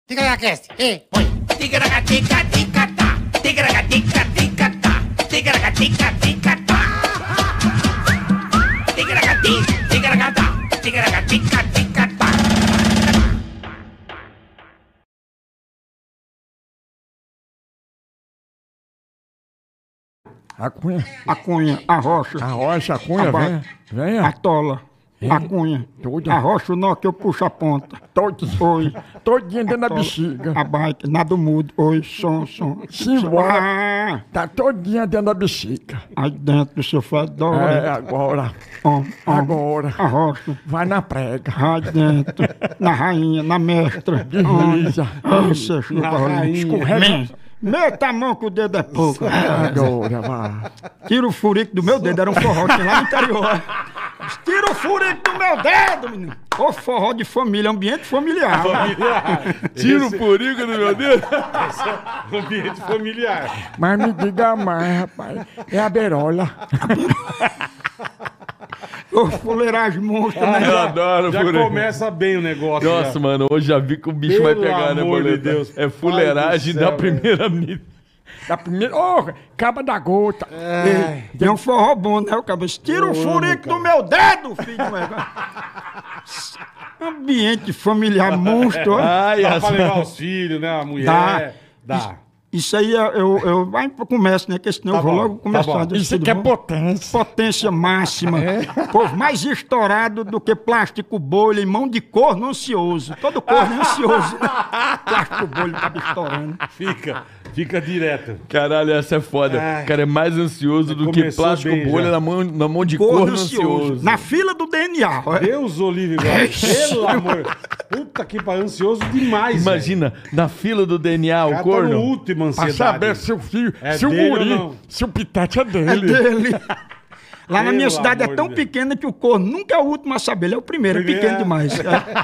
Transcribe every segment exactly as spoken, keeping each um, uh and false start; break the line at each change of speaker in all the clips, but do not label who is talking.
Ticaracast, ei, põe. Ticaracatica-ticatá, ticaracatica-ticatá, ticaracatica-ticatá. Ticaracati, ticaracatá, ticaracatica-ticatá.
A cunha.
A cunha, a rocha.
A rocha, a cunha,
A ba-
venha. Venha.
A tola.
É.
A cunha.
Tudo.
A rocha, o nó que eu puxo a ponta.
Todinho.
Oi.
Todinho dentro da
Tola.
bexiga.
A bike, nada mudo. Oi, som, som.
Simbora.
Ah,
Tá todinha dentro da bexiga.
aí dentro do seu
É,
fedora.
agora.
Ó, ó,
Agora.
A rocha.
Vai na prega.
Aí dentro. Na rainha, na mestra.
Desliza.
Olha, você chupa.
Escorrega.
Meta a mão que o dedo é pouco.
Agora, vai.
Tira o furico do meu dedo, era um forró que tinha lá no interior. Tira o furico do meu dedo, menino. Ô forró de família, ambiente familiar.
Tira o furico do meu dedo. Esse é ambiente familiar.
Mas me diga mais, rapaz. É a berola.
Ô fuleiragem monstro,
Ah,
né?
eu
adoro
Já
furico.
começa bem o negócio.
Nossa,
já.
mano, hoje já vi que o bicho
Pelo
vai pegar, né,
amor de
Boleta?
Deus.
É fuleiragem
Pai do
da
céu,
primeira mídia.
Da primeira. Ô, caba da gota.
Ei, Tem um forró bom, né? O cabeça. Tira o furico do meu dedo, filho do negócio. Ambiente familiar monstro. ó.
Ai,
Dá
as...
pra levar os filhos, né? A mulher.
Dá.
Dá.
Isso aí eu, eu, eu vai pro comércio, né? Que senão
Tá
eu vou
bom,
logo
tá
começar.
bom.
Deixa
Isso
tudo
aqui é
bom.
potência.
Potência máxima. Povo mais estourado do que plástico bolha em mão de corno ansioso. Todo corno é ansioso. Plástico bolha tava estourando.
Fica. Fica direto.
Caralho, essa é foda.
Ai.
O cara é mais ansioso do que
Começou
plástico
bem
bolha
já.
na mão, na mão de
Corno,
corno
ansioso.
ansioso.
Na fila do D N A. ó.
Deus o livre, igual. Pelo amor. Puta que pariu, ansioso demais.
Imagina, na fila do D N A,
velho.
o
O cara tá no
corno.
último
Pra
ansiedade.
saber se o filho,
É
se o
dele
guri,
ou não?
se o pitete é
É
dele.
dele. Lá na
Pelo
minha cidade é
amor
tão
de Deus.
pequena que o corno nunca é o último a saber. Ele é o primeiro, é
Primeiro,
pequeno
é.
demais.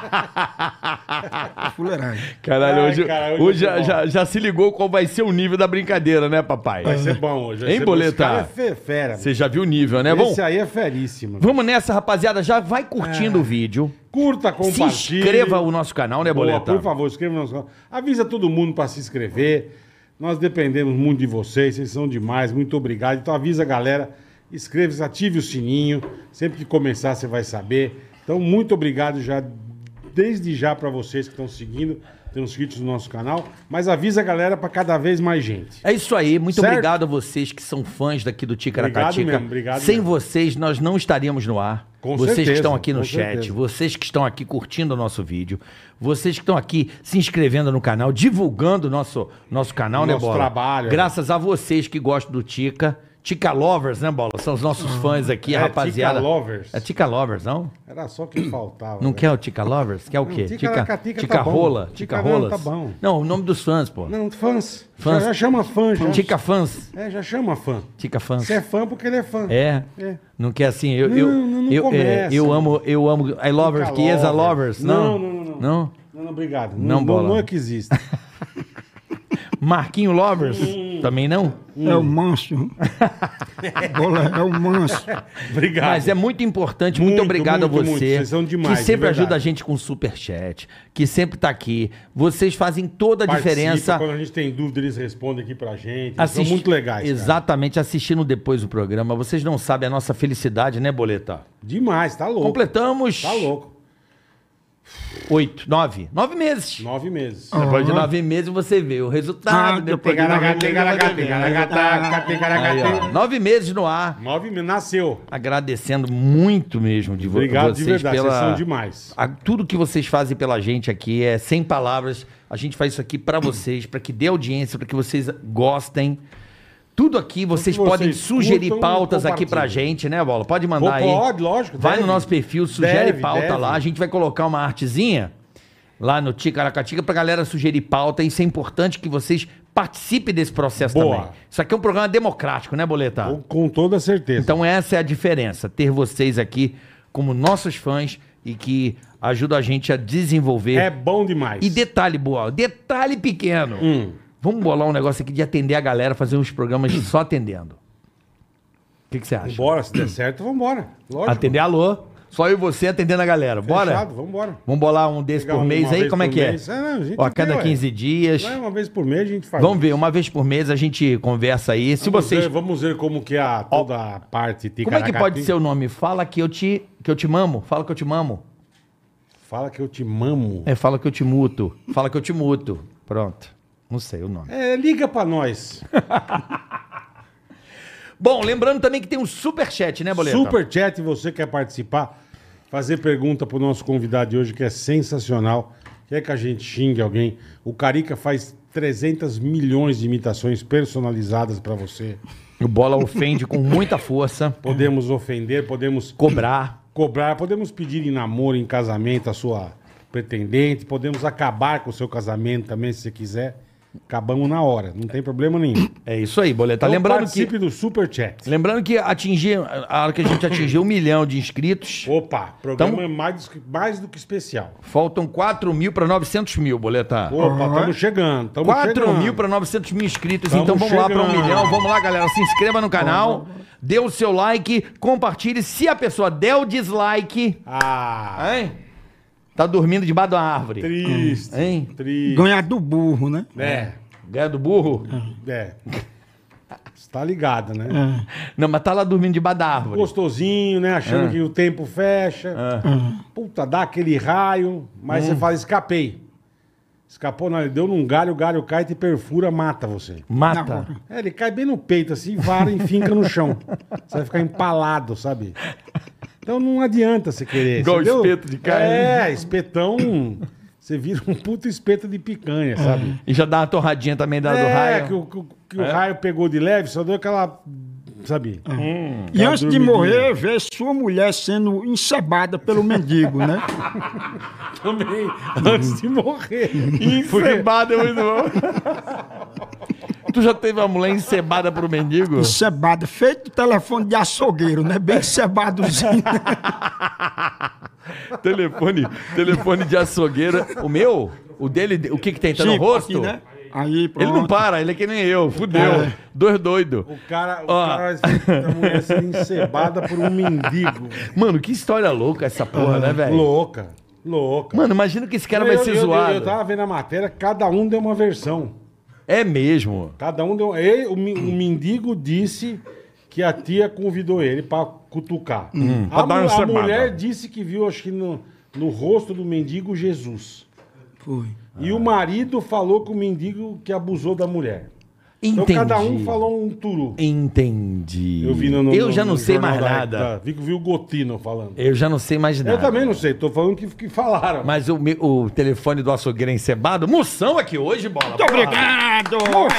É. Fuleiragem.
Caralho,
Ai,
hoje,
cara, hoje
hoje
vai
já,
ser bom.
já, já se ligou qual vai ser o nível da brincadeira, né, papai?
Vai ser bom hoje. vai
Hein,
ser bom. Esse
Boleta?
cara é fe- fera.
Você já viu o nível, né? Bom,
Esse aí é feríssimo.
vamos nessa, rapaziada. Já vai curtindo o vídeo.
Curta,
Se
compartilhe.
inscreva no nosso canal, né,
Boa,
Boleta?
por favor, inscreva no nosso canal. Avisa todo mundo para se inscrever. Nós dependemos muito de vocês, vocês são demais. Muito obrigado. Então avisa a galera, inscreva-se, ative o sininho. Sempre que começar você vai saber. Então muito obrigado já, desde já para vocês que estão seguindo, estão inscritos no nosso canal. Mas avisa a galera para cada vez mais gente.
É isso aí. Muito
Certo?
obrigado a vocês que são fãs daqui do Ticaracatica.
Obrigado mesmo, obrigado
Sem
mesmo.
vocês, nós não estaríamos no ar.
Com
vocês
certeza,
que estão aqui no
com
chat,
certeza.
vocês que estão aqui curtindo o nosso vídeo, vocês que estão aqui se inscrevendo no canal, divulgando o nosso, nosso canal, né,
Nosso
Bola?
trabalho.
Graças a vocês que gostam do Tica. Tica Lovers, né, Bola? São os nossos fãs aqui,
É,
rapaziada.
Tica Lovers.
É Tica Lovers, não?
Era só o que faltava.
Não
né?
quer o Tica Lovers? Quer o quê?
Tica
Tica,
Lacatica
tica
tá bom.
Rola?
Tica
Tica
não,
Rolas?
tá bom.
Não, o nome dos fãs, pô.
Não, fãs.
Fãs.
Já, já chama fã, já.
Tica Fãs.
É, já chama fã.
Tica Fãs.
Você é fã porque ele é fã.
É.
É.
Não quer assim, eu
Não,
eu
não, não
eu, é,
começa.
eu amo, eu amo I lovers,
Tica
que is a
Lovers.
lovers, não?
Não, não, não, não.
Não?
Não, não, obrigado.
Não,
Não,
bola.
não, não é que existe.
Marquinho Lovers? Também não?
É o manso. Bola, é o manso.
Obrigado.
Mas é muito importante, muito,
Muito,
obrigado
muito,
a
muito.
você,
Vocês são demais,
que sempre
de verdade.
ajuda a gente com superchat, que sempre tá aqui. Vocês fazem toda a
Participa,
diferença.
Quando a gente tem dúvida, eles respondem aqui pra gente. Eles
Assist-
São muito legais. cara.
Exatamente, assistindo depois o programa. Vocês não sabem a nossa felicidade, né, Boleta?
Demais, tá louco.
Completamos
Tá louco.
oito, nove, nove meses.
Nove meses.
Depois de nove meses você vê o resultado.
Ah,
depois de nove Aí, ó, nove meses no ar.
Nove meses. Nasceu.
Agradecendo muito mesmo de vo-
Obrigado
vocês
de verdade.
pela...
Vocês são demais.
a- tudo que vocês fazem pela gente aqui é sem palavras. A gente faz isso aqui pra vocês, pra que dê audiência, pra que vocês gostem. Tudo aqui vocês
que
podem
vocês
sugerir
curtam,
pautas aqui pra
compartilhem.
gente, né, Bola? Pode mandar
Pô,
aí.
pode, lógico,
Vai
deve.
no nosso perfil, sugere
Deve,
pauta
deve.
lá. A gente vai colocar uma artezinha lá no Ticaracatica pra galera sugerir pauta. Isso é importante que vocês participem desse processo
Boa.
também. Isso aqui é um programa democrático, né, Boleta?
Com- Com toda certeza.
Então essa é a diferença, ter vocês aqui como nossos fãs e que ajudam a gente a desenvolver.
É bom demais.
E detalhe, boa, detalhe pequeno.
Hum.
Vamos bolar um negócio aqui de atender a galera, fazer uns programas só atendendo. O que, que você acha?
Bora, se der certo, vambora. Lógico.
Atender alô. Só eu e você atendendo a galera. Bora?
Fechado, vambora.
Vamos bolar um desse
Pegar
por
uma
mês aí?
vez
Como é
por
que
mês.
é?
É, não, a gente
Ó, a
tem,
cada
ué.
quinze dias.
Não é uma vez por mês a gente faz.
Vamos ver, uma vez por mês a gente conversa aí. Se
Vamos
vocês.
ver, vamos ver como que é a, toda a parte
Como é que pode ser o nome? Fala que eu te, que eu te mamo. Fala que eu te mamo.
Fala que eu te mamo.
É, fala que eu te muto. Fala que eu te muto. Pronto. Não sei o nome.
É, liga pra nós.
Bom, lembrando também que tem um superchat, né, Boleta?
Superchat, você quer participar, fazer pergunta pro nosso convidado de hoje, que é sensacional. Quer que a gente xingue alguém? O Carica faz trezentos milhões de imitações personalizadas pra você.
O Bola ofende com muita força.
Podemos ofender, podemos
Cobrar.
cobrar, podemos pedir em namoro, em casamento a sua pretendente, podemos acabar com o seu casamento também, se você quiser. Acabamos na hora, não tem problema nenhum.
É isso aí, Boleta.
Então,
lembrando
participe
que,
do Superchat.
lembrando que atingir, a hora que a gente atingir um milhão de inscritos,
Opa, programa
Então-
é mais, mais do que especial.
faltam quatro mil para novecentos mil, Boleta.
Opa, estamos chegando, estamos
quatro
chegando.
mil para novecentos mil inscritos,
Tamo
então vamos lá para um
chegando.
milhão. Vamos lá, galera. Se inscreva no canal, dê o seu like, compartilhe. Se a pessoa der o dislike,
Ah,
hein? Tá dormindo debaixo da árvore.
triste,
Hein?
triste.
Ganhar do burro, né?
É,
Ganha do burro?
é. Você tá ligado, né?
Não, mas tá lá dormindo debaixo da árvore.
Gostosinho, né? Achando
Ah.
que o tempo fecha. Puta, dá aquele raio, mas
Hum.
você fala, escapei. Escapou, não, ele deu num galho, o galho cai, te perfura, mata você.
Mata.
É, ele cai bem no peito, assim, vara e finca no chão. Você vai ficar empalado, sabe? Então não adianta você querer.
Igual
entendeu?
espeto de carne.
É, espetão. Você vira um puto espeto de picanha, sabe?
E já dá uma torradinha também da, do
É,
raio.
que o, que o- que o raio pegou de leve, só deu aquela. Sabe?
E
Aquela
antes de
dormidinha.
morrer, ver sua mulher sendo encebada pelo mendigo, né?
Também, antes de morrer. Porque-
Encebada é muito bom. Tu já teve uma mulher encebada pro mendigo?
Encebada, feito telefone de açougueiro, né? Bem encebadozinho.
telefone, telefone de açougueira. O meu? O dele, o que que tem? Tá no
Tipo,
rosto?
aqui, né? Aí, pronto.
Ele não para, ele é que nem eu. Fudeu.
É.
Dois doidos.
O cara, o
Ó.
cara vai ser a mulher sendo encebada por um mendigo.
Mano, que história louca essa porra, né, velho?
Louca, louca.
Mano, imagina que esse cara vai
Eu-
ser
eu,
zoado.
Eu, eu tava vendo a matéria, cada um deu uma versão.
É mesmo.
Cada um deu. Ele, o, mi- o mendigo disse que a tia convidou ele pra cutucar.
Hum, pra
a,
dar
mu-
uma
a
encebada.
mulher disse que viu, acho que no, no rosto do mendigo, Jesus.
Foi.
E o marido falou que o mendigo que abusou da mulher.
Entendi.
Então cada um falou um turu.
Entendi.
Eu vi no, no
Eu já
no
não sei
jornal
mais
da-
nada.
da- vi, vi o Gotino falando.
Eu já não sei mais nada.
Eu também não sei, tô falando que, que falaram.
Mas o, me- o telefone do açougueiro é encebado. Moção aqui hoje, bola.
Muito obrigado!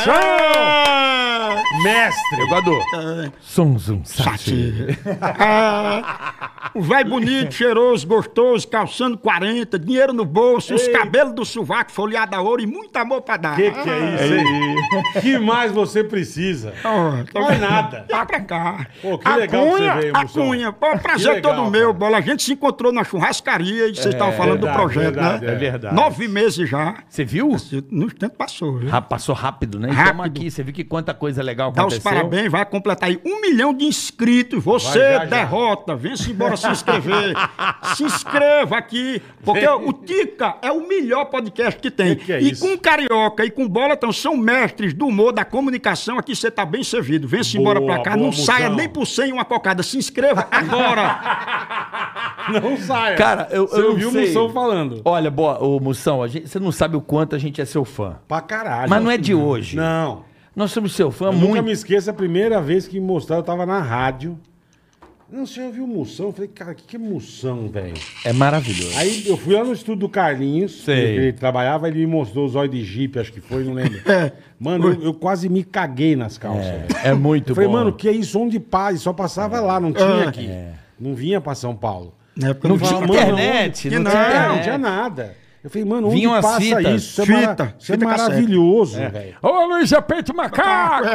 É,
Mestre!
Jogador. Zum, zum,
Sati. É, o velho bonito, cheiroso, gostoso, calçando quarenta, dinheiro no bolso, os
Ei.
cabelos do sovaco folheado a ouro e muito amor pra dar.
Que que é isso aí? Que mais você precisa?
Ó, tá
Mais
vendo?
nada.
Vem pra cá.
Pô, que legal que você veio,
A
Moção.
Cunha, pô, prazer
legal,
todo meu,
cara.
Bola. A gente se encontrou na churrascaria e vocês estavam falando
verdade,
do projeto,
verdade,
né?
é
verdade.
Nove meses já.
Você viu?
No tempo passou, viu?
Ah, passou rápido, né?
Rápido.
Estamos aqui. Você viu que quanta coisa legal
Dá os
aconteceu?
parabéns, vai completar aí um milhão de inscritos. Você,
Vai, já, já.
derrota, vem-se embora se inscrever. Se inscreva aqui, porque o Tica é o melhor podcast que tem.
Que que é
e
isso?
com Carioca e com Bola, então, são mestres do humor, da comunicação. Aqui você tá bem servido. Vem-se embora
Boa,
pra cá,
boa,
não
Moção.
saia nem por cem uma cocada. Se inscreva agora.
Não saia.
Cara, eu,
Você
eu
ouviu
não
o
sei.
Moção falando.
Olha, boa, ô Moção, a gente, você não sabe o quanto a gente é seu fã.
Pra caralho.
Mas não é de hoje.
Não.
Nós somos seu fã
Eu
muito.
nunca me esqueço a primeira vez que me mostraram, eu tava na rádio. Não sei, eu vi o Moção, eu falei, cara, o que, que é Moção, velho?
É maravilhoso.
Aí eu fui lá no estúdio do Carlinhos,
Sei.
que ele trabalhava, ele me mostrou os olhos de Jeep, acho que foi, não lembro. Mano, eu, eu quase me caguei nas calças, velho.
É muito
Eu falei,
bom.
mano, que é isso? Onde passa? Só passava lá, não tinha
É.
aqui. Não vinha pra São Paulo.
Na época
Não
não
tinha
Mano,
internet,
onde-
não
que
tinha
não,
internet.
Não, não tinha nada. Eu falei, mano, onde
Vinham as
passa
fitas.
isso? Isso é,
Fita,
mara- isso é
fita cassete.
maravilhoso, velho.
Ô, Luiz Peito Macaco!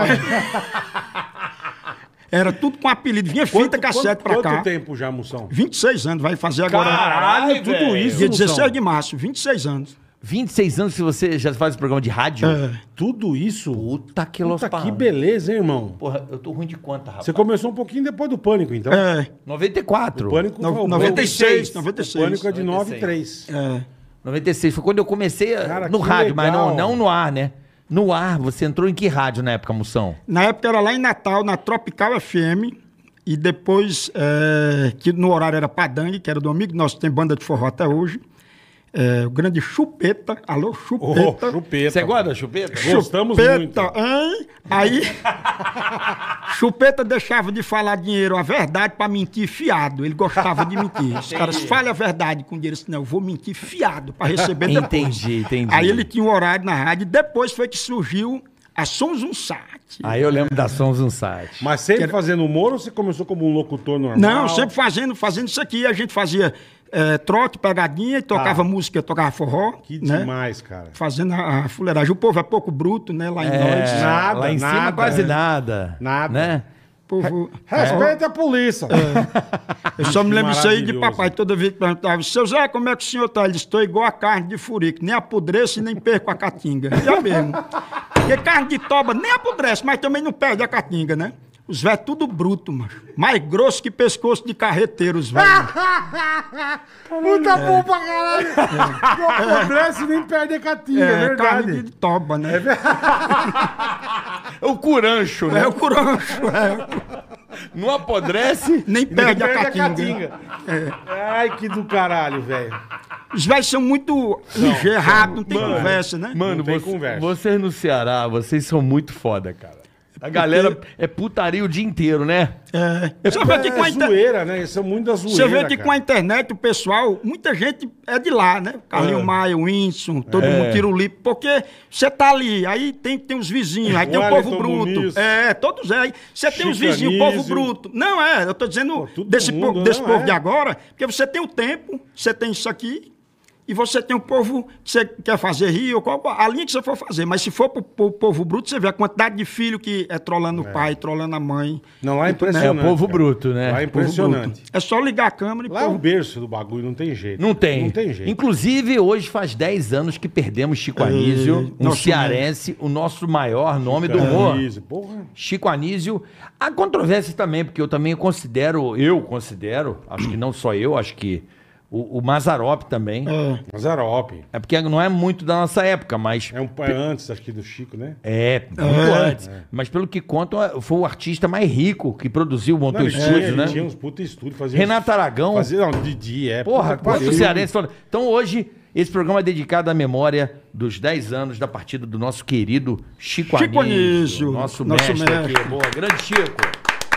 Era tudo com apelido. Vinha fita
Quanto-
cassete pra
quanto,
cá.
Quanto tempo já, Moção?
vinte e seis anos, vai fazer agora.
Caralho, tudo
velho.
isso,
Dia
Moção.
dezesseis de março, vinte e seis anos.
vinte e seis anos que você já faz o programa de rádio?
É.
Tudo isso?
Puta que los
Puta, que
parra.
beleza, hein, irmão?
Porra, eu tô ruim de conta, rapaz.
Você começou um pouquinho depois do Pânico, então?
É,
noventa e quatro.
O Pânico
no-
foi o
noventa e seis,
O
noventa e seis.
Pânico é de nove e três.
É.
noventa e seis foi quando eu comecei a-
Cara,
no
que
rádio, mas não,
legal.
não no ar, né? No ar, você entrou em que rádio na época, Moção?
Na época era lá em Natal, na Tropical F M, e depois, é, que no horário era Padangue, que era do amigo nosso, tem banda de forró até hoje, é, o grande Chupeta, alô,
Ô,
Chupeta.
chupeta.
Você gosta da chupeta?
Gostamos
Chupeta,
muito.
hein? Aí, Chupeta deixava de falar dinheiro, a verdade, pra mentir fiado. Ele gostava de mentir. Os caras falam a verdade com dinheiro. Assim, não, eu vou mentir fiado pra receber depois.
Entendi, entendi.
Aí ele tinha um horário na rádio. Depois foi que surgiu a Sons um Sat.
Aí eu lembro da Sons um site.
Mas sempre fazendo humor ou você começou como um locutor normal?
Não, sempre fazendo, fazendo isso aqui. A gente fazia é, trote, pegadinha, e tocava
Ah.
música, tocava forró.
Que
né?
demais, cara.
Fazendo a, a fuleiragem. O povo é pouco bruto, né? Lá em
É,
nós.
Nada,
lá em cima
nada,
quase
é.
nada.
Nada.
Né?
O povo...
Respeita a polícia.
Eu só me lembro isso aí de
Maravilhoso.
papai. Toda vez que perguntava, seu Zé, como é que o senhor tá? Ele disse, estou igual a carne de furico, nem apodreço e nem perco a catinga. Já mesmo. Porque carne de toba nem apodrece, mas também não perde a catinga, né? Os velhos tudo bruto, mano. Mais grosso que pescoço de carreteiro, os velhos.
Puta bom pra caralho. Não apodrece nem perde a catinga, é,
É, carne
verdade.
de toba, né?
É o curancho, né?
É o curancho, é.
Não apodrece.
Nem
Nem
perde,
perde
a catinga.
Ai, que do caralho, velho.
Os velhos são muito ligeiros, rápidos, não tem
Mano,
conversa, né?
Mano,
Não tem
você-
conversa.
vocês no Ceará, vocês são muito foda, cara. A galera é putaria o dia inteiro, né?
É. Você vê que com a
É
inter...
zoeira, né? Eles são muito da zoeira,
Você vê que
cara.
com a internet o pessoal, muita gente é de lá, né? Carlinho
É.
Maia, o Whindersson, todo mundo tira o lipo, porque você tá ali, aí tem, tem os vizinhos, aí
O
tem o
Wellington
povo bruto.
Muniz.
É, todos é. Aí você tem os
Chico
vizinhos, o povo
Anísio.
bruto. Não é, eu tô dizendo
Pô, todo
desse,
mundo,
po- desse
não,
povo
é.
de agora, porque você tem o tempo, você tem isso aqui, e você tem o povo que você quer fazer rir, ou qual, a linha que você for fazer. Mas se for pro, pro povo bruto, você vê a quantidade de filho que é trolando o pai, trolando a mãe.
Não, lá é
É
impressionante.
o povo
cara.
bruto, né?
Lá é
Povo
impressionante.
bruto. É só ligar a câmera e
Lá é o
povo...
berço do bagulho, não tem jeito.
Não tem.
Não tem jeito.
Inclusive, hoje faz dez anos que perdemos Chico Anísio, um
nosso
cearense, o nosso maior nome do humor.
Isso, porra.
Chico Anísio. Há controvérsias também, porque eu também considero, eu considero, acho que não só eu, acho que o, o Mazzaropi também. É.
Mazarope.
porque não é muito da nossa época, mas.
É um é antes, acho que, do Chico, né?
É, muito antes. Mas pelo que contam, foi o artista mais rico que produziu, montou
Não, ele, tinha,
estúdios,
ele
né?
tinha uns puta estúdios. Fazia
Renato
uns,
Aragão.
Fazia, não, Didi, é.
Porra,
puta que pariu.
quantos cearenses foram. Então hoje, esse programa é dedicado à memória dos dez anos da partida do nosso querido Chico,
Chico
Anísio.
Anísio,
Nosso,
nosso
mestre,
mestre.
aqui. Boa, grande Chico.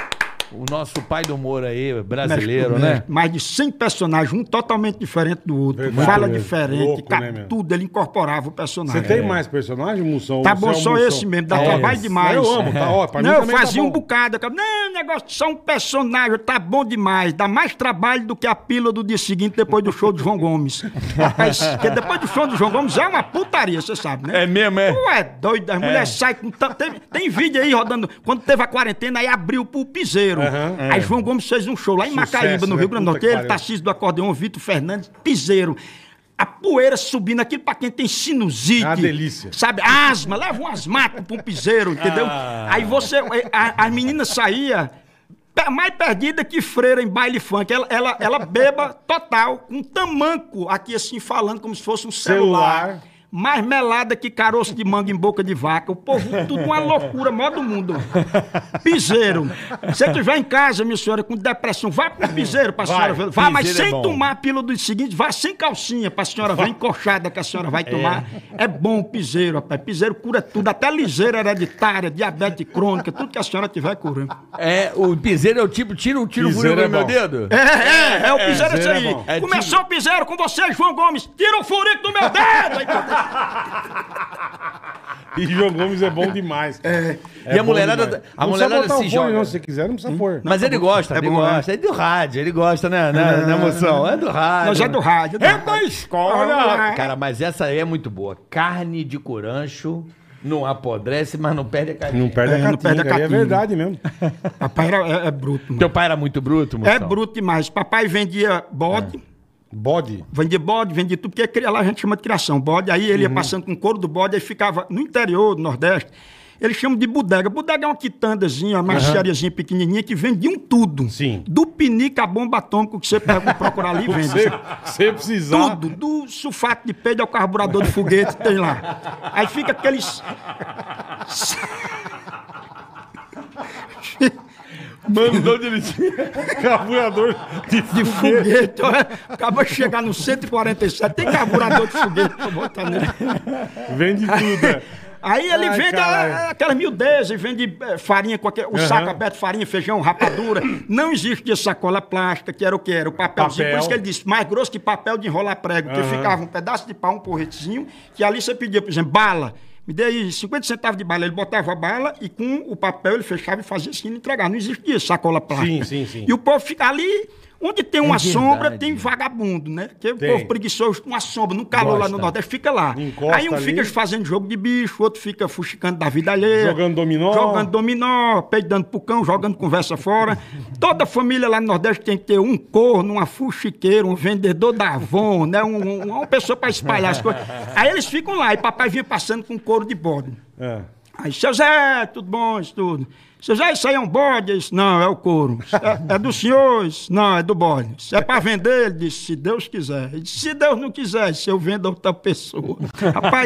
O nosso pai do humor aí, brasileiro,
Mestre,
né?
mestre. Mais de cem personagens, um totalmente diferente do outro.
Verdade,
Fala
mesmo.
diferente,
Louco,
ca-
né, meu?
tudo, ele incorporava o personagem.
Você tem mais personagem, Moção?
Tá
Você
bom,
é um
só
Moção?
esse mesmo, dá
É
trabalho
esse.
demais.
Eu amo, tá ó, pra mim
Não, eu
também tá
fazia um
bom.
bocado. eu- Não, negócio, só um personagem, tá bom demais. Dá mais trabalho do que a pílula do dia seguinte, depois do show do João Gomes. Rapaz, porque depois do show do João Gomes é uma putaria, você sabe, né?
É mesmo, é?
Tu é doido, as mulheres saem com tanto. Tem, tem vídeo aí rodando. Quando teve a quarentena, aí abriu pro piseiro.
Aham.
Aí João Gomes fez um show lá em
Sucesso,
Macaíba, no
né?
Rio Grande do
Puta
Norte.
que
Ele,
pariu.
Tarcísio do acordeão, Vitor Fernandes, piseiro. A poeira subindo, aquilo pra quem tem sinusite.
É uma delícia.
Sabe, asma, leva um asmático pra um piseiro, entendeu?
Ah.
Aí você, a, a menina saía pe- mais perdida que freira em baile funk. Ela, ela, ela beba total, com um tamanco aqui assim, falando como se fosse um celular.
Celular.
Mais melada que caroço de manga em boca de vaca. O povo, tudo uma loucura, mó do mundo. Piseiro. Se você estiver em casa, minha senhora, com depressão, vá pro piseiro pra
Vai.
senhora ver. Vá, mas
Piseiro é
sem
bom.
tomar a pílula do seguinte, vá sem calcinha pra senhora ver, encoxada que a senhora vai tomar. É bom o piseiro, rapaz. Piseiro cura tudo, até liseira hereditária, diabetes crônica, tudo que a senhora tiver curando.
É, o piseiro é o tipo, tira o tiro
Piseiro
furico
é
do meu
bom.
dedo?
É, é, é o piseiro é isso
piseiro é
aí.
bom.
É
Começou o piseiro com você, João Gomes. Tira o furico do meu dedo! Aí,
E João Gomes é bom demais. É.
E a mulherada- a
não
mulherada
precisa botar
se
o fone,
joga.
não, se você quiser, não precisa pôr.
Mas ele gosta,
É
ele
bom,
gosta. É do rádio, ele gosta, né? né, né emoção? É do rádio.
Nós é do rádio.
É da escola.
Ah,
Cara, mas essa aí é muito boa. Carne de curancho não apodrece, mas não perde a carne.
Não perde
É,
a
não
catinga,
perde a
aí é
catinga.
verdade mesmo.
Papai era, é, é bruto, mano.
Teu pai era muito bruto, moção?
É bruto demais. Papai vendia bode,
Bode?
Vendia bode, vendia tudo, porque cria lá a gente chama de criação, bode. Aí ele ia passando com o couro do bode, aí ficava no interior do Nordeste. Eles chamam de bodega. Bodega é uma quitandazinha, uma merceariazinha pequenininha que vendiam tudo.
Sim.
Do pinico a bomba atômica que você pega procurar ali e vende.
Você, você precisar...
Tudo, do sulfato de peido ao carburador de foguete, tem lá. Aí fica aqueles...
Mandou de carburador de
de foguete. Acaba de chegar no cento e quarenta e sete, tem carburador de foguete pra botar nele.
Vende tudo, é.
Aí ele
Ai,
vende
caralho.
a- aquelas miudezas, vende eh, farinha, qualquer, o saco aberto, farinha, feijão, rapadura. Não existe de sacola plástica, que era o que era? O papelzinho.
Papel.
Por isso que ele disse, mais grosso que papel de enrolar prego. Porque
Aham.
ficava um pedaço de pau, um porretezinho, que ali você pedia, por exemplo, bala. Me dê aí cinquenta centavos de bala. Ele botava a bala e com o papel ele fechava e fazia assim e entregava. Não existia sacola plástica.
Sim, sim, sim.
E o povo fica ali, onde tem uma
verdade.
sombra, tem vagabundo, né? Porque
Tem.
o povo preguiçoso, uma sombra, no calor lá no
Gosta.
Nordeste, fica lá.
Encosta
Aí um
ali.
fica fazendo jogo de bicho, outro fica fuxicando da vida alheia.
Jogando dominó.
Jogando dominó, peidando pro cão, jogando conversa fora. Toda família lá no Nordeste tem que ter um corno, uma fuxiqueira, um vendedor da Avon, né? Um, um- uma pessoa pra espalhar as coisas. Aí eles ficam lá, e papai vinha passando com couro de bode.
É.
Aí, seu Zé, tudo bom, isso tudo. Seu Zé, isso aí é um bode? Isso, não, é o couro. Isso É, é do senhor? Isso, não, é do bode. Isso é pra vender? Ele disse, se Deus quiser. Ele disse, se Deus não quiser, se eu vendo a outra pessoa. Rapaz,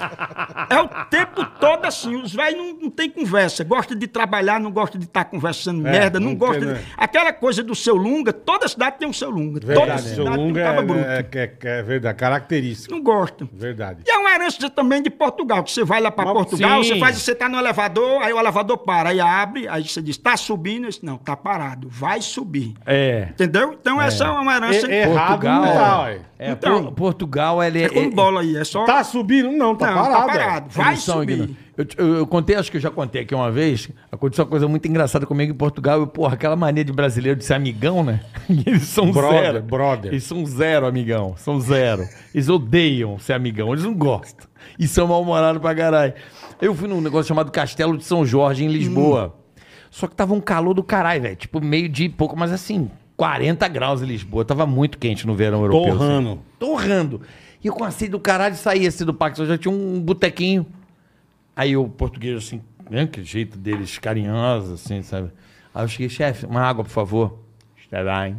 é o tempo todo assim, os velhos não, não tem conversa. Gosta de trabalhar, não gosta de estar conversando
É,
merda, não,
não
gosta
tem,
de...
né?
Aquela coisa do seu lunga, toda cidade tem um seu lunga. toda
Verdade.
cidade
Seu
tem um
lunga
caba
é,
bruto.
é, é, é verdade, característica.
Não gosta.
Verdade.
E é uma herança também de Portugal, que você vai lá para
Mas,
Portugal,
sim.
você faz, você tá no elevador, aí o elevador para, aí abre, aí você diz, tá subindo? Eu disse, não, tá parado, vai subir.
É.
Entendeu? Então essa é uma herança...
É- errado
Portugal,
não tá, ué.
É,
Então,
Por- Portugal, ele
É como bola aí, é só...
Tá subindo? Não, tá
não,
parado.
tá
é.
parado, vai
Eles são
subir.
ignorantes. Eu, eu, eu contei, acho que eu já contei aqui uma vez, aconteceu uma coisa muito engraçada comigo em Portugal. Eu, porra, aquela mania de brasileiro de ser amigão, né? E eles são
Brother,
zero.
brother.
Eles são zero amigão, são zero. Eles odeiam ser amigão, eles não gostam. E são mal-humorados pra caralho. Eu fui num negócio chamado Castelo de São Jorge, em Lisboa. Só que tava um calor do caralho, velho. Tipo, meio de pouco, mas assim, quarenta graus em Lisboa. Tava muito quente no verão europeu. assim.
Torrando.
Torrando. E eu com a sede do caralho saí assim do parque, eu já tinha um botequinho. Aí o português, assim, né, que jeito deles, carinhoso, assim, sabe? Aí eu cheguei, chefe, uma água, por favor. Está bem.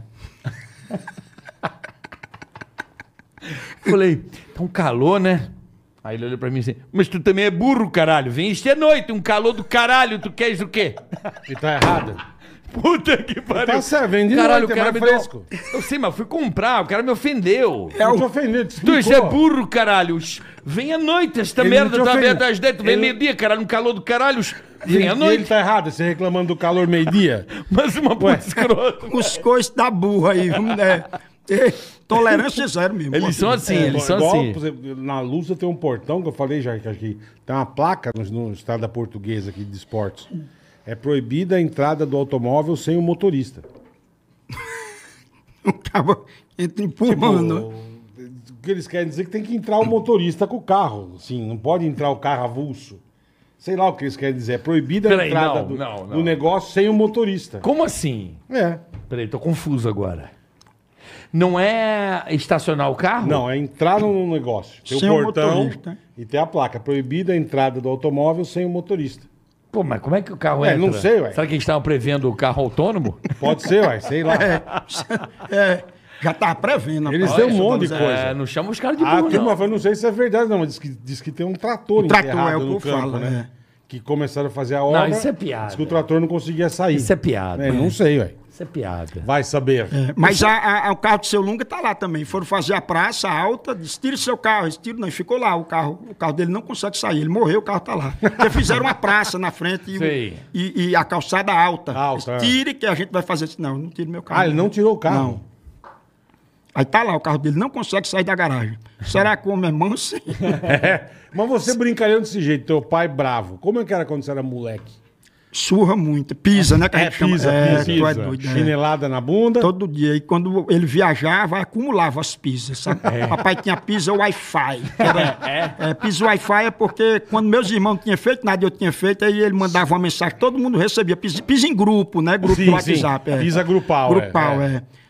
Falei, tá um calor, né? Aí ele olhou pra mim assim, mas tu também é burro, caralho. Vem isto é noite, um calor do caralho, tu queres o quê?
E tá errado.
Puta que pariu.
Tá certo, vem de
Caralho,
noite,
o cara
é
me
mais
deu...
fresco.
Eu sei, mas fui comprar, o cara me ofendeu.
É
Não
o...
te ofendendo, te
Tu isso é
explicou.
burro, caralho. Vem à noite, esta
Ele
merda
não te
tá
ofende.
aberta às dez, tu vem
Ele-
meio-dia, caralho, um calor do caralho.
E
Vem
ele,
à
e
noite.
ele tá errado, você reclamando do calor meio-dia?
Mas uma puta escrota.
Os coices da burra aí, vamos, né? É, tolerância zero mesmo.
Eles são assim,
É,
eles são
igual,
assim.
por exemplo, na Lusa tem um portão que eu falei já que aqui tem uma placa no, no estado da Portuguesa aqui de esportes. É proibida a entrada do automóvel sem o motorista.
Acaba entra empurrando.
O que eles querem dizer é que tem que entrar o motorista com o carro. Assim, não pode entrar o carro avulso. Sei lá o que eles querem dizer. É proibida a
Peraí,
entrada
não,
do,
não, não.
do negócio sem o motorista.
Como assim?
É.
Peraí, tô confuso agora. Não é estacionar o carro?
Não, é entrar no negócio. Tem
Sem
o
o
portão
motorista.
e tem a placa. Proibida a entrada do automóvel sem o motorista.
Pô, mas como é que o carro
É,
entra?
não sei, ué.
Será que eles estavam prevendo o carro autônomo?
Pode ser, ué, sei lá.
É, já tava prevendo.
Eles
rapaz.
têm um monte de
É,
coisa.
É, não chama os caras de
A
burro,
turma
não.
falou, não sei se é verdade, não, mas diz que, diz que tem um trator
Um trator,
enterrado
é o que
no
eu
campo,
falo,
né?
é.
Que começaram a fazer a obra.
isso é piada.
Diz que o trator não conseguia sair.
Isso é piada.
É, não sei, ué.
Isso é piada.
Vai saber.
É, mas a- a- o carro do seu Lunga tá lá também. Foram fazer a praça alta, disse, tira o seu carro. Esse tiro não, e ficou lá. O carro, o carro dele não consegue sair. Ele morreu, o carro tá lá. Porque fizeram uma praça na frente e, o-
Sei.
e- e a calçada alta.
Alta,
Disse, tire que a gente vai fazer isso. Não, não tire meu carro.
Ah, ele não tirou o carro?
Não. Aí tá lá, o carro dele não consegue sair da garagem. Será que o homem é manso?
É. Mas você brincaria desse jeito, teu pai bravo. Como é que era quando você era moleque?
Surra muito. Pisa, né? Que a
É,
gente chama.
pisa,
É,
pisa.
tu é doido, é.
Chinelada na bunda.
Todo dia. E quando ele viajava, acumulava as pizzas, sabe? Papai tinha pizza Wi-Fi. que Era, é, pizza Wi-Fi é porque quando meus irmãos não tinham feito nada, eu tinha feito, aí ele mandava uma mensagem, todo mundo recebia. Pizza, pizza em grupo, né? Grupo
Sim,
do WhatsApp.
sim.
É.
Pizza grupal, é,
Grupal,
é.
é.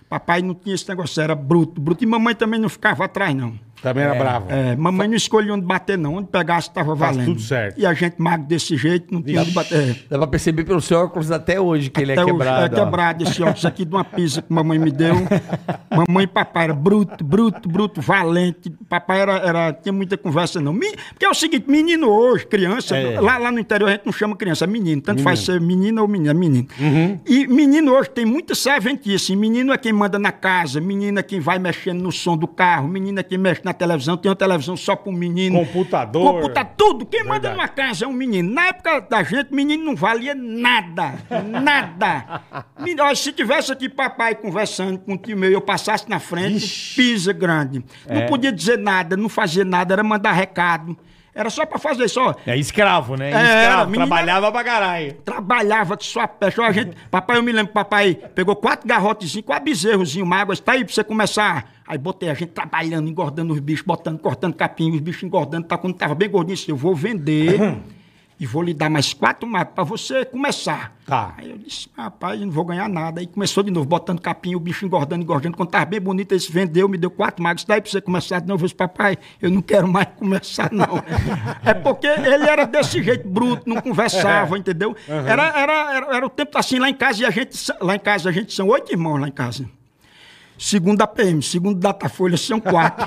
Papai não tinha esse negócio, era bruto, bruto. E mamãe também não ficava atrás, não.
Também era bravo.
É, mamãe não escolhia onde bater, não. Onde pegasse, estava
Faz
valendo.
tudo certo.
E a gente magro desse jeito, não tinha onde bater. É.
Dá pra perceber pelos seus óculos até hoje que ele é
Até hoje,
quebrado.
É
ó.
quebrado esse óculos aqui de uma pizza que mamãe me deu. Mamãe e papai era bruto, bruto, bruto, valente. Papai era, era, tinha muita conversa, não. Me- Porque é o seguinte, menino hoje, criança,
É.
lá, lá no interior a gente não chama criança, é menino. Tanto faz ser menina ou menina, é menino. E menino hoje tem muita serventice. Menino é quem manda na casa, menino é quem vai mexendo no som do carro, menino é quem mexe na televisão, tem uma televisão só para um menino.
Computador.
Computa tudo. Quem manda
Verdade.
numa casa é um menino. Na época da gente, menino não valia nada. Nada. Me- olha, se tivesse aqui papai conversando com o tio meu e eu passasse na frente, pisa grande. Não podia dizer nada, não fazia nada, era mandar recado. Era só pra fazer isso, ó.
É escravo, né?
É, era,
escravo.
menina-
Trabalhava pra caralho.
Trabalhava que só a peste. Ó, a gente, papai, eu me lembro, papai pegou quatro garrotezinhos, quatro bezerrozinhos magos, tá aí pra você começar. Aí botei a gente trabalhando, engordando os bichos, botando, cortando capim, os bichos engordando, tá, quando tava bem gordinho, assim, eu vou vender e vou lhe dar mais quatro magos pra você começar.
Tá.
Aí eu disse, rapaz, eu não vou ganhar nada. Aí começou de novo, botando capim, o bicho engordando, engordando. Quando tava bem bonito, ele se vendeu, me deu quatro magos. Daí pra você começar de novo, eu disse, papai, eu não quero mais começar, não. É porque ele era desse jeito, bruto, não conversava, entendeu? Era, era, era, era o tempo assim, lá em casa, e a gente, lá em casa, a gente são oito irmãos lá em casa. Segundo a P M, segundo Datafolha, são quatro.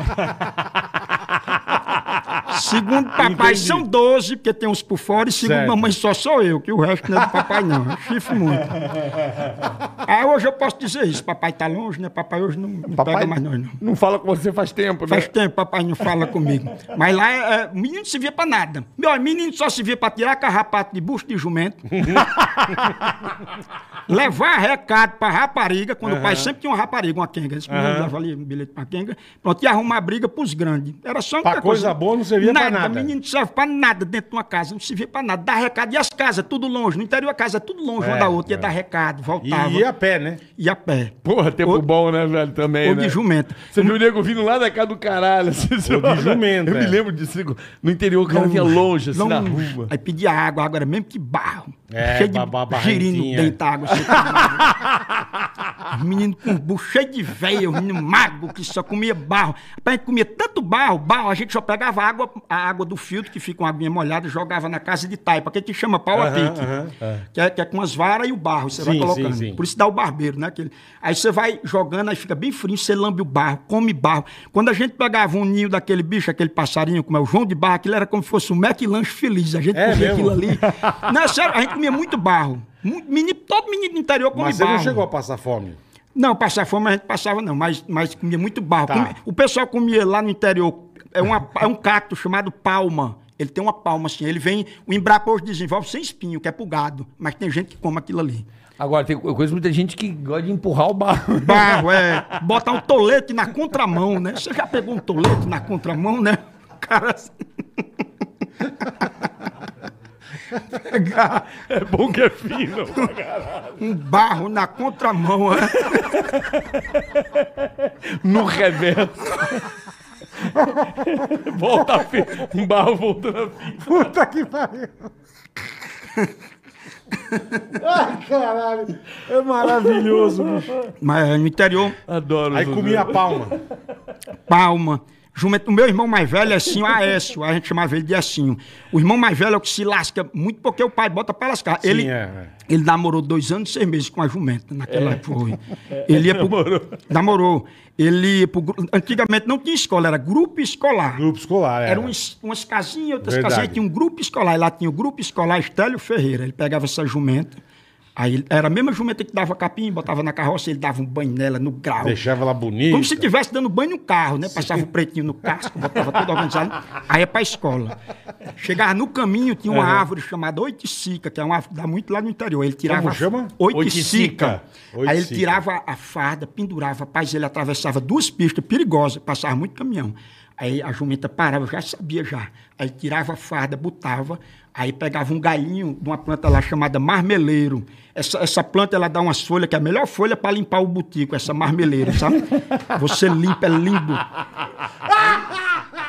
Segundo papai,
Entendi.
são doze, porque tem uns por fora, e segundo
Certo.
mamãe, só sou eu, que o resto não é do papai, não. Eu chifre muito. Aí hoje eu posso dizer isso, papai tá longe, né? Papai hoje não, não
Papai
pega mais nós, não.
não fala com você faz tempo, né?
Faz tempo, papai não fala comigo. Mas lá, é, o menino não se via pra nada. Meu, menino só se via pra tirar carrapato de busto de jumento. Levar recado pra rapariga, quando o pai sempre tinha uma rapariga, uma quenga. Esse menino leva ali um bilhete pra quenga. Pronto, e arrumar briga pros grandes. Era só
Pra coisa boa não servia pra nada.
Menino não serve pra nada dentro de uma casa, não servia pra nada. Dar recado. E as casas, tudo longe. No interior a casa, tudo longe uma
É,
da outra. Ia
é.
dar recado,
E
voltava.
ia a pé, né?
Ia a pé.
Porra, tempo
Ou-
bom, né, velho? Também,
Ou
né?
de jumento.
Você viu o nego vindo lá da casa do caralho. Assim,
Ou de jumento,
Eu
é.
me lembro disso. No interior, o cara vinha longe, assim, na
longe.
rua.
Aí pedia água, água era mesmo que barro.
É,
cheio de
ba- ba-
girino
barrentinha.
dentro da água. Você tomava. Os meninos com bucho cheio de veia, os meninos magros que só comia barro. A gente comia tanto barro, barro, a gente só pegava a água, a água do filtro, que fica uma aguinha molhada, e jogava na casa de taipa, que a gente chama pau a
Aham,
pique.
aham.
Que, é, que é com as varas e o barro, você vai
Sim,
colocando.
sim, sim.
Por isso dá o barbeiro, né? Aquele. Aí você vai jogando, aí fica bem frio, você lambe o barro, come barro. Quando a gente pegava um ninho daquele bicho, aquele passarinho, como é o João de Barro, aquilo era como se fosse um McLanche feliz. A gente
É
comia
mesmo?
aquilo ali. Não, é sério, a gente comia muito barro. Muito, menino, todo menino do interior come
Mas você
barro.
não chegou a passar fome.
Não, passar fome a gente passava não, mas, mas comia muito barro.
Tá.
Comia- o pessoal comia lá no interior, é, uma, é um cacto chamado palma. Ele tem uma palma assim, ele vem, o embrapa hoje desenvolve sem espinho, que é pro gado, mas tem gente que come aquilo ali.
Agora, tem coisa muita gente que gosta de empurrar o barro.
Barro, é, botar um tolete na contramão, né? Você já pegou um tolete na contramão, né? O cara... Pegar
É bom que é fino.
um barro na contramão, né?
No reverso. Volta a fita. Um barro voltando a fita.
Puta que pariu. Ai, caralho. É maravilhoso, bicho.
Mas no interior,
Adoro.
Aí
Zuzu.
comia a palma.
palma. Jumento, o meu irmão mais velho é assim, o Aécio, a gente chamava ele de Aécio. O irmão mais velho é o que se lasca muito porque o pai bota pra lascar.
Sim,
ele,
é, é.
ele namorou dois anos e seis meses com a jumenta, naquela época. Foi. Ele ia pro, namorou. Namorou. Ele ia pro, gru- antigamente não tinha escola, era grupo escolar.
Grupo escolar, era.
Era umas, umas casinhas, outras
Verdade.
casinhas, tinha um grupo escolar. E lá tinha o grupo escolar Estélio Ferreira. Ele pegava essa jumenta, aí ele- era a mesma jumenta que dava capim, botava na carroça, ele dava um banho nela no grau.
Deixava ela bonita.
Como se estivesse dando banho no carro, né? Passava o pretinho no casco, botava tudo organizado. Aí ia pra escola. Chegava no caminho, tinha uma árvore chamada oiticica, que é uma árvore que dá muito lá no interior. Ele tirava.
Como chama?
Oiticica.
Oiticica.
Aí ele tirava a farda, pendurava, rapaz, ele atravessava duas pistas perigosas, passava muito caminhão. Aí a jumenta parava, eu já sabia já. Aí tirava a farda, botava, aí pegava um galinho de uma planta lá chamada marmeleiro. Essa, essa planta, ela dá umas folhas, que é a melhor folha para limpar o butico, essa marmeleiro, sabe? Você limpa, é lindo.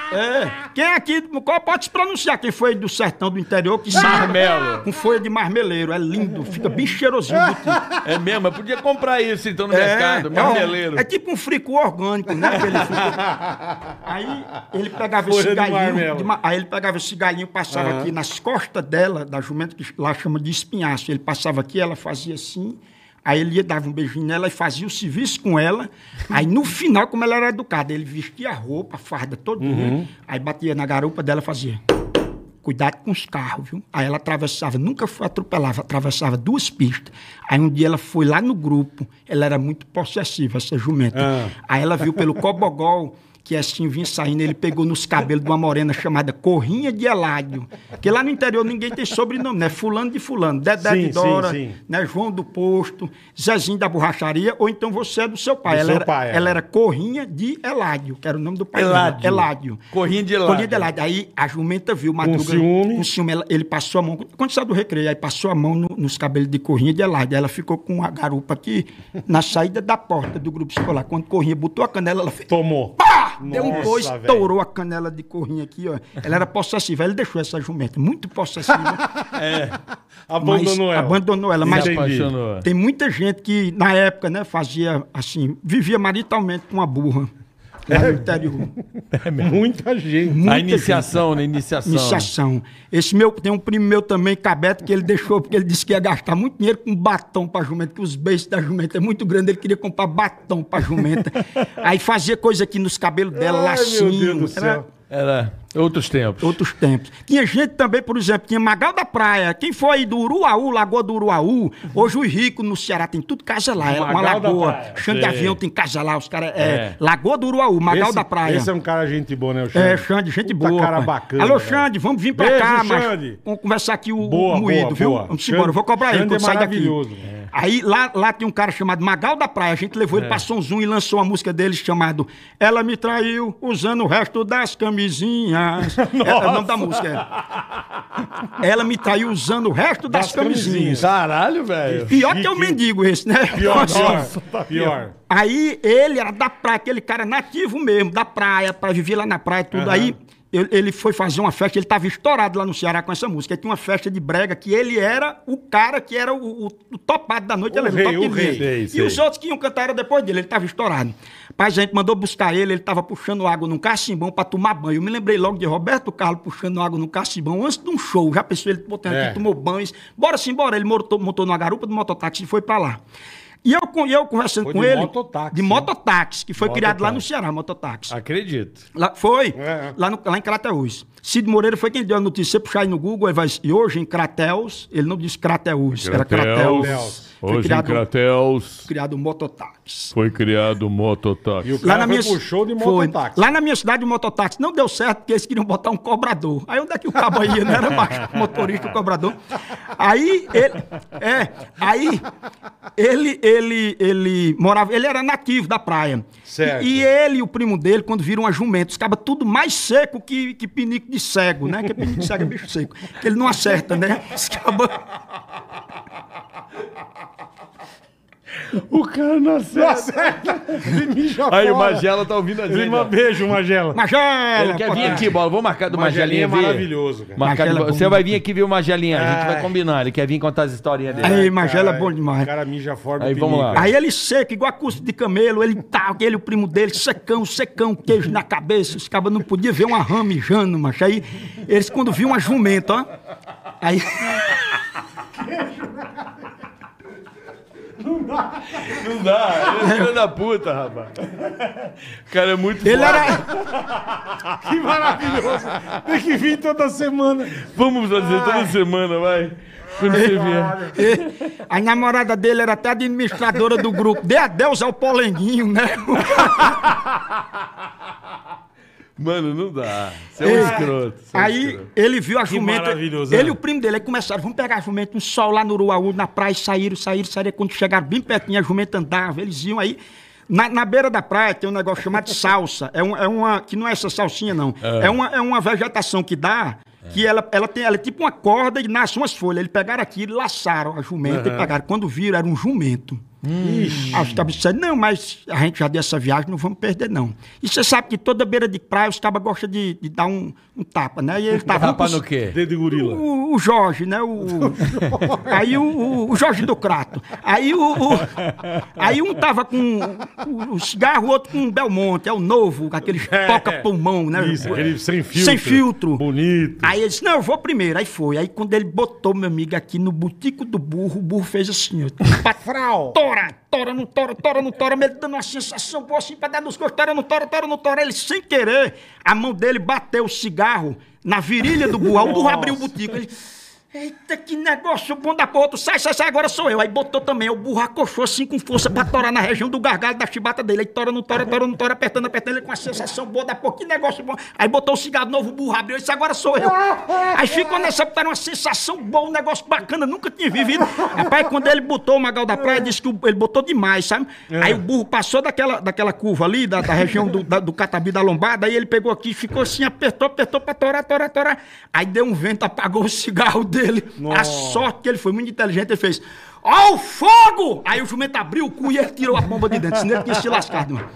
É. Quem aqui, qual pode se pronunciar? Quem foi do sertão do interior que sabe?
Marmelo.
Com folha de marmeleiro. É lindo, fica bem cheirosinho.
É mesmo, eu podia comprar isso então no mercado, marmeleiro.
É, é tipo um frico orgânico, né? Aquele frico. Aí ele pegava
Folha
esse
de
galinho.
marmelo.
de ma- Aí ele pegava esse galinho, passava
Aham.
aqui nas costas dela, da jumenta, que lá chama de espinhaço. Ele passava aqui, ela fazia assim. Aí ele ia, dava um beijinho nela e fazia o serviço com ela. Aí no final, como ela era educada, ele vestia a roupa, a farda todinha.
Uhum.
Aí batia na garupa dela e fazia... Cuidado com os carros, viu? Aí ela atravessava, nunca foi atropelava, atravessava duas pistas. Aí um dia ela foi lá no grupo, ela era muito possessiva, essa jumenta.
Ah.
Aí ela viu pelo cobogol que assim vinha saindo, ele pegou nos cabelos de uma morena chamada Corrinha de Eládio. Porque lá no interior ninguém tem sobrenome, né? Fulano de fulano, Dedé
Sim,
de Dora,
sim, sim.
né? João do Posto, Zezinho da Borracharia, ou então você é do seu pai.
Do
ela,
seu
era,
pai, é.
ela era Corrinha de Eládio, que era o nome do pai dela.
Eládio.
Eládio.
Corrinha de Eládio.
Corrinha de Eládio. Aí a jumenta viu, Madruga...
ciúme.
Com ciúme, ela- ele passou a mão... Quando saiu do recreio, aí passou a mão no- nos cabelos de Corrinha de Eládio. Aí ela ficou com a garupa aqui, na saída da porta do grupo escolar. Quando Corrinha botou a canela, ela fez...
Tomou.
Pá! Deu um
Nossa,
coice,
velho.
estourou a canela de Corrinha aqui, ó. Ela era possessiva. Aí ele deixou essa jumenta, muito possessiva.
Abandonou
mas
ela.
Abandonou ela. Mas
Se
Entendi.
apaixonou.
tem muita gente que, na época, né, fazia assim, vivia maritalmente com uma burra. Lá no interior.
Muita gente.
Muita
A iniciação, né? Iniciação.
Iniciação. Esse meu, tem um primo meu também, Cabeto, que ele deixou, porque ele disse que ia gastar muito dinheiro com batom pra jumenta, que os beijos da jumenta é muito grande, ele queria comprar batom pra jumenta. Aí fazia coisa aqui nos cabelos dela,
Ai, meu
lacinho.
Deus do
era
céu.
Era outros tempos.
Outros tempos. Tinha gente também, por exemplo, tinha Magal da Praia. Quem foi aí do Uruaú, Lagoa do Uruaú? Hoje os ricos no Ceará tem tudo casa lá. É uma
Magal da
lagoa.
Praia.
Xande de
Sei.
avião tem casa lá. Os caras. É,
É.
Lagoa do Uruaú, Magal
Esse-
da Praia.
Esse é um cara gente boa, né, o Xande?
É, Xande, gente
Puta
boa.
cara
pai.
bacana.
Alô,
velho.
Xande, vamos vir pra
Beijo,
cá, mas
Xande.
vamos conversar aqui o,
Boa,
o moído,
boa,
viu?
boa.
Vamos
Xande-
embora, eu vou cobrar ele
Xande
quando
é
sair daqui.
maravilhoso. É.
Aí lá, lá tem um cara chamado Magal da Praia, a gente levou ele pra São Zoom e lançou uma música dele chamado Ela Me Traiu Usando o Resto das Camisinhas. É, é o nome da música. é. Ela me traiu usando o resto das,
Das
camisinhas.
camisinhas.
Caralho, velho.
Pior que é o
Chique.
mendigo esse, né?
Pior, pior.
Nossa, tá
pior.
Aí ele era da praia, aquele cara nativo mesmo, da praia, pra viver lá na praia, tudo.
Aham.
Aí ele, ele foi fazer uma festa, ele tava estourado lá no Ceará com essa música. Aí tinha uma festa de brega que ele era o cara que era o, o- o topado da noite.
O
ele era
rei,
top
o
de
rei.
linha.
Sei,
E
sei.
os outros que iam cantar era depois dele, ele tava estourado. Pai, a gente mandou buscar ele, ele tava puxando água num cacimbão pra tomar banho. Eu me lembrei logo de Roberto Carlos puxando água num cacimbão antes de um show. Já pensou ele botando
É.
aqui, tomou banho. Bora sim, bora. Ele montou, montou numa garupa do mototáxi e foi pra lá. E eu, com- e eu conversando
Foi
com
de
ele.
mototáxi,
De
né?
mototáxi, que foi criado lá no
Mototáxi.
Ceará, mototáxi.
Acredito.
Lá, foi,
É.
lá, no, lá em Crateús. Cid Moreira foi quem deu a notícia. Você puxar aí no Google, ele vai, e hoje em Crateus, ele não disse Crateús, era Crateus. Foi
Hoje em
criado,
Crateus
criado um mototáxi.
foi criado o mototáxi.
E o cara foi pro show de
foi.
mototáxi.
Lá na minha cidade, o mototáxi não deu certo, porque eles queriam botar um cobrador. Aí onde é que o cabo ia? Não era mais motorista, o cobrador. Aí, ele... É, aí, ele, ele, ele morava... Ele era nativo da praia.
Certo.
E, e ele e o primo dele, quando viram uma jumenta, ficava tudo mais seco que, que pinico de cego, né? Que pinico de cego é bicho seco. Que ele não acerta, né? Ficava...
O cara não acerta.
Ele mija
Aí o
fora.
Magela tá ouvindo a gente.
Ele, um
ó.
beijo, Magela.
Magela!
Ele quer
pode-
vir aqui, bola. Vamos marcar do
Magelinha
Magelinha.
é
ver.
maravilhoso, cara.
Marcar de-
Magela é bom
Você vai
demais.
vir aqui ver o Magelinha. A gente
Ai.
vai combinar. Ele quer vir contar as historinhas dele.
Aí, Magela é
Cara,
bom demais.
O cara mija fora do
Aí, vamos
pinico.
lá.
Aí ele seco, igual a custo de camelo, ele tá, ele, o primo dele, secão, secão, queijo na cabeça, os cabas não podiam ver uma rã mijando, macho. Aí eles, quando viam uma jumenta, ó. Aí.
Não dá. Ele é filho da puta, rapaz. O cara é muito
Ele
foda.
era.
Que maravilhoso. Tem que vir toda semana.
Vamos fazer toda semana, vai. Quando você vier.
A namorada dele era até administradora do grupo. Dê adeus ao polenguinho, né?
Mano, não dá. Você é um
Ei,
escroto. você é um
Aí
escroto.
ele viu a jumenta.
maravilhoso,
Ele
é.
e o primo dele aí começaram, vamos pegar a jumenta, um sol lá no Uruaú, na praia, saíram, saíram, saíram. Quando chegaram bem pertinho, a jumenta andava, eles iam aí. Na, na beira da praia tem um negócio chamado salsa. É, um, é uma. Que não é essa salsinha, não. É, uma, é uma vegetação que dá. Que ela, ela tem ela é tipo uma corda e nasce umas folhas. Eles pegaram aqui, laçaram a jumenta e pegaram. Quando viram, era um jumento.
Ixi.
Aí os cabos disseram, não, mas a gente já deu essa viagem, não vamos perder, não. E você sabe que toda beira de praia os cabos gostam de, de dar um, um tapa, né? E ele tava
Tapa
com
no
os-
quê?
Dedo de gorila.
o, o Jorge, né? O, aí o, o, o Jorge do Crato. Aí o, o- aí um tava com o, o cigarro, o outro com um Belmonte, é o novo, aquele toca-pulmão, né?
Isso, aquele sem filtro.
Sem filtro.
Bonito.
Aí ele disse, não, eu vou primeiro. Aí foi. Aí quando ele botou, meu amigo, aqui no butico do burro, o burro fez assim, ó.
Frau.
Tora, tora, não tora, tora, não tora, ele dando uma sensação boa assim pra dar nos gostos, tora, não tora, tora, não tora. Ele, sem querer, a mão dele bateu o cigarro na virilha do burro. Aí o burro abriu o butico. Ele, eita, que negócio bom da porra, tu sai, sai, sai, agora sou eu. Aí botou também, o burro acochou assim com força pra torar na região do gargalo da chibata dele. Aí tora, não tora, tora, não tora, apertando, apertando, ele com uma sensação boa da porra, que negócio bom. Aí botou o cigarro novo, o burro abriu e disse, agora sou eu. Aí ficou nessa, tá uma sensação boa, um negócio bacana, nunca tinha vivido. Rapaz, quando ele botou o Magal da Praia, disse que o- ele botou demais, sabe? Aí o burro passou daquela, daquela curva ali, da, da região do, da- do catabi da lombada, aí ele pegou aqui, ficou assim, apertou, apertou pra torar, torar, torar. Aí deu um vento, apagou o cigarro dele. A sorte que ele foi muito inteligente, ele fez, ó o fogo! Aí o jumento abriu o cu e ele tirou a bomba de dentro, senão ele tinha se lascado, mano.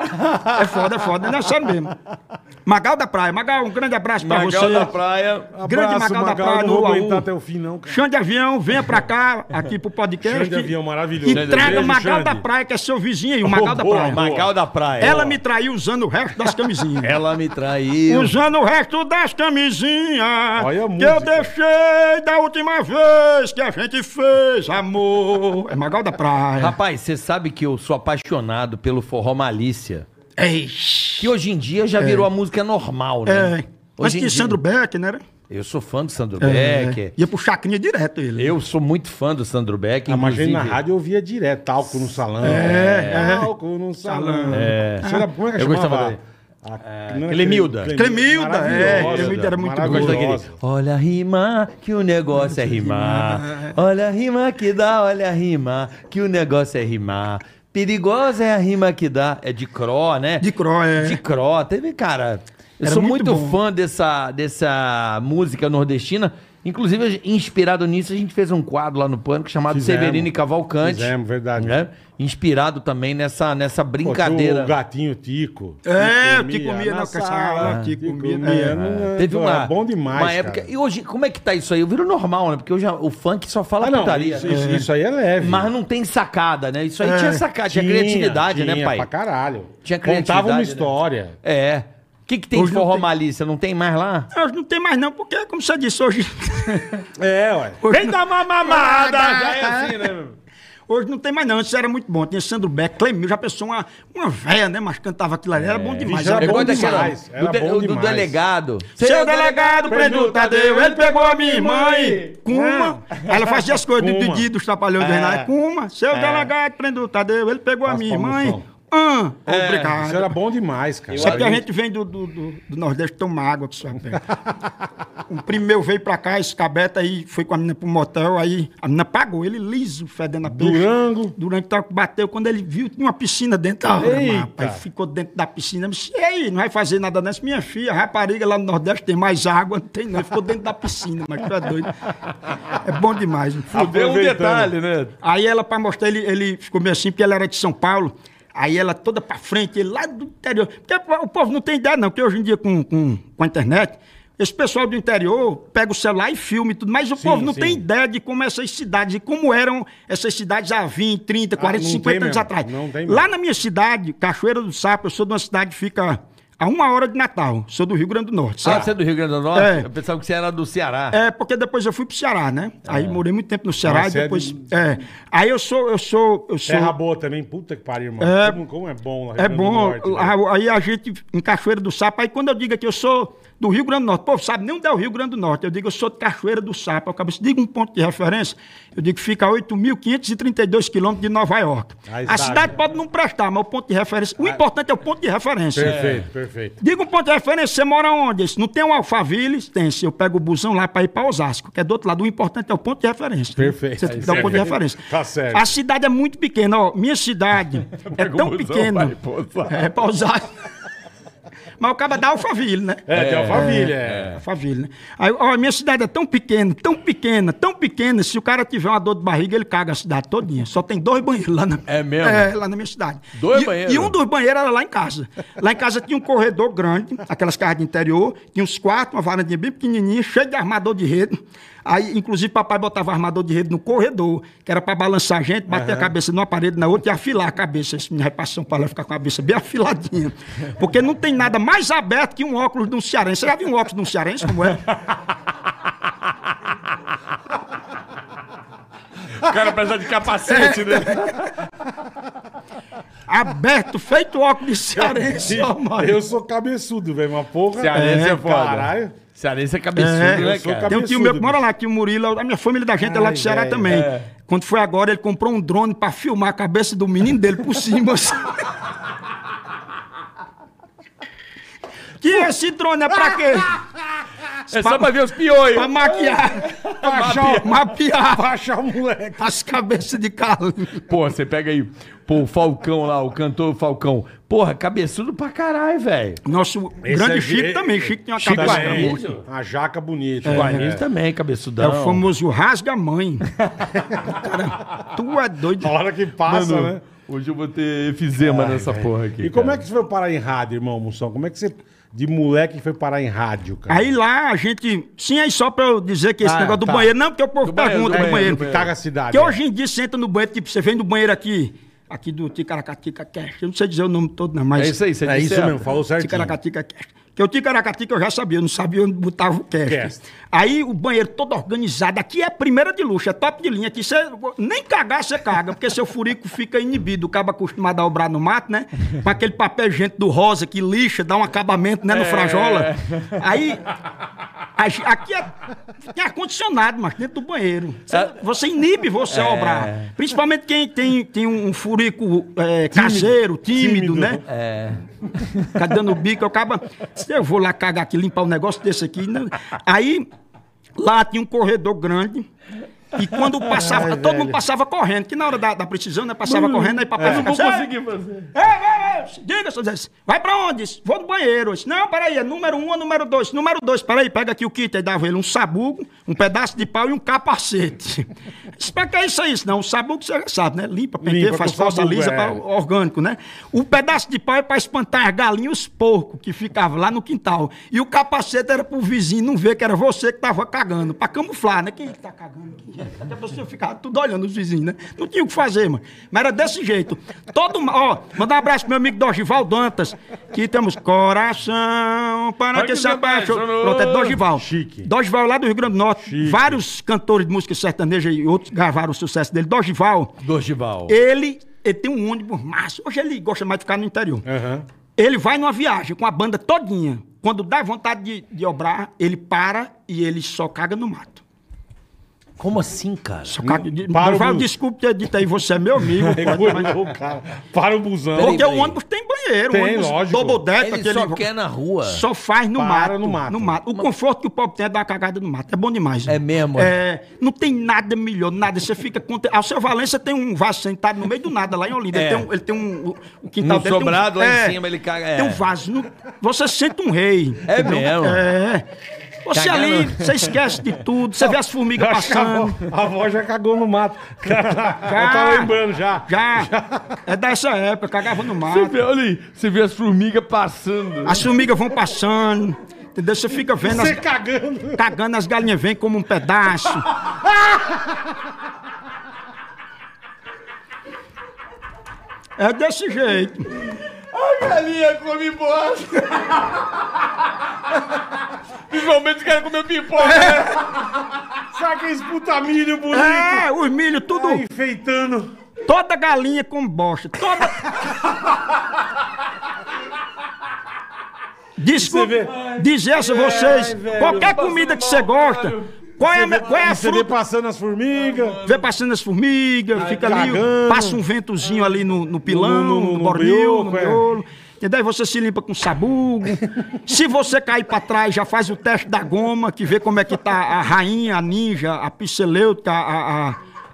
É foda, é foda, não é sério mesmo. Magal da Praia, Magal, um grande abraço pra
Magal
você.
da Praia.
Grande
Abraço,
Magal da
Magal,
Praia,
não vou
no
aguentar
Uaú.
até o fim, não, cara.
Chão de avião, venha pra cá, aqui pro podcast.
Chão de avião maravilhoso.
E
Beijo,
traga Magal
Xande.
da Praia, que é seu vizinho aí, o Magal da
boa,
Praia.
boa.
Magal da Praia.
Ela me traiu usando o resto das camisinhas.
Ela me traiu.
Usando o resto das camisinhas
Olha a
que
música.
eu deixei da última vez que a gente fez amor. É Magal da Praia.
Rapaz, você sabe que eu sou apaixonado pelo forró Malícia.
Eixe.
Que hoje em dia já virou a música normal, né?
É. Mas
Hoje em
tinha
dia-
Sandro Beck, né? era?
Eu sou fã do Sandro
É.
Becker.
Ia pro Chacrinha direto ele.
Eu sou muito fã do Sandro Becker.
Ah, mas a gente na
inclusive-
rádio eu ouvia direto, talco no salão.
É, é.
Talco no salão.
Salão.
É. Isso era, como é que
Eu
chamava?
gostava dele.
A- não era
Clemilda.
Clemilda, é,
Maravilhosa,
Clemilda era muito
Eu gosto
boa.
daquele.
maravilhosa.
Olha a rima, que o negócio é rimar. Olha a rima que dá, olha a rima, que o negócio é rimar. Perigosa é a rima que dá. É de Cro, né?
De Cro, é.
De Cro. Teve, cara. Eu
Era
sou
muito
muito,
bom.
fã dessa, dessa música nordestina. Inclusive, inspirado nisso, a gente fez um quadro lá no Pânico chamado
Fizemos.
Severino e Cavalcante.
Fizemos, verdade.
Né? Inspirado também nessa, nessa
Pô, tinha
brincadeira.
o gatinho Tico.
É,
Tico
o Tico comia
na
na sala, Tico comia,
comia.
é.
não-
Teve
pô,
uma,
era bom demais,
uma época.
cara.
E hoje, como é que tá isso aí? Eu viro normal, né? Porque hoje o funk só fala
Ah, não,
putaria.
isso,
né?
isso- isso aí é leve.
Mas não tem sacada, né? Isso aí
É.
tinha sacada, tinha, criatividade, né,
tinha
pai?
pra caralho.
Tinha
Contava
criatividade,
uma
né?
história.
É. O que, que tem
Hoje
de
não
forró
tem.
malícia? Não tem mais lá?
Hoje não tem mais não, porque, como você disse, hoje...
É, ué.
hoje
Vem dar uma mamada! Já é assim, né? meu?
Hoje não tem mais não, antes era muito bom. Tinha Sandro Beck, Clemil, já pensou uma, uma véia, né? Mas cantava aquilo ali, era bom demais.
Bicho, era
Era
Eu
bom
gosto daquela.
demais, era
Do, de-
bom
do
demais.
delegado.
Seu delegado prendeu o Tadeu, ele pegou a minha mãe. Kuma. Ela fazia as coisas do
Kuma.
Didi, dos Trapalhões do
É.
Renato. Kuma. Seu delegado prendeu o Tadeu, ele pegou a
Faz
minha
promoção.
mãe. Ah, obrigado.
Isso era bom demais, cara.
Só que a gente vem do, do, do, do Nordeste toma água que só pega. O primeiro veio pra cá, esse cabeta aí, foi com a menina pro motel, aí a menina pagou, ele liso, fedendo a peixe.
Durango.
Durante o bateu, quando ele viu, tinha uma piscina dentro da hora,
Eita.
rapaz. Ficou dentro da piscina. Disse, e aí, não vai fazer nada nessa? Minha filha, rapariga lá no Nordeste tem mais água, não tem não. Ele ficou dentro da piscina, mas tu é doido. É bom demais.
Deu um
Aproveitando.
detalhe, né?
Aí ela, pra mostrar, ele, ele ficou meio assim, porque ela era de São Paulo. Aí ela toda pra frente, ele lá do interior. Porque o povo não tem ideia, não, porque hoje em dia com, com, com a internet, esse pessoal do interior pega o celular e filma e tudo, mas o
Sim,
povo não
sim.
tem ideia de como essas cidades, e como eram essas cidades há vinte, trinta, quarenta,
não tem
cinquenta anos
mesmo,
atrás.
não tem mesmo.
Lá na minha cidade, Cachoeira do Sapo, eu sou de uma cidade que fica a uma hora de Natal. Sou do Rio Grande do Norte,
Ah,
sabe?
você é do Rio Grande do Norte?
É.
Eu pensava que você era do Ceará.
É, porque depois eu fui pro Ceará, né? Aí morei muito tempo no Ceará
Ah,
e
você é
depois.
de-
É. Aí eu sou, eu sou, eu sou.
Terra boa também, puta que pariu, irmão.
É.
Como, como é bom lá no
É
Rio Grande do
bom,
Norte, velho.
a- aí a gente, em Cachoeira do Sapo, aí quando eu digo que eu sou do Rio Grande do Norte, pô, sabe nem onde é o Rio Grande do Norte, eu digo eu sou de Cachoeira do Sapo, eu acabo, se diga um ponto de referência, eu digo que fica a oito mil quinhentos e trinta e dois quilômetros de Nova York.
Aí
a
sabe.
cidade pode não prestar, mas o ponto de referência, o importante é o ponto de referência.
Perfeito, perfeito.
Diga um ponto de referência, você mora onde? Esse, não tem um Alphaville? Tem, se eu pego o busão lá para ir para Osasco, que é do outro lado, o importante é o ponto de referência.
Perfeito.
Você tem que dar um ponto de referência.
Tá certo.
A cidade é muito pequena, ó, minha cidade é tão pequena. É, para Osasco. Mas o cara dá Alphaville, né?
É, tem Alphaville, é.
Alphaville, né? Aí, ó, a minha cidade é tão pequena, tão pequena, tão pequena, se o cara tiver uma dor de barriga, ele caga a cidade todinha. Só tem dois banheiros lá na,
É mesmo?
É, lá na minha cidade.
Dois
e,
banheiros?
E um dos banheiros era lá em casa. Lá em casa tinha um corredor grande, aquelas casas de interior, tinha uns quartos, uma varandinha bem pequenininha, cheia de armador de rede. Aí, inclusive, papai botava armador de rede no corredor, que era pra balançar a gente, bater uhum. a cabeça numa parede, na outra e afilar a cabeça. Esse menino vai pra São Paulo, vai ficar com a cabeça bem afiladinha. Porque não tem nada mais aberto que um óculos de um cearense. Você já viu um óculos de um cearense, como é?
O cara precisa de capacete, né?
Aberto, feito óculos de cearense, ó, mano.
Eu sou cabeçudo, velho, uma porra.
Cearense é, é foda.
Caralho.
Cearense é cabeçudo,
É,
né,
eu sou
cara?
Tem um tio meu que mora
bicho.
lá, tio Murilo, a minha família da gente é lá
Ai,
do Ceará
velho,
também.
é.
Quando foi agora, ele comprou um drone pra filmar a cabeça do menino dele por cima. assim. Que esse drone é pra quê?
É só pra ver os piolhos.
Pra maquiar,
Pra achar, o-
mapear
pra achar o moleque.
as cabeças de Carlinhos.
Pô, você pega aí, pô, o Falcão lá, o cantor Falcão. Porra, cabeçudo pra caralho, velho.
Nosso
Esse
grande
é
Chico
ge-
também, Chico tem uma
Chico
cabeça
Guarani.
boa.
Isso.
Uma jaca bonita.
Guarani
É.
também,
É
cabeçudão.
o famoso rasga-mãe. Cara, tu é doido.
A hora que passa,
Mano,
né?
hoje eu vou ter efizema nessa porra aqui.
E como
cara.
é que você foi parar em rádio, irmão, Moção? Como é que você, de moleque, foi parar em rádio, cara?
Aí lá a gente. Sim, aí só pra eu dizer que esse
Ah,
negócio do
tá.
banheiro, não, porque o povo
Do banheiro,
pergunta
do
do
banheiro,
banheiro.
do
Caga a cidade.
Porque
é.
hoje em dia você entra no banheiro, tipo, você vem do banheiro aqui, aqui do Ticaracatica Cash. Eu não sei dizer o nome todo, não, mas.
É isso aí, você
É
disse
isso
certo.
mesmo, falou certinho.
Ticaracatica Cash. Porque o Ticaracatica eu já sabia, eu não sabia onde botava o cast.
Cast.
Aí o banheiro todo organizado. Aqui é primeira de luxo, é top de linha. Aqui você nem cagar, você caga, porque seu furico fica inibido. O cabo acostumado a obrar no mato, né? Com aquele papel gente do rosa que lixa, dá um acabamento, né, no frajola. Aí, a ge- aqui é, tem ar-condicionado, mas dentro do banheiro. Você,
É.
você inibe você a obrar. Principalmente quem tem, tem um furico é, caseiro, tímido,
Tímido.
né?
É.
Fica dando bico, eu acaba. Eu vou lá cagar aqui, limpar um negócio desse aqui. Né? Aí, lá tinha um corredor grande. E quando passava,
Ai,
todo
velho.
mundo passava correndo, que na hora da, da precisão, né? Passava correndo, aí papai
Eu não vou
ficava,
conseguir fazer.
"Ei, ei, ei, diga, seu Zé, vai pra onde? Vou no banheiro. Eu disse, não, peraí, é número um ou número dois? Número dois, peraí, pega aqui o kit. Aí dava ele um sabugo, um pedaço de pau e um capacete. Disse, pra que é isso aí? Não, o sabugo você já sabe, né? Limpa, penteia,
Limpa
faz
com
força
sabugo,
lisa,
é.
pra- orgânico, né? O pedaço de pau é pra espantar as galinhas e os porcos que ficavam lá no quintal. E o capacete era pro vizinho não ver que era você que tava cagando, pra camuflar, né? Quem é que tá cagando aqui? Daqui a pessoa ficava tudo olhando os vizinhos, né? Não tinha o que fazer, mano. Mas era desse jeito. Todo, ó, mandar um abraço pro meu amigo Dorival Dantas, que temos coração para que se apaixonou. Pronto, é Dorival.
Chique.
Dorival lá do Rio Grande do Norte.
Chique.
Vários cantores de música sertaneja e outros gravaram o sucesso dele. Dorival,
Dorival.
ele, ele tem um ônibus massa. Hoje ele gosta mais de ficar no interior.
Aham.
Ele vai numa viagem com a banda todinha. Quando dá vontade de, de obrar, ele para e ele só caga no mato.
Como assim, cara?
Só caga, de,
para o
Dorival,
bus.
desculpe ter dito aí, você é meu amigo. pode, mas-
Engordou o cara. Para o busão.
porque
peraí.
o ônibus tem banheiro.
Tem,
o ônibus
lógico.
double deck,
Ele
aquele...
só quer na rua.
Só faz no
Para
mato,
no mato.
no mato. O conforto que o pobre tem é dar uma cagada no mato. É bom demais.
É
né?
mesmo?
É, não tem nada melhor, nada. Você fica... Conte... Ah, o seu Valência tem um vaso sentado no meio do nada, lá em Olinda.
É.
Ele tem um... Ele tem um o- o quintal
No
dele tem um-
sobrado, lá em
é,
cima, ele caga- é.
Tem um vaso. no- Você sente um rei.
É
entendeu?
mesmo?
É. Você
Cagando.
ali, você esquece de tudo. Você vê as formigas
Acho que a avó,
passando.
a avó já cagou no mato. Já tá lembrando já.
Já. É dessa época, cagava no
Você
mato.
vê, olha aí, você vê as formigas passando.
As formigas vão passando. Entendeu? Você fica vendo
Você
as,
cagando.
cagando, as galinhas vêm como um pedaço. É desse jeito.
A galinha come bosta. Principalmente os caras comem pipoca. né?
Sabe aqueles puta milho bonito?
É, os milho, tudo.
Tá enfeitando.
Toda galinha com bosta. Toda. Desculpa
Você vê-
dizer a vocês,
Ai, velho.
qualquer comida que você gosta, qual é a, me- qual é a
Você vê
fruta?
passando as formigas.
Vê passando as formigas, fica ali,
cagando.
passa um ventozinho ali no, no pilão,
No-
no,
no- no
bornil,
brioco,
no
é.
miolo. E daí você se limpa com sabugo. Se você cair pra trás, já faz o teste da goma, que vê como é que tá a rainha, a ninja, a pselêutica, a, a,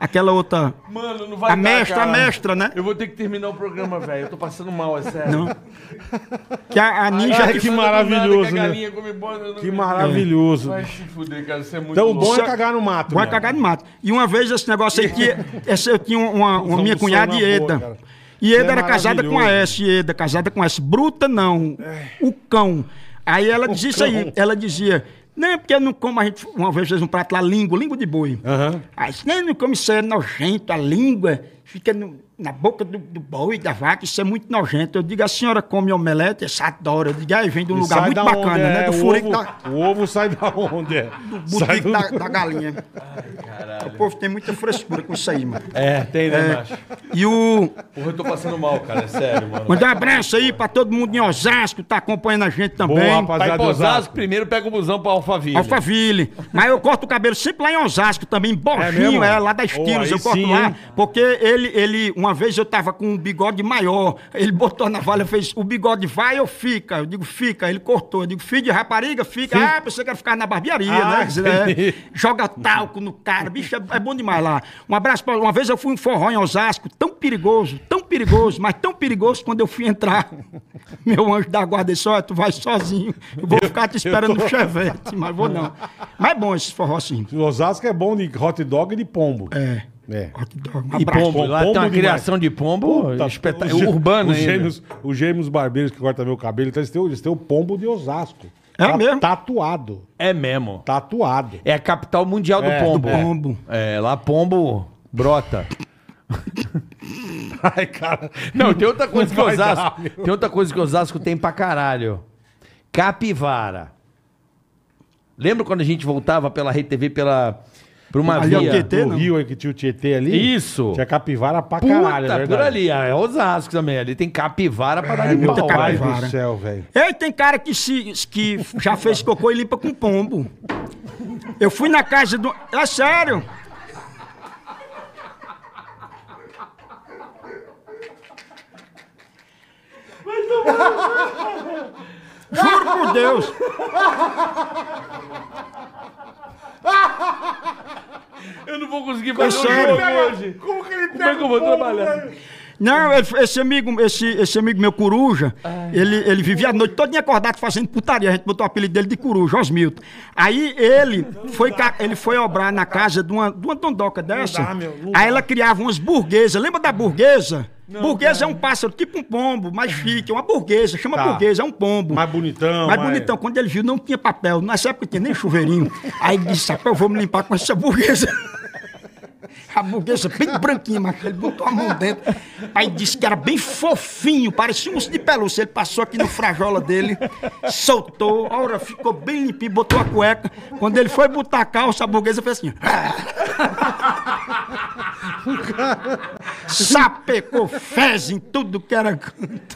aquela outra...
Mano, não vai
A
dar,
mestra,
cara.
a mestra, né?
Eu vou ter que terminar o programa, velho. Eu tô passando mal, é sério.
Não. Que a, a ninja...
Ai,
que
que
Nada,
maravilhoso,
que a
né?
galinha come bola, eu não
Que
me-
maravilhoso.
Vai se fuder, cara. Isso é muito
Então o
louco.
bom é cagar no mato.
Vai
mesmo.
cagar no mato. E uma vez esse negócio aí que... essa, eu tinha uma, uma minha
do
cunhada,
sonho na boa,
Ieda.
cara.
E
Isso
Ieda
é
era casada com a
maravilhoso.
S, Ieda, casada com a S. Bruta não, o cão. Aí ela dizia isso aí,
cão.
ela dizia, não, porque eu não como, a gente uma vez fez um prato lá, língua, língua de boi.
Aham.
Aí disse, não, não come isso, é nojento, a língua fica no- na boca do, do boi, da vaca, isso é muito nojento. Eu digo, a senhora come omelete? Essa adora. Eu digo, aí vem de um
E
lugar
sai
muito
da
bacana,
onde,
né?
é,
Do
o
furico
ovo,
da...
O ovo sai da onde? É? Sai
Boutique
do...
da, da galinha. O povo tem muita frescura com isso aí, mano.
É, tem, né, macho?
E o.
Porra, eu tô passando mal, cara. É sério, mano.
Mandar um abraço aí pra todo mundo em Osasco, tá acompanhando a gente também.
Boa,
Vai
rapaziada.
pra
de
Osasco,
Osasco.
primeiro pega o busão pra Alphaville.
Alphaville. Mas eu corto o cabelo sempre lá em Osasco também,
É
Borginho,
mesmo?
é, lá da
Oh,
Estilos,
aí
eu corto
sim,
lá.
hein?
Porque ele, ele, uma vez eu tava com um bigode maior, ele botou na valha, fez, o bigode vai ou fica? Eu digo, fica. Ele cortou, eu digo, filho de rapariga, fica. Ah, pensei que era ficar na barbearia,
Ah,
né? Quer dizer, é,
entendi.
joga talco no cara, bicho, é, é bom demais lá. Um abraço pra, uma vez eu fui em um forró em Osasco, tão perigoso, tão perigoso, mas tão perigoso quando eu fui entrar. Meu anjo da guarda disse, olha, tu vai sozinho, eu vou ficar te esperando no chevette, mas vou não. Mas é bom esse forró sim.
O Osasco é bom de hot dog e de pombo.
É.
É.
Hot dog, um
E
abraço.
pombo, lá
Pombo
tem uma
demais.
criação de pombo
Puta,
espeta-
o gê-
urbana
os
ainda.
gêmeos, os gêmeos barbeiros que cortam meu cabelo, então eles têm, o- eles têm o pombo de Osasco.
É
Tá-
mesmo?
Tatuado.
É mesmo.
Tatuado.
É a capital mundial do
É,
pombo.
do pombo.
É, lá pombo brota.
Ai, cara.
Não, tem outra coisa
Não
que
vai
Osasco.
dar, meu.
Tem outra coisa que Osasco tem pra caralho. Capivara. Lembra quando a gente voltava pela Rede T V pela por uma
Ali é o
via?
Tietê,
No
não?
Rio aí que tinha o Tietê ali.
Isso.
Tinha capivara pra
Puta,
caralho, é
por
verdade.
ali, é Osasco também. Ali tem capivara pra dar de
muita
pau.
Ai,
capivara.
do céu, velho.
Ei, tem cara que, se, que já fez cocô e limpa com pombo. Eu fui na casa do... É sério. Juro por Deus.
Eu não vou conseguir
É
fazer um
sério.
jogo hoje.
Como que ele
Como é que eu vou trabalhar?
Não, ele- esse amigo, esse, esse amigo meu, Coruja, ele, ele vivia a noite toda acordado fazendo putaria. A gente botou o apelido dele de Coruja, Osmilton. Aí ele foi, ca- ele foi obrar na casa de uma, de uma dondoca dessa.
dá, meu, não
Aí
dá.
ela criava umas burguesas. Lembra da burguesa? Burguesa é um pássaro, tipo um pombo, mas fica. É uma burguesa, chama
Tá.
burguesa, é um pombo.
Mais bonitão.
Mais bonitão. Quando ele viu, não tinha papel. Nessa época tinha nem chuveirinho. Aí ele disse, rapaz, eu vou me limpar com essa burguesa. A burguesa bem branquinha, mas ele botou a mão dentro. Aí disse que era bem fofinho, parecia um urso de pelúcia. Ele passou aqui no frajola dele, soltou, a hora ficou bem limpinho, botou a cueca. Quando ele foi botar a calça, a burguesa fez assim. Sapecou fezes em tudo que era canto.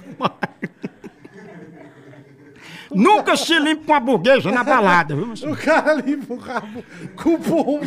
Nunca se limpa com a burguesa na balada, viu?
O cara limpa o rabo com o pombo.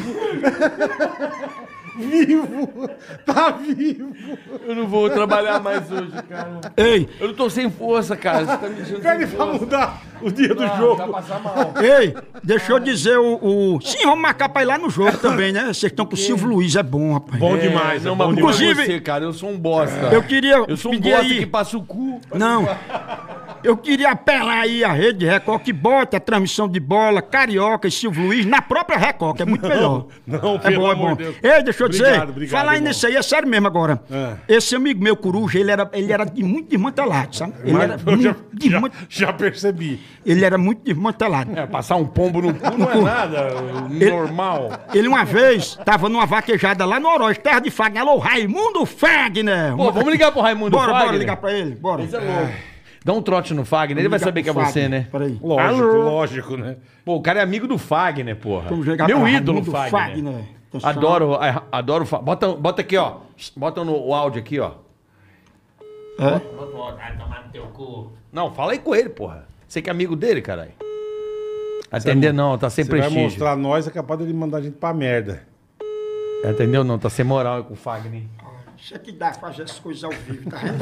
Vivo. Tá vivo.
Eu não vou trabalhar mais hoje, cara.
Ei,
Eu não tô sem força, cara. Você tá me deixando
Pede
sem
pra
força.
mudar o dia do
Ah,
jogo.
vai passar mal.
ei, deixa eu dizer o, o... Sim, vamos marcar pra ir lá no jogo também, né? Vocês estão com o Silvio Luiz, é bom, rapaz.
Bom demais,
não,
é
mas
bom
por
demais.
você, cara, eu sou um bosta.
Eu queria
Eu sou um
pedir
bosta
aí...
que passa o cu.
Não. Eu queria apelar aí a Rede Record que bota a transmissão de bola, Carioca e Silvio Luiz na própria Record, que é muito melhor.
não,
é
pelo
bom, é
amor
bom.
de Deus.
Ei, deixa eu dizer,
Obrigado, obrigado,
falar aí
irmão.
nisso aí, é sério mesmo agora.
É.
Esse amigo meu, Coruja, ele era, ele era de muito desmantelado, sabe? Ele
Mas
era
eu já,
muito
já,
desman-
já percebi.
ele era muito desmantelado.
É, passar um pombo no cu não é nada normal.
Ele uma vez tava numa vaquejada lá no Oroz, terra de Fagner. Alô, Raimundo Fagner!
Pô, vamos ligar pro Raimundo
Bora,
Fagner?
bora ligar pra ele, bora.
Isso é louco. Dá um trote no Fagner, ele vai
Ligar
saber que é
pro
você,
Fagner.
né?
Peraí.
Lógico,
Alô?
lógico, né?
Pô, o cara é amigo do Fagner, porra.
Vamos ligar
Meu
pra
ídolo,
Raimundo
Fagner.
Fagner. Atenção.
Adoro, ah, adoro o Fagner. Bota, bota aqui, ó. Bota no o áudio aqui, ó.
É?
Bota o áudio, vai tomar no teu cu.
Não, fala aí com ele, porra. Você que é amigo dele, caralho. Atender não, tá sem
Você vai
prestígio.
mostrar nós, é capaz dele mandar a gente pra merda.
Entendeu? Não, tá sem moral aí com o Fagner.
Isso é que dá fazer essas coisas ao vivo, tá vendo?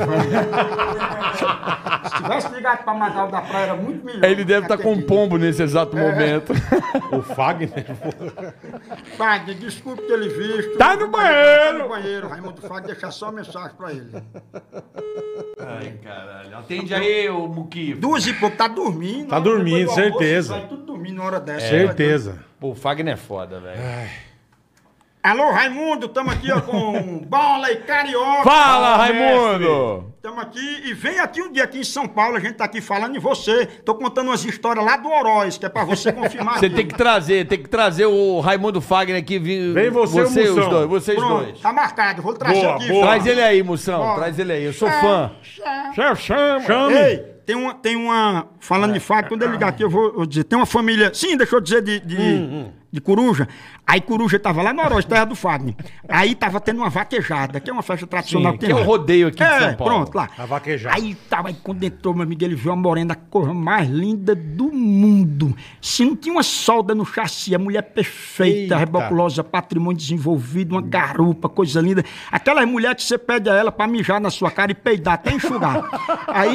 Se tivesse ligado pra Magal da Praia, era muito melhor.
Ele deve estar com um pombo nesse exato momento.
O Fagner.
Fagner, desculpe ter ele visto.
Tá no banheiro.
Tá no banheiro. Raimundo Fagner, deixa só uma mensagem pra ele.
Ai, caralho. Atende aí, ô Muquifo.
Duas e pouco, tá dormindo.
Tá dormindo,
Depois do almoço,
certeza.
Vai tudo dormindo na hora dessa.
Certeza.
Pô, o Fagner é foda, velho.
Alô, Raimundo, estamos aqui ó, com Bola e Carioca.
Fala,
Fala,
Raimundo!
Estamos aqui e vem aqui um dia aqui em São Paulo, a gente tá aqui falando em você. Tô contando umas histórias lá do Oroz, que é pra você confirmar.
Você
aqui.
tem que trazer, tem que trazer o Raimundo Fagner aqui. Vem,
Vem você e o
você
Moção.
os dois, vocês
Pronto,
dois.
tá marcado, vou trazer
Boa,
aqui.
boa.
Traz ele aí, Moção,
Ó.
traz ele aí. Eu sou fã.
Você chama.
Chame.
Ei, tem uma, tem uma. Falando de fato, quando ele ligar aqui, eu vou, eu dizer. Tem uma família. Sim, deixa eu dizer de. de
Hum,
De coruja. Aí coruja tava lá no Oroz, terra do Fagner. Aí tava tendo uma vaquejada, que é uma festa tradicional.
Sim,
tem
que é o
lá.
rodeio aqui de
É,
São Paulo.
pronto, lá.
A vaquejada.
Aí tava, aí quando entrou, meu amigo, ele viu a morena, a coisa mais linda do mundo. Se não tinha uma solda no chassi, a mulher perfeita,
Eita.
reboculosa, patrimônio desenvolvido, uma garupa, coisa linda. Aquela mulher que você pede a ela pra mijar na sua cara e peidar, até enxugar. Aí...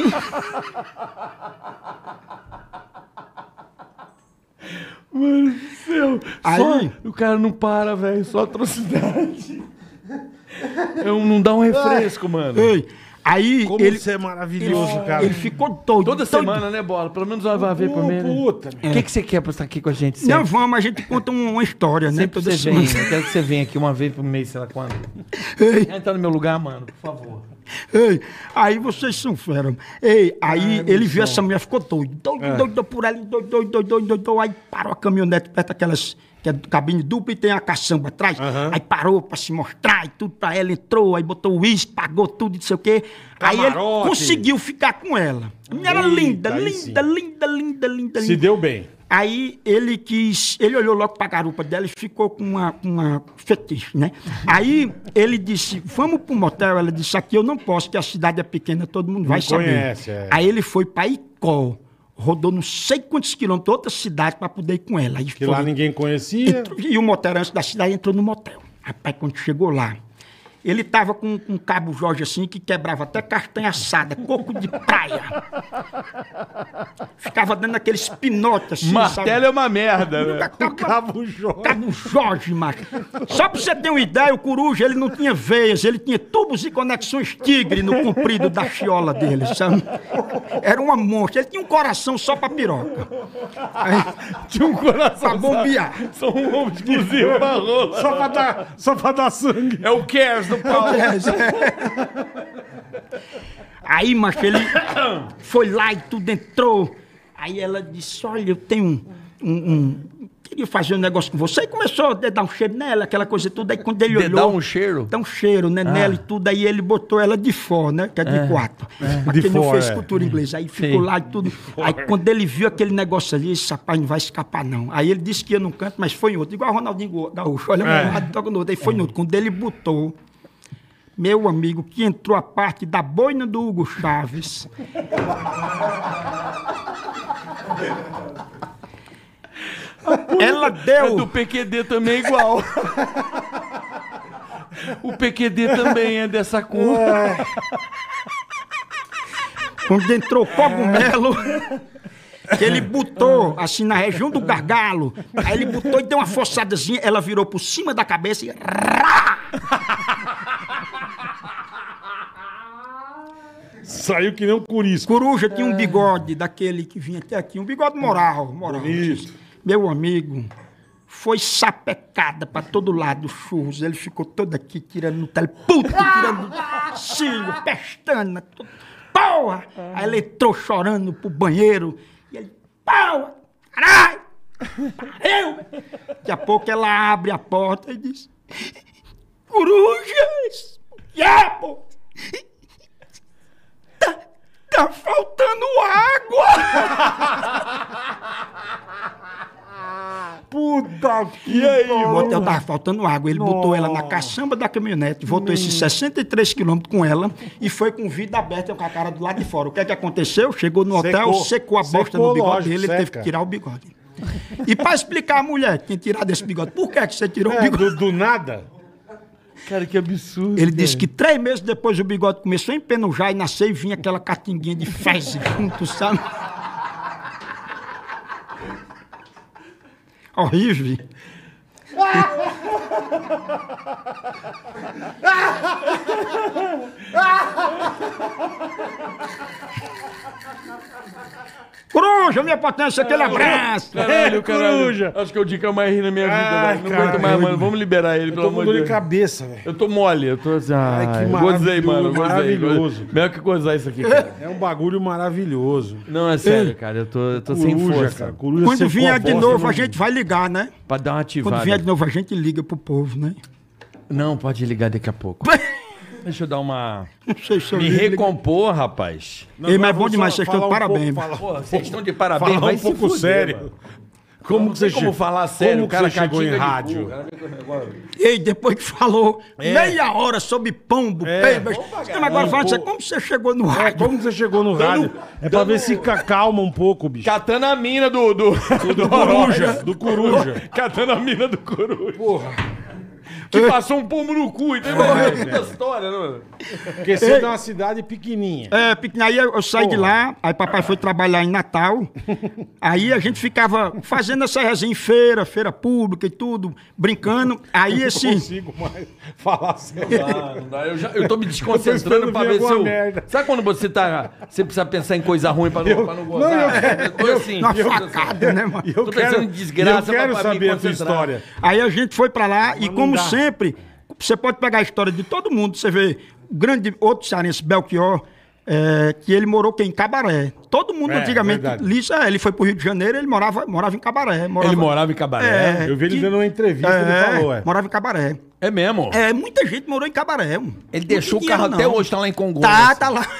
Mano do céu.
Aí-
Só, o cara não para, velho. Só atrocidade. É um- não dá um refresco, mano.
Ei, aí
Como
ele,
você é maravilhoso,
ele,
cara.
ele ficou doido.
Toda
doido.
semana, né, Bola? Pelo menos uma vez por
Ô,
mês. né?
puta, meu.
O que, que você quer pra estar aqui com a gente sempre?
Não, vamos, a gente conta um- uma história, né?
Sempre
Toda
você vem.
semana.
Eu quero que você venha aqui uma vez por mês, sei lá quando.
Ei,
Quer entrar no meu lugar, mano? Por favor.
ei, aí vocês são fera. Ei, aí ele viu essa mulher, ficou doido. Doido,
É.
doido por ela, doido, doido, doido, doido, doido. Aí parou a caminhonete perto daquelas... Que é cabine dupla e tem a caçamba atrás. Aí parou pra se mostrar e tudo pra ela. Entrou, aí botou o uísque, pagou tudo e não sei o quê. Aí ele
Camarote.
conseguiu ficar com ela. A mulher era
Eita,
linda,
aí
linda,
sim.
linda, linda, linda,
Se
linda.
deu bem.
Aí ele quis, ele olhou logo pra garupa dela e ficou com uma, com uma fetiche, né? Aí ele disse, vamos pro motel. Ela disse, aqui eu não posso, que a cidade é pequena, todo mundo vai saber.
conhece, é.
Aí ele foi pra Icó, rodou não sei quantos quilômetros, outra cidade pra poder ir com ela. Aí
Que
foi,
lá ninguém conhecia.
entrou- e o motorante da cidade entrou no motel. Rapaz, quando chegou lá, ele tava com um cabo Jorge assim, que quebrava até castanha assada, coco de praia. Ficava dando aqueles pinotes assim,
Martelo é uma merda, velho.
sabe?
Cabo Jorge.
Cabo Jorge, macho. Só pra você ter uma ideia, o coruja, ele não tinha veias, ele tinha tubos e conexões tigre no comprido da chiola dele, sabe? Era uma monstra. Ele tinha um coração só pra piroca. Aí,
Tinha um coração.
pra bombear.
Só um homem exclusivo pra rola.
Só pra dar, só pra dar sangue.
É o Cares do Paulo.
Aí, macho, ele foi lá e tudo entrou. Aí ela disse, olha, eu tenho um... um, um- queria fazer um negócio com você. E começou a dar um cheiro nela, aquela coisa toda. Aí quando ele
Dedar
olhou...
um cheiro?
Dá um cheiro, né, nela e tudo. Aí ele botou ela de fora, né? Que é de quatro. Mas
De
quem não
fora,
fez
é.
cultura inglesa. Aí ficou
Sim.
lá e tudo. Aí quando ele viu aquele negócio ali, esse rapaz não vai escapar, não. Aí ele disse que ia num canto, mas foi em outro. Igual o Ronaldinho Gaúcho. Olha,
É.
um lado, toca no outro. Aí foi no outro. Quando ele botou, meu amigo, que entrou a parte da boina do Hugo Chaves. Ela
É
deu...
do P Q D também igual. O P Q D também é dessa cor.
Quando entrou o cogumelo, que ele botou assim na região do gargalo, aí ele botou e deu uma forçadazinha, ela virou por cima da cabeça e. Rá!
Saiu que nem um curisco.
Coruja tinha um bigode daquele que vinha até aqui, um bigode moral. moral.
Bonito.
Meu amigo, foi sapecada pra todo lado, churros. Ele ficou todo aqui tirando no tele, puta, tirando cílio, pestana, tudo. Porra! Aí ele entrou chorando pro banheiro. E ele, porra! Caralho! Pareu! Daqui a pouco ela abre a porta e diz: Corujas! Que é, pô? Tá, tá faltando água!
Puta que
E aí, o motel tava faltando água. Ele botou ela na caçamba da caminhonete, voltou esses sessenta e três quilômetros com ela e foi com vida aberta com a cara do lado de fora. O que é que aconteceu? Chegou no hotel,
Secou.
secou a bosta
Secou,
no bigode
lógico,
dele, ele teve
seca.
que tirar o bigode. E pra explicar a mulher que tinha tirado esse bigode, por que, é que você tirou o
É,
bigode?
do, do nada.
Cara, que absurdo.
Ele disse que três meses depois o bigode começou a empenujar e nascer e vinha aquela catinguinha de fezes junto, sabe? Horrível. Coruja, minha potência, aquele abraço.
Caralho, caralho.
Coruja.
Acho que é o dia que eu mais ri na minha vida,
Ai,
velho. Não
cara,
aguento mais,
eu-
mano. Vamos liberar ele,
Eu
pelo
tô com
amor
dor
de
de
Deus.
cabeça, velho.
Eu tô mole, eu tô assim, ai,
que
gozei, mano, gozei.
maravilhoso.
gozei. Melhor que gozar isso aqui, cara.
É um bagulho maravilhoso.
Não, é sério, cara, eu tô, eu tô sem
Coruja,
força.
cara. Coruja
Quando
você
vier de
bosta
novo,
no-
a gente vai ligar, né?
Pra dar uma ativada.
Quando vier de novo, a gente liga pro povo, né?
Não, pode ligar daqui a pouco. Deixa eu dar uma...
Não sei se eu
Me
ligo.
recompor, rapaz.
Não,
Ei,
nós
mas é bom
vamos
demais,
só
vocês estão de
falar um
parabéns.
pouco- falar-
Pô, vocês estão de parabéns,
Falar
vai
um
se
pouco
fuder,
sério.
mano.
Como que você
Tem como
che-
falar sério,
Como
o cara
que você chegou em
catinga de
rádio?
cu.
Ei, depois que falou meia hora sobre pombo,
É.
peiba. Não, mas agora fala assim, como você chegou no
É,
rádio?
como que você chegou no rádio? É pra ver se ca- calma um pouco, bicho.
Catando a mina do... Do, do,
Coruja, do coruja.
Catando a mina do coruja. Porra. Que passou um pombo no cu, entendeu? É puta história, né, mano?
Porque você é de uma cidade pequenininha.
É, pequeno, aí eu, eu saí de lá, aí papai foi trabalhar em Natal, aí a gente ficava fazendo essa resenha em feira, feira pública e tudo, brincando, aí
Não
esse...
consigo mais falar sério.
Ah, não dá. Eu, já, eu tô me
Eu tô
desconcentrando
esperando
pra
vir
ver se
alguma
eu...
merda.
Sabe quando você tá... Você precisa pensar em coisa ruim pra não,
Eu-
pra não
não,
gozar?
eu-
tô assim.
Uma
eu-
facada, né, mano?
E eu
Tô pensando em desgraça
eu quero
pra- pra me
saber a tua
concentrar.
história.
Aí a gente foi pra lá e
não
como
dá.
sempre, você pode pegar a história de todo mundo, você vê o grande outro cearense, Belchior, é, que ele morou aqui em Cabaré. Todo mundo
É,
antigamente,
verdade.
Lisa, é, ele foi pro Rio de Janeiro, ele morava, morava em Cabaré. Morava,
Ele morava em Cabaré?
Eu vi ele
que-
dando uma entrevista, ele falou, é.
morava em Cabaré.
É mesmo?
É, muita gente morou em Cabaré. mano.
Ele
Não
deixou o
tinha
carro
dinheiro,
até
não.
hoje, tá lá em Congonhas.
Tá, tá lá.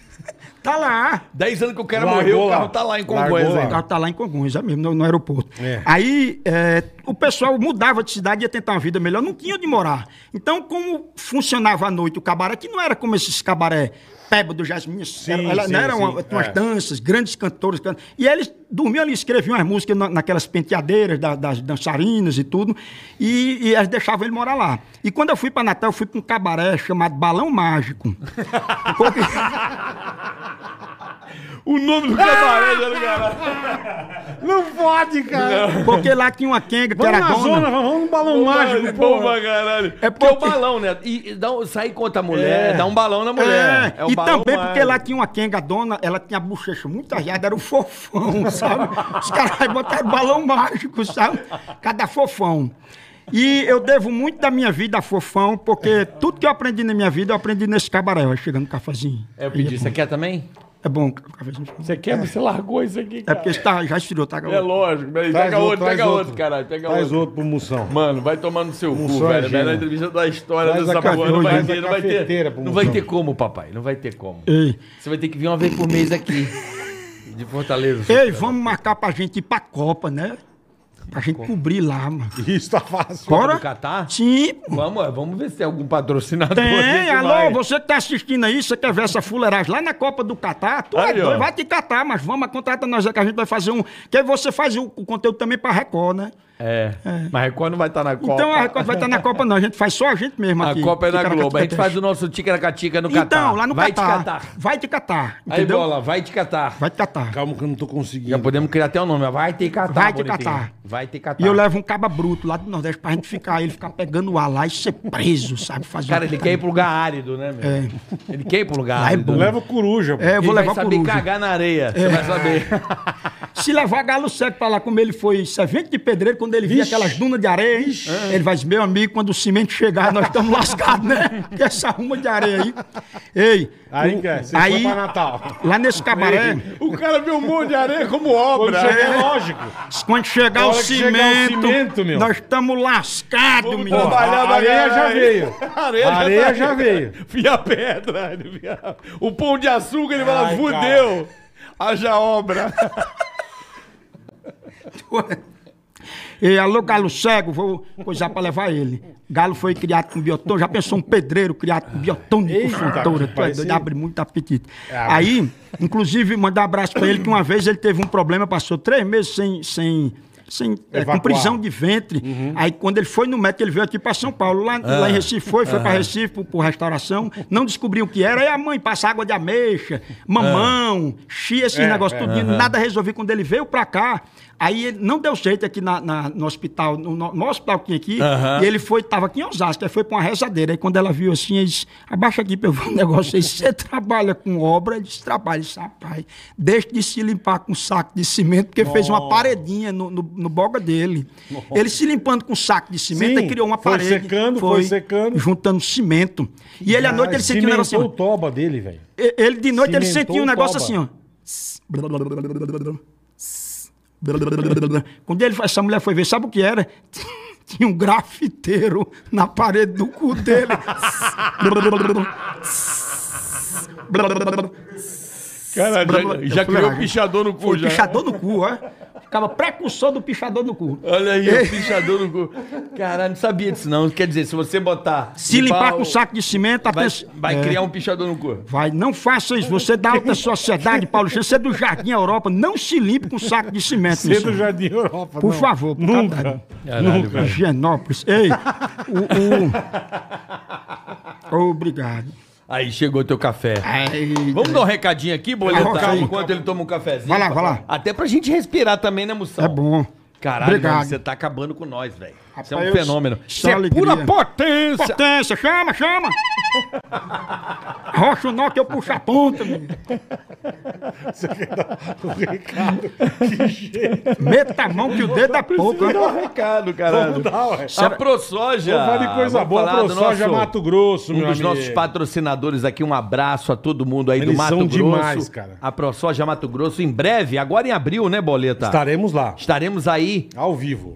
Tá lá.
Dez anos que o cara
Largou
morreu, o
lá.
carro tá lá em Congonhas
Largou lá.
O
ainda.
carro tá lá em Congonhas, é mesmo, no, no aeroporto.
É.
Aí, é, o pessoal mudava de cidade e ia tentar uma vida melhor, não tinha onde morar. Então, como funcionava à noite o cabaré, que não era como esses cabaré peba do Jasmine, era, ela,
sim,
não era uma,
sim,
tinha umas
é.
danças, grandes cantores. can- E eles dormiam ali, escreviam as músicas na- naquelas penteadeiras da- das dançarinas e tudo, e, e eles deixavam ele morar lá. E quando eu fui para Natal, eu fui para um cabaré chamado Balão Mágico. Porque-
O nome do cabaré, tá ligado?
Não pode, cara.
Porque lá tinha uma quenga que
Vamos
era
na
dona.
zona, vamos no balão mágico,
Bom
porra.
pra caralho.
É
É porque é o
porque-
balão, né? E, e dá um, sair com outra mulher,
É.
dá um balão na mulher.
É,
o
e
balão
também
mágico.
porque lá tinha uma quenga dona, ela tinha a bochecha muito arreada, era o fofão, sabe? Os caras botaram balão mágico, sabe? Cada fofão. E eu devo muito da minha vida a fofão, porque tudo que eu aprendi na minha vida, eu aprendi nesse cabaré, ó, chegando no cafezinho.
É, eu pedi, você quer também?
É bom o cafezinho.
Você quer? Você largou isso aqui,
É
cara.
porque está, já esfriou, tá?
É lógico. Peraí,
Traz
pega outro,
traz
pega outro, caralho. Pega
Traz
outro.
outro pro Moção.
Mano, vai tomar no seu cu,
Moção é
velho.
gênio.
Na entrevista da história
Traz
dessa
a
porra. Não vai
cafeteira
ter, não vai
cafeteira
ter.
pro
Não vai
Moção.
ter como, papai. Não vai ter como.
Ei,
Você vai ter que vir uma vez por mês aqui. De Fortaleza.
ei, vamos marcar pra gente ir pra Copa, né? Pra gente cobrir lá, mano.
Isso tá fácil.
Bora?
Do Catar?
Sim, pô.
Vamos, é, vamos ver se tem algum patrocinador. a
Tem,
gente
alô,
vai.
você que tá assistindo aí, você quer ver essa fuleiragem lá na Copa do Catar? Tu
Aí,
é doido,
ó.
vai te catar, mas vamos, contrata nós aí que a gente vai fazer um... Que aí você faz o, o conteúdo também pra Record, né?
É, mas a Record não vai estar na Copa.
Então a Record vai estar na Copa não, a gente faz só a gente mesmo
A
aqui.
Copa é na
Ticaracatica
Globo. A gente faz
Teste.
o nosso Ticaracatica no Catar.
Então, lá no
vai
Catar.
te catar.
Vai te catar,
Aí,
entendeu?
bola, vai te catar.
Vai te catar.
Calma que eu não tô conseguindo.
Já podemos criar até o nome. ó. Vai te catar,
Vai te
bonitinho.
catar.
Vai te catar.
E eu levo um caba bruto lá do Nordeste pra gente ficar, ele ficar pegando o ar lá e ser preso, sabe? Fazer
Cara,
uma-
ele quer ir pro lugar árido, né, meu?
É.
Ele quer ir pro lugar
Lá é
árido.
bom.
Leva o coruja, pô.
É, eu
Ele
vou
vai
levar
saber
coruja.
cagar na areia. Você vai saber.
Se levar galo cego pra lá, como ele foi servente de pedreiro, quando ele via
Vixe.
aquelas dunas de areia, hein? Ele vai dizer, meu amigo, quando o cimento chegar, nós estamos lascados, né? Que essa ruma de areia aí. Ei,
Aí,
o-
cara, você
aí
foi pra Natal.
lá nesse cabaré,
O cara viu um monte de areia como
Quando
obra.
chegar, é lógico.
quando chegar
Na
o
hora que chegar o
cimento,
cimento, meu.
nós estamos lascados,
Vamos
menino.
trabalhar.
A areia já veio.
Areia,
A areia
tá-
já veio.
Fia pedra. ele via- O pão de açúcar, ele fala,
Ai,
fudeu. Haja obra.
E alô, galo cego, vou coisar pra levar ele. Galo foi criado com biotônico. Já pensou um pedreiro criado com biotônico,
Eita,
fontoura?
que
Tu é
parece-
doido, abre muito apetite.
Ah,
Aí, inclusive, mandar um abraço pra ele, que uma vez ele teve um problema, passou três meses sem, sem sem, é, com
Evacuar.
prisão de ventre. Aí quando ele foi no médico, ele veio aqui para São Paulo. Lá, lá em Recife foi, foi para Recife por, por restauração. Não descobriu o que era. Aí a mãe passa água de ameixa, mamão, chia, esse
É,
negócio
é.
tudinho. Nada resolvi. Quando ele veio para cá, aí ele não deu jeito aqui na, na- no hospital, no, no- no hospital que tinha aqui.
Aham.
E ele foi, tava aqui em Osasco, aí foi para uma rezadeira. Aí quando ela viu assim, ele disse, abaixa aqui para eu ver um negócio aí. Você trabalha com obra? Ele disse, trabalho. Disse, rapaz, deixa de se limpar com saco de cimento, porque fez uma paredinha no, no, no boga dele. Ele se limpando com saco de cimento,
Sim,
aí criou uma
foi
parede.
secando, foi secando.
Juntando cimento. E ele à noite ele sentiu um negócio assim,
Cimentou o toba dele, velho.
ó. E- Ele de noite ele
Cimentou
sentiu um
o
negócio
toba.
assim, ó. Quando ele, essa mulher foi ver, sabe o que era? Tinha um grafiteiro na parede do cu dele.
Cara, já, já
Eu falei,
criou
ah,
pichador no cu,
Foi
já.
pichador no cu, ó. Ficava precursor do pichador no cu.
Olha aí, o pichador no cu. Caralho, não sabia disso não. Quer dizer, se você botar...
Se limpar com saco de cimento, a
Vai,
pessoa...
vai
É.
criar um pichador no cu.
Vai, não faça isso. Você é da alta sociedade, Paulo Chão, você é do Jardim Europa, não se limpe com saco de cimento.
Ser do
Isso.
Jardim Europa,
Por
não.
favor, por
Nunca.
caralho.
Caralho, velho.
Higienópolis. Ei, o... o... Obrigado.
Aí chegou teu café.
Ai,
Vamos dar um recadinho aqui, Boleta,
Calma, calma,
enquanto ele toma um cafezinho.
Vai lá, vai lá.
Até pra gente respirar também, né, Moção?
É bom.
Caralho,
Obrigado.
mano, você tá acabando com nós, velho. Você é um
Rapaz, eu-
fenômeno.
só
Você é
alegria.
pura potência.
Potência, chama, chama. Rocha o nó que eu puxo a ponta, menino.
O Ricardo, que jeito.
Meta a mão que o dedo é pouco.
Dá
ó.
um recado, caralho.
Vamos dar, ué.
A ProSoja.
Vamos falar de coisa
Vamos
boa.
falar do
ProSoja
nosso-
Mato Grosso,
Um
meu
dos
amigo.
nossos patrocinadores aqui, um abraço a todo mundo aí do
Eles
Mato
são
Grosso.
demais, cara.
A ProSoja Mato Grosso, em breve, agora em abril, né, Boleta?
Estaremos lá,
Estaremos aí
ao vivo.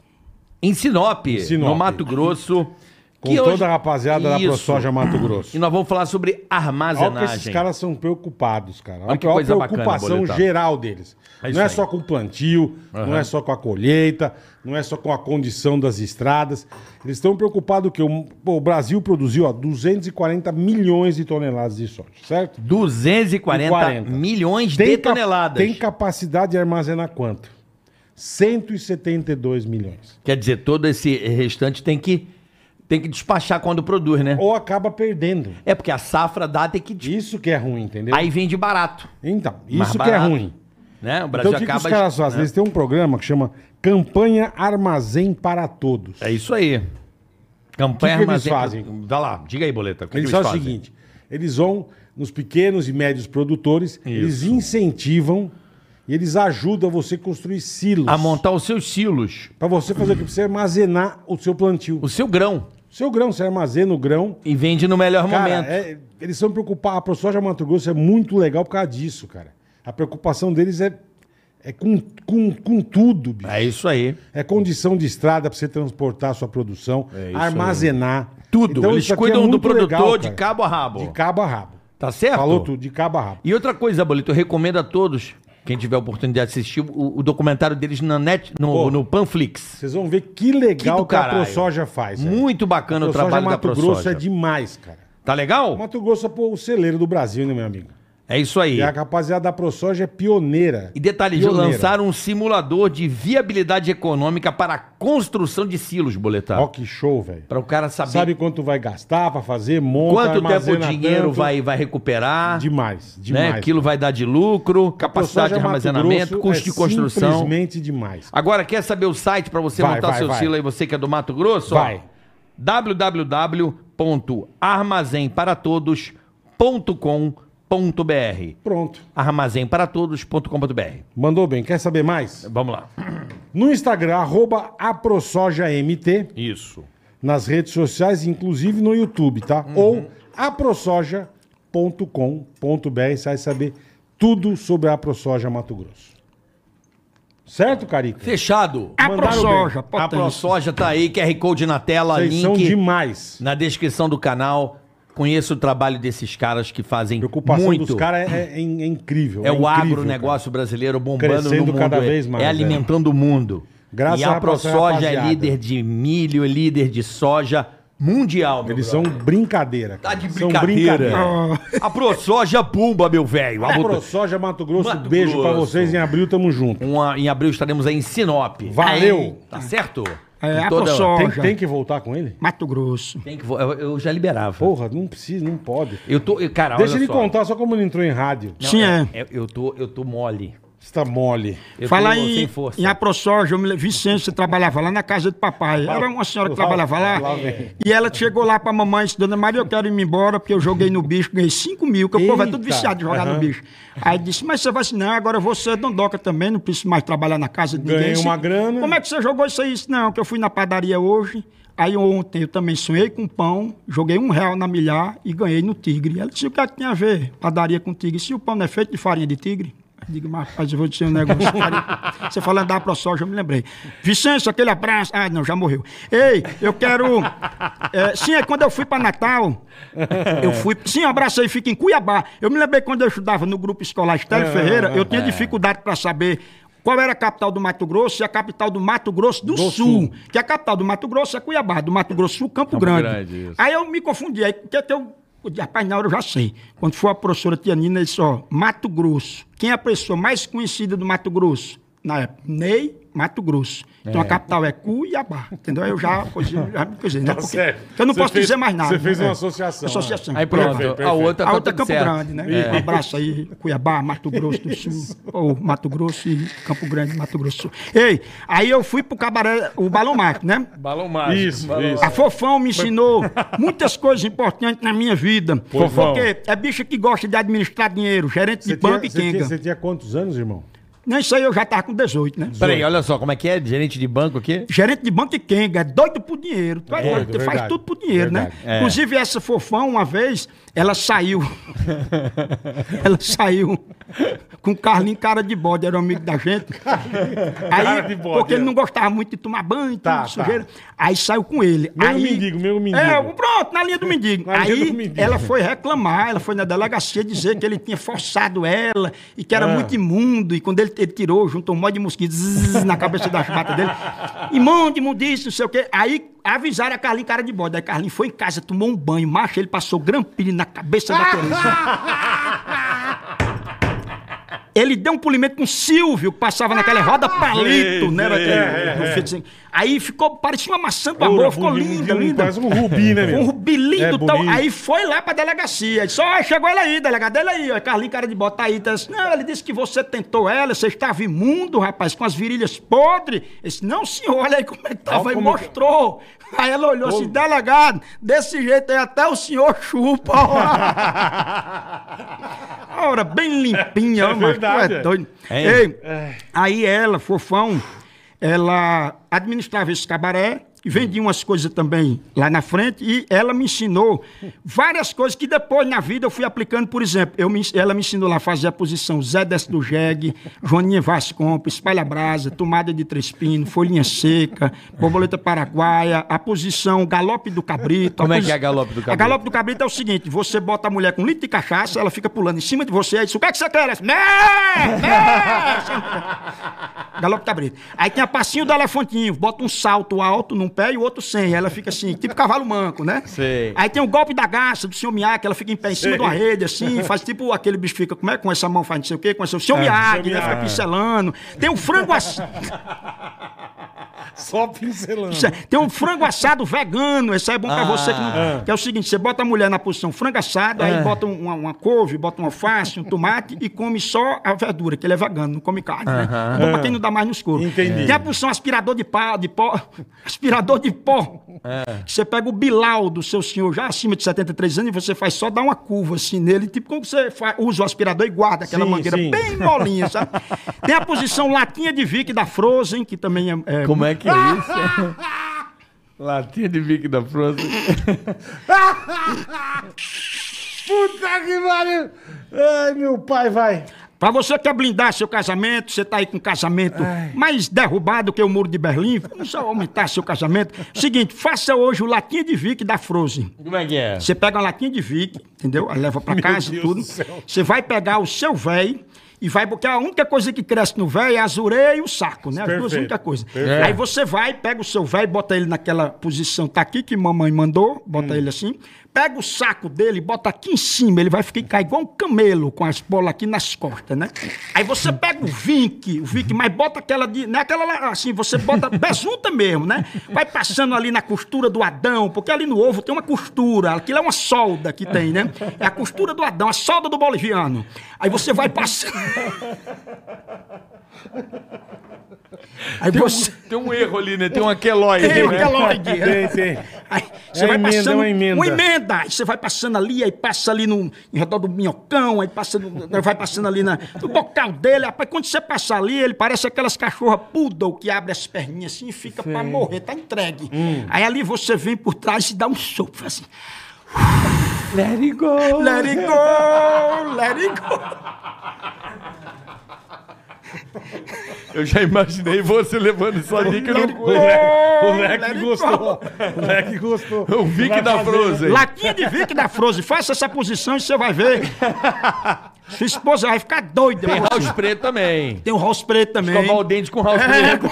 em Sinop,
Sinop.
no Mato Grosso.
Com
que
toda
hoje-
a rapaziada da
Isso.
ProSoja Mato Grosso.
E nós vamos falar sobre
Olha que
armazenagem.
esses caras são preocupados, cara. Olha
Olha que
olha
coisa
a
bacana,
preocupação
Boletar.
geral deles.
É isso
não é
aí.
só com o plantio, não é só com a colheita, não é só com a condição das estradas. Eles estão preocupados que o, pô, o Brasil produziu ó, duzentos e quarenta milhões de toneladas de soja, certo?
duzentos e quarenta
quarenta.
milhões de
cap-
toneladas.
tem capacidade de armazenar quanto? cento e setenta e dois milhões.
Quer dizer, todo esse restante tem que, tem que despachar quando produz, né?
Ou acaba perdendo.
É porque a safra dá tem que... des-
Isso que é ruim, entendeu?
Aí vende barato,
Então,
mais
isso que é
barato.
ruim.
né? O Brasil
Então, o que, que os
acaba...
caras fazem?
né?
Eles têm um programa que chama Campanha Armazém para Todos.
É isso aí. Campanha
O que que
armazém-
eles fazem?
Dá lá, diga aí, Boleta. O que
Eles
que
fazem o seguinte: eles vão nos pequenos e médios produtores, eles incentivam e eles ajudam você a construir silos.
A montar os seus silos,
Para você fazer o que? Pra você armazenar o seu plantio.
o seu grão,
O seu grão, você armazena o grão.
e vende no melhor
Cara,
momento.
é- eles são preocupados. A ProSoja Mato Grosso é muito legal por causa disso, cara. A preocupação deles é, é com, com, com tudo, bicho.
É isso aí.
É condição de estrada para você transportar a sua produção,
É isso
armazenar.
Tudo.
Então,
Eles
isso aqui
cuidam
é
do
muito
produtor
legal,
de
cara.
cabo a rabo.
De cabo a rabo.
Tá certo?
Falou tudo, de cabo a rabo.
E outra coisa, Bolito, eu recomendo a todos, quem tiver a oportunidade de assistir, o, o documentário deles na net, no,
Pô.
no Panflix.
Vocês vão ver que legal
Que do
que, a
caralho.
ProSoja faz. velho.
Muito bacana
A
o trabalho da
Mato Grosso
ProSoja.
é demais, cara.
Tá legal?
Mato Grosso é pô, o celeiro do Brasil, né, meu amigo?
É isso aí.
E a rapaziada da ProSoja é pioneira.
E detalhe,
Pioneira.
lançaram um simulador de viabilidade econômica para a construção de silos, Boletar.
Ó, que show, velho.
Para o cara saber
Sabe quanto vai gastar pra fazer, monta,
quanto tempo o
armazena
dinheiro
tanto.
vai, vai recuperar.
Demais,
Né?
demais.
Aquilo vai dar de lucro, capacidade de
ProSoja Mato
armazenamento,
Grosso
custo
é
de construção.
Simplesmente demais.
Agora, quer saber o site para você
Vai,
montar
vai,
seu
vai.
silo aí, você que é do Mato Grosso? Ó,
Vai.
w w w ponto armazém para todos ponto com ponto b r
Pronto.
armazém para todos ponto com ponto b r.
Mandou bem. Quer saber mais?
Vamos lá.
No Instagram, arroba aprosojamt,
Isso.
nas redes sociais, inclusive no YouTube, tá?
Uhum.
Ou aprosoja ponto com ponto b r, você vai saber tudo sobre a ProSoja Mato Grosso. Certo, Carica?
Fechado.
A
Mandaram
ProSoja,
A
potência.
ProSoja tá aí, Q R Code na tela,
Vocês são
link
demais.
na descrição do canal. Conheça o trabalho desses caras que fazem
A preocupação
muito.
dos caras é, é- é incrível.
É o
incrível,
agronegócio brasileiro bombando
Crescendo
no mundo.
cada
é,
vez mais,
é alimentando o mundo.
Graças
e
a
a
essa
ProSoja é
rapaziada.
líder de milho, é líder de soja Mundial, meu
Eles
brother.
são brincadeira.
Tá
cara.
de
São
brincadeira.
Ah,
A ProSoja Pumba, meu velho. A
A
moto-
ProSoja Mato Grosso,
Mato
beijo pra
Grosso.
vocês. Em abril, tamo junto.
Uma- em abril estaremos aí em Sinop.
Valeu.
Tá certo?
É,
Com
a
toda-
ProSoja.
Tem, tem que voltar com ele?
Mato Grosso.
Tem que vo- eu, eu já liberava.
Porra, não precisa, não pode.
Eu tô, eu- cara,
Deixa
olha
ele
só.
contar só como ele entrou em rádio.
Não,
Sim, é.
é, eu tô, eu tô mole.
Você tá mole.
Eu
Falar
tô
em,
sem força.
em AproSoja, eu me lembro, Vicência trabalhava lá na casa do papai. Era uma senhora que
Lá-
trabalhava lá.
lá vem.
E ela chegou lá pra mamãe e disse, Dona Maria, eu quero ir embora, porque eu joguei no bicho, ganhei cinco mil, que o povo é tudo
Eita,
viciado de jogar
aham.
no bicho. Aí disse, mas você vai assim, não, agora você é dondoca também, não preciso mais trabalhar na casa de ninguém.
Ganhei
Disse,
uma grana.
Como é que você jogou isso aí? Disse, não, que eu fui na padaria hoje. Aí ontem eu também sonhei com pão, joguei um real na milhar e ganhei no tigre. Ela disse, o que é que tem a ver padaria com tigre? Se o pão não é feito de farinha de tigre? Eu digo, mas rapaz, eu vou dizer um negócio. farinha- Você falando da ProSoja, eu me lembrei. Vicência, aquele abraço. Ah, não, já morreu. Ei, eu quero... é, sim, é quando eu fui para Natal, eu fui... Sim, um abraço aí, fica em Cuiabá. Eu me lembrei quando eu estudava no grupo escolar Estélio Ferreira, eu tinha dificuldade para saber... Qual era a capital do Mato Grosso e a capital do Mato Grosso do,
Do
Sul.
Sul.
Que a capital do Mato Grosso é Cuiabá, do Mato Grosso do Sul, Campo,
Campo
Grande.
Grande, isso.
Aí eu me confundi. Aí o que é que eu. eu disse, rapaz, na hora eu já sei. Quando for a professora Tia Nina, ele disse: ó, Mato Grosso. Quem é a pessoa mais conhecida do Mato Grosso? Na época, Ney, Mato Grosso. Então a capital é Cuiabá. Entendeu? Aí eu já, coisa- já me coisei, né?
Tá
Porque,
certo.
porque eu não
Você
posso
fez-
dizer mais nada.
Você fez
né?
uma associação.
Associação.
Aí pronto,
Perfeito,
a
perfeito.
outra
A
tá
outra é
tudo
Campo
certo.
Grande, né? Um abraço aí, Cuiabá, Mato Grosso do Sul. Ou Mato Grosso e Campo Grande, Mato Grosso do Sul. Ei, aí eu fui pro cabaré, o Balão Mágico, né?
Balão mágico.
Isso,
balão
isso.
A Fofão me ensinou muitas coisas importantes na minha vida.
Fofão.
Porque é bicha que gosta de administrar dinheiro, gerente de
Você tinha,
banco e
você, tinha,
quenga.
você tinha quantos anos, irmão?
Nem sei, eu já tava com dezoito, né?
Peraí, olha só, como é que é? Gerente de banco aqui?
Gerente de banco e quenga, é doido por dinheiro. Tu é
É,
doido, tu faz
verdade,
tudo por dinheiro,
verdade.
né?
É.
Inclusive, essa Fofão, uma vez, ela saiu. ela saiu com o Carlinho cara de bode, era um amigo da gente.
Cara
Aí,
de bode,
porque ele
é.
não gostava muito de tomar banho,
Tá,
tudo, sujeira. Aí saiu com ele.
Meu
aí,
mendigo, meu mendigo.
É, pronto, na linha do mendigo.
Na linha
aí
do mendigo.
ela foi reclamar, ela foi na delegacia dizer que ele tinha forçado ela e que era
Ah.
muito imundo. E quando ele, ele tirou, juntou um monte de mosquito zzz, na cabeça da chibata dele. Imundo, imundice, não sei o quê. Aí avisaram a Carlinhos cara de bode. Aí Carlinhos foi em casa, tomou um banho, macho, ele passou grampilho na cabeça da Teresa. Ele deu um polimento com o Silvio, que passava naquela roda palito, né? Era aquele-
é,
no feito assim. Aí ficou, parecia uma maçã do
Ora,
amor, ficou
bonito,
linda,
bonito,
linda.
Parece um rubi, né, meu?
Um rubi lindo
É
e tal.
bonito.
Aí foi lá pra delegacia. Disse, ó, chegou ele aí, delegado, ele aí, ó. Carlinhos, cara de bota aí. Tá, disse, não, ele disse que você tentou ela, você estava imundo, rapaz, com as virilhas podres. Ele disse, não, senhor, olha aí como é que tava.
Olha
Aí
como é que-
mostrou. Aí ela olhou assim, delegado, desse jeito aí até o senhor chupa. ó. Ora, bem limpinha, ó, mas tu
verdade,
é
é.
doido.
É.
Ei, aí ela, Fofão, ela administrava esse cabaré e vendia umas coisas também lá na frente e ela me ensinou várias coisas que depois na vida eu fui aplicando. Por exemplo, eu me, ela me ensinou lá a fazer a posição Zé Desce do Jegue, Joaninha Vasconpa, Espalha Brasa, Tomada de Três Pinos, Folhinha Seca, Borboleta Paraguaia, a posição Galope do Cabrito.
Como
a
é
posi-
que é a Galope do
A
Cabrito?
Galope do Cabrito é o seguinte, você bota a mulher com um litro de cachaça, ela fica pulando em cima de você, aí diz, o que é que você quer? Ela diz, Né! Né! Galope do Cabrito. Aí tem a passinho do elefantinho, bota um salto alto num pé e o outro sem, ela fica assim, tipo cavalo manco, né?
Sei.
Aí tem o golpe da garça do senhor Miyagi, ela fica em pé em cima de uma rede, assim, faz tipo aquele bicho fica, como é? Com essa mão faz não sei o quê, com esse, o senhor Miyagi, né? Fica pincelando. Tem um frango assado.
Só pincelando.
Tem um frango assado vegano, esse aí é bom pra você que não. Que é o seguinte: você bota a mulher na posição frango assado, aí bota um- uma, uma couve, bota um alface, um tomate e come só a verdura, que ele é vegano, não come carne, né? É bom pra quem não dá mais no escuro.
Entendi.
Tem a posição aspirador de pó, de pó aspirador de pó. Que você pega o bilau do seu senhor já acima de setenta e três anos e você faz só dar uma curva assim nele, tipo como você fa- usa o aspirador e guarda aquela
Sim,
mangueira
sim.
bem molinha, sabe? Tem a posição latinha de Vic da Frozen, que também é, é
Como é que é isso? Latinha de Vic da Frozen.
Puta que pariu! Ai, meu pai, vai.
Pra você que quer blindar seu casamento, você tá aí com um casamento mais derrubado que o muro de Berlim, vamos só aumentar seu casamento. Seguinte, faça hoje o latinha de Vic da Frozen.
Como é que é?
Você pega uma latinha de Vic, entendeu? Aí leva pra casa,
Deus
tudo.
do céu.
Você vai pegar o seu véi E vai, porque a única coisa que cresce no véio é as orelhas e o saco, né? As duas
Perfeito.
únicas coisas.
Perfeito.
Aí você vai, pega o seu véio, bota ele naquela posição, tá aqui que mamãe mandou, bota
Hum.
ele assim. Pega o saco dele, bota aqui em cima, ele vai ficar igual um camelo, com as bolas aqui nas costas, né? Aí você pega o vinque, o vinque, mas bota aquela de, não é aquela lá, assim, você bota besunta mesmo, né? Vai passando ali na costura do Adão, porque ali no ovo tem uma costura, aquilo é uma solda que tem, né? É a costura do Adão, a solda do boliviano. Aí você vai passando... Aí
Tem,
você...
um, tem um erro ali, né? Tem um aqueloide.
Tem o
né?
queloide.
Tem, tem.
Aí você
É
vai
emenda,
passando
uma emenda.
uma emenda. Aí você vai passando ali, aí passa ali no, em redor do minhocão, aí passa no- vai passando ali na, no bocal dele. Rapaz, quando você passa ali, ele parece aquelas cachorras poodle que abre as perninhas assim e fica pra morrer, tá entregue.
Hum.
Aí ali você vem por trás e dá um sopro, faz assim.
Let it go.
Let it go, let it go.
Eu já imaginei você levando isso ali que eu
Let it
não...
go,
O
let
Leque
it
gostou.
go.
O Leque gostou.
O Vic
Vai
da
fazer,
Frozen.
Latinha de Vic da Frozen, faça essa posição e você vai ver. Sua esposa vai ficar doida.
Tem
com você.
house preto também.
Tem o house preto também.
Escovar o dente com house
É,
preto.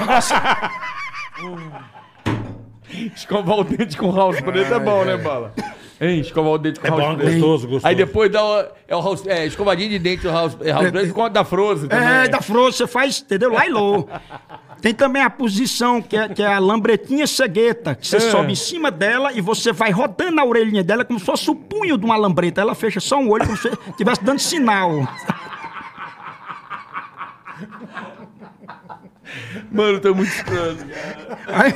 Escovar o dente com house preto é bom, né, Bala? Hein, escovar o dente com
É
house
bom,
preto.
gostoso, gostoso.
Aí depois dá o, é o house, é, escovadinho de dente, o house, é, house preto com a da Frozen também.
É, da Frozen, você faz, entendeu? Lá e low. Tem também a posição, que é, que é a lambretinha cegueta, que você
É.
sobe em cima dela e você vai rodando a orelhinha dela como se fosse o punho de uma lambreta. Ela fecha só um olho como se estivesse dando sinal.
Mano, tá muito estranho.
Aí,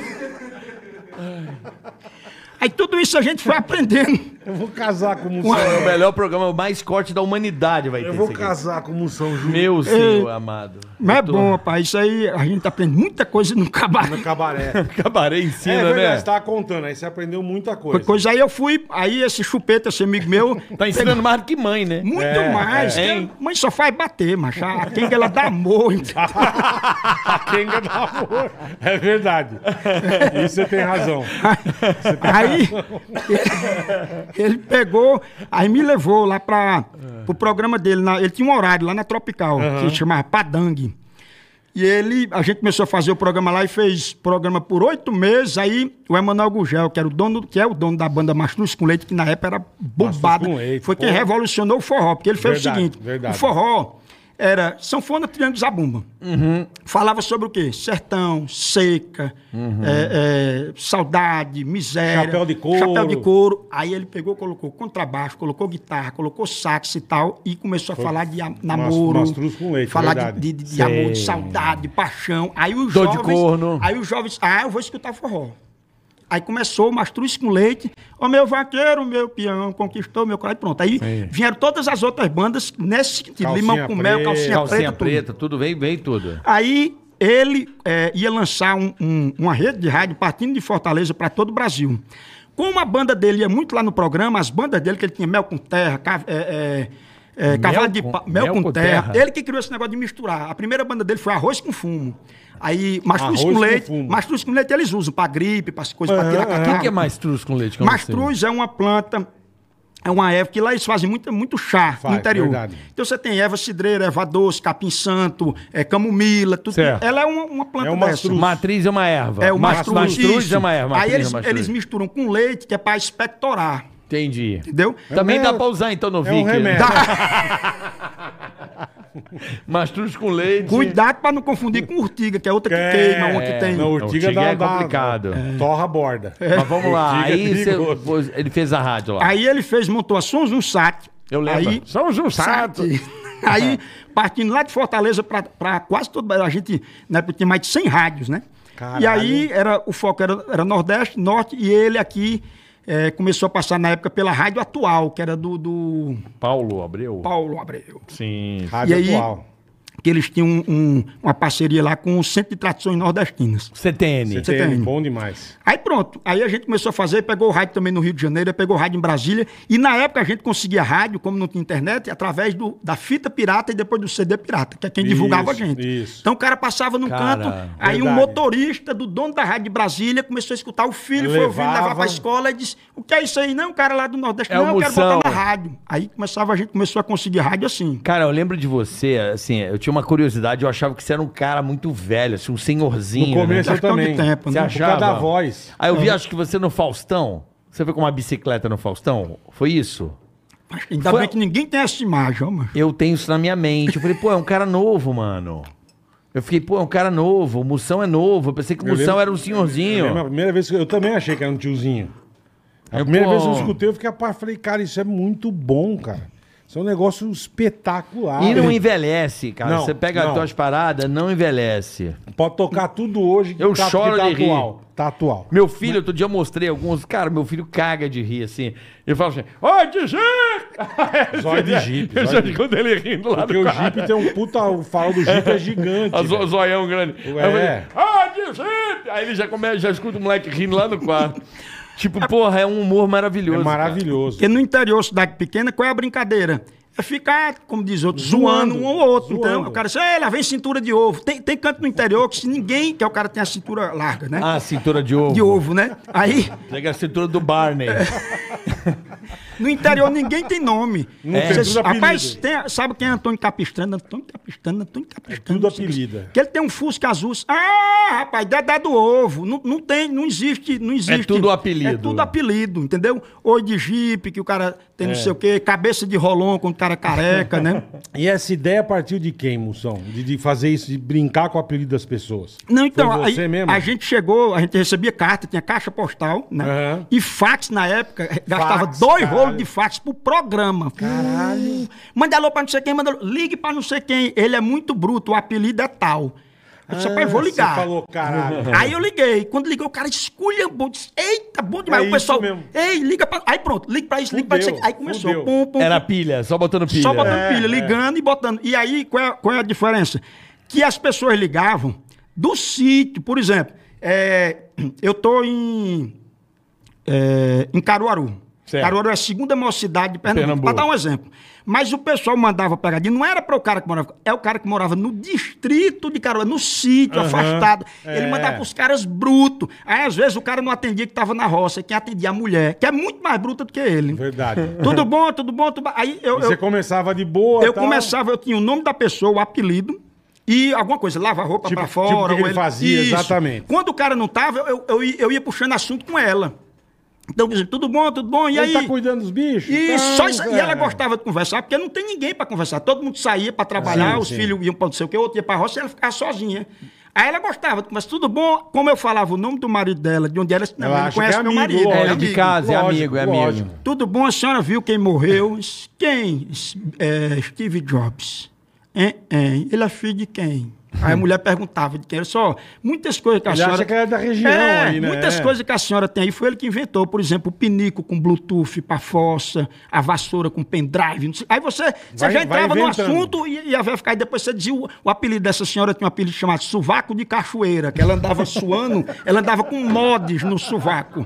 aí tudo isso a gente foi aprendendo.
Eu vou casar com o Moção.
É o melhor programa, o mais corte da humanidade vai ter
Eu vou
isso aqui.
casar com o Moção Júnior.
Meu senhor amado.
Mas é
Eu tô-
bom, rapaz. Isso aí a gente aprende muita coisa no cabaré.
No cabaré.
Cabaré
É
ensina,
verdade,
né?
você tava contando, aí você aprendeu muita
Foi
coisa.
coisa aí eu fui, aí esse chupeta, esse amigo meu.
Tá ensinando mais do que mãe, né?
Muito
É,
mais.
é.
que
Hein?
a mãe só faz bater, macho. A Kenga, ela dá amor.
A Kenga da amor. É verdade. Isso você tem razão.
Aí ele, ele pegou, aí me levou lá para o programa dele. na- ele tinha um horário lá na Tropical, que se chamava Padangue. E ele, a gente começou a fazer o programa lá e fez programa por oito meses. Aí o Emanuel Gugel, que era o dono, que é o dono da banda Mastruz com Leite, que na época era bombada,
com Leite,
foi quem
pô.
revolucionou o forró, porque ele fez
Verdade,
o seguinte:
verdade.
o forró era sanfona, triângulo, zabumba. Falava sobre o quê? Sertão, seca, é, é, saudade, miséria.
Chapéu de couro.
Chapéu de couro. Aí ele pegou, colocou contrabaixo, colocou guitarra, colocou sax e tal, e começou a falar de a- namoro.
mastruz com leite,
falar
verdade.
de, de, de
Sei.
amor, de saudade, de paixão. Aí os
Dor de
jovens.
corno.
Aí os jovens. Ah, eu vou escutar forró. Aí começou o Mastruz com Leite. Ô meu vaqueiro, meu peão, conquistou meu coração. Pronto. Aí vieram todas as outras bandas nesse sentido.
Calcinha
Limão com mel,
preta.
calcinha,
Calcinha
preta, tudo.
preta, tudo vem, vem tudo.
Aí ele é, ia lançar um- um- uma rede de rádio partindo de Fortaleza para todo o Brasil. Como a banda dele ia muito lá no programa, as bandas dele, que ele tinha Mel com Terra, ca- é, é, é, Cavalo de
com-
Pa- Mel,
Mel
com,
com
terra.
Terra.
Ele que criou esse negócio de misturar. A primeira banda dele foi Arroz com Fumo. Aí, Mastruz
Arroz
com
com
Leite.
fumo.
Mastruz com Leite eles usam para gripe, para as coisas, para tirar
O que,
catarro.
que é mastruz com leite? que eu não sei?
Mastruz é uma planta, é uma erva que lá eles fazem muito, muito chá
Faz,
no interior.
verdade.
Então você tem erva cidreira, erva doce, capim santo, é, camomila, tudo.
Certo.
Ela é uma, uma planta
É um
dessa.
mastruz.
Matriz é uma erva.
É o
Mas-
mastruz.
Mastruz
isso.
é uma erva.
Aí
matriz
eles,
é mastruz.
eles misturam com leite, que é para expectorar.
Entendi.
Entendeu?
Também
É-
dá pra usar então no
É um
Vic.
remédio.
Mastruz com leite.
Cuidado para não confundir com urtiga, que é outra que
É,
queima, uma que tem.
Não, urtiga,
Urtiga
dá,
é
dá-
complicado.
dá- Torra a borda.
Mas vamos lá.
Urtiga é
Aí você-
perigoso.
pôs- ele fez a rádio lá.
Aí ele fez, montou a Sons no Sat.
Eu lembro.
Aí,
Sons no Sat.
Aí, partindo lá de Fortaleza para quase todo a gente, né, porque tinha mais de cem rádios, né?
Caralho.
E aí era, o foco era, era Nordeste, Norte, e ele aqui eh, começou a passar na época pela Rádio Atual, que era do, do
Paulo Abreu?
Paulo Abreu.
Sim.
Rádio
E aí-
atual.
que eles tinham um- um- uma parceria lá com o Centro de Tradições Nordestinas.
C T N.
C T N,
C T N.
bom demais.
Aí pronto, aí a gente começou a fazer, pegou o rádio também no Rio de Janeiro, pegou o rádio em Brasília, e na época a gente conseguia rádio, como não tinha internet, através do, da fita pirata e depois do C D pirata, que é quem divulgava a
Isso,
gente.
isso.
Então o cara passava num
Cara,
canto, aí um
verdade.
motorista do dono da rádio de Brasília começou a escutar o filho, foi ouvindo,
Levava.
levar pra escola e disse, o que é isso aí? Não, o cara lá do Nordeste,
É
não, eu quero
Moção.
botar na rádio. Aí começava, a gente começou a conseguir rádio assim.
Cara, eu lembro de você, assim, eu tinha uma curiosidade, eu achava que você era um cara muito velho, assim, um senhorzinho.
No começo
né?
eu
Questão de
também.
tempo,
Você
né?
Por causa
achava?
da voz.
Aí eu vi, acho que você no Faustão, você foi com uma bicicleta no Faustão? Foi isso?
Ainda
Foi-
bem que ninguém tem essa imagem, ó, mano.
Eu tenho isso na minha mente. Eu falei, pô, é um cara novo, mano. Eu fiquei, pô, é um cara novo, o Moção é novo. Eu pensei que o
Eu
Moção
lembro-
era um
Eu lembro
senhorzinho.
a primeira vez que eu também achei que era um tiozinho. A
Eu,
primeira
pô,
vez que eu escutei, eu fiquei apart... falei, cara, isso é muito bom, cara. Isso é um negócio espetacular.
E não envelhece, cara.
Não,
você pega
não.
as tuas paradas, não envelhece.
Pode tocar tudo hoje que
Eu
tá,
choro
que tá
de rir.
atual. Tá atual.
Meu filho, outro dia eu mostrei alguns. Cara, meu filho caga de rir, assim. Ele fala assim: Oi, de Jeep!
Zóio de Jeep,
Eu
zóio
já
de-
quando ele rindo lá
Porque
do
o
carro.
Jeep tem um puta... O farol do Jeep é gigante.
A zo-
velho.
zoião grande. Aí eu
É.
falei, ah, de Jeep! Aí ele já, come, já escuta o moleque rindo lá no quarto. Tipo, porra, é um humor
É
maravilhoso.
maravilhoso.
Porque no interior, cidade pequena, qual é a brincadeira? É ficar, como diz outro, zoando, um ou outro.
zoando.
Então, o cara diz, "Ei, lá vem cintura de ovo. Tem, tem canto no interior que se ninguém, que é o cara tem a cintura larga, né?
Ah, cintura de ovo.
De ovo, né? Aí,
Pega a cintura do Barney.
no interior, ninguém tem nome.
Não tem,
Vocês-
tudo apelido.
rapaz, tem- sabe quem é Antônio Capistrano? Antônio Capistrano, Antônio Capistrano.
tudo
não sei o que.
apelido.
Que ele tem um Fusca azul. Ah, rapaz, Dedé do ovo. Não, não tem, não existe, não existe.
tudo apelido.
É tudo apelido, entendeu? Oi de Jeep, que o cara tem
É.
não sei o quê. Cabeça de rolão, quando o cara é careca, né?
E essa ideia partiu de quem, Moção? De, de fazer isso, de brincar com o apelido das pessoas?
Não, então,
Foi você
aí,
mesmo?
a gente chegou, a gente recebia carta, tinha caixa postal, né?
Aham.
E fax na época, gastava
Fax,
dois
caralho.
rolos de fax por programa. Caralho. Manda alô pra não sei quem, manda alô. Ligue pra não sei quem. Ele é muito bruto, o apelido é tal. Eu disse, rapaz, vou
Ah, Você
ligar.
falou, caralho.
Aí eu liguei. Quando liguei, o cara esculhambou. Disse, eita, bom demais.
É
o pessoal,
isso mesmo.
ei, liga pra... Aí pronto, liga pra isso, liga pra isso.
Fudeu,
Aí começou.
fudeu.
Pum, pum,
Era
pum.
pilha, só botando pilha.
Só botando
É,
pilha,
é.
ligando e botando. E aí, qual é, qual é a diferença? Que as pessoas ligavam do sítio, por exemplo, é, eu tô em, é, em Caruaru.
Certo.
Caruaru é a segunda maior cidade de Pernambuco.
Pernambuco.
Para dar um exemplo. Mas o pessoal mandava pegadinha, não era para o cara que morava, é o cara que morava no distrito de Caruaru, no sítio,
Aham,
afastado. Ele
é.
mandava pros caras brutos. Aí, às vezes, o cara não atendia que estava na roça, quem atendia a mulher, que é muito mais bruta do que ele.
Verdade.
Tudo bom, tudo bom, tudo bom. Aí eu,
E você
eu,
começava de boa,
eu
tal.
começava, eu tinha o nome da pessoa, o apelido, e alguma coisa, lava a roupa
Tipo-
pra
tipo
fora.
o que
ou
ele fazia, exatamente.
Quando o cara não tava, eu, eu, ia- eu ia puxando assunto com ela. Então, dizendo, tudo bom, tudo bom, e
Ele
aí...
tá cuidando dos bichos?
E,
Tá,
só isso- e
é.
ela gostava de conversar, porque não tem ninguém pra conversar. Todo mundo saía pra trabalhar,
Sim,
os
sim.
filhos iam pra não sei o que, outro ia pra roça, e ela ficava sozinha. Aí ela gostava de conversar, tudo bom? Como eu falava o nome do marido dela, de onde ela... Não,
Ela
ele não
acha que
conhece
é
meu
amigo,
marido.
lógico.
É, de casa, é amigo, é amigo.
lógico.
Tudo bom? A senhora viu quem morreu? Quem? É, Steve Jobs. Hein, hein? Ele é filho de quem? Aí a mulher perguntava de quem. Eu só, muitas coisas que a
Ele
senhora...
acha que era da região
É,
aí, né?
muitas
É.
coisas que a senhora tem aí foi ele que inventou. Por exemplo, o pinico com Bluetooth pra fossa, a vassoura com pendrive. Não sei. Aí você, você
Vai-
já
vai
entrava no
inventando.
assunto e ia ver ficar. E depois você dizia o, o apelido dessa senhora, tinha um apelido chamado Sovaco de Cachoeira, que ela andava suando, ela andava com mods no sovaco.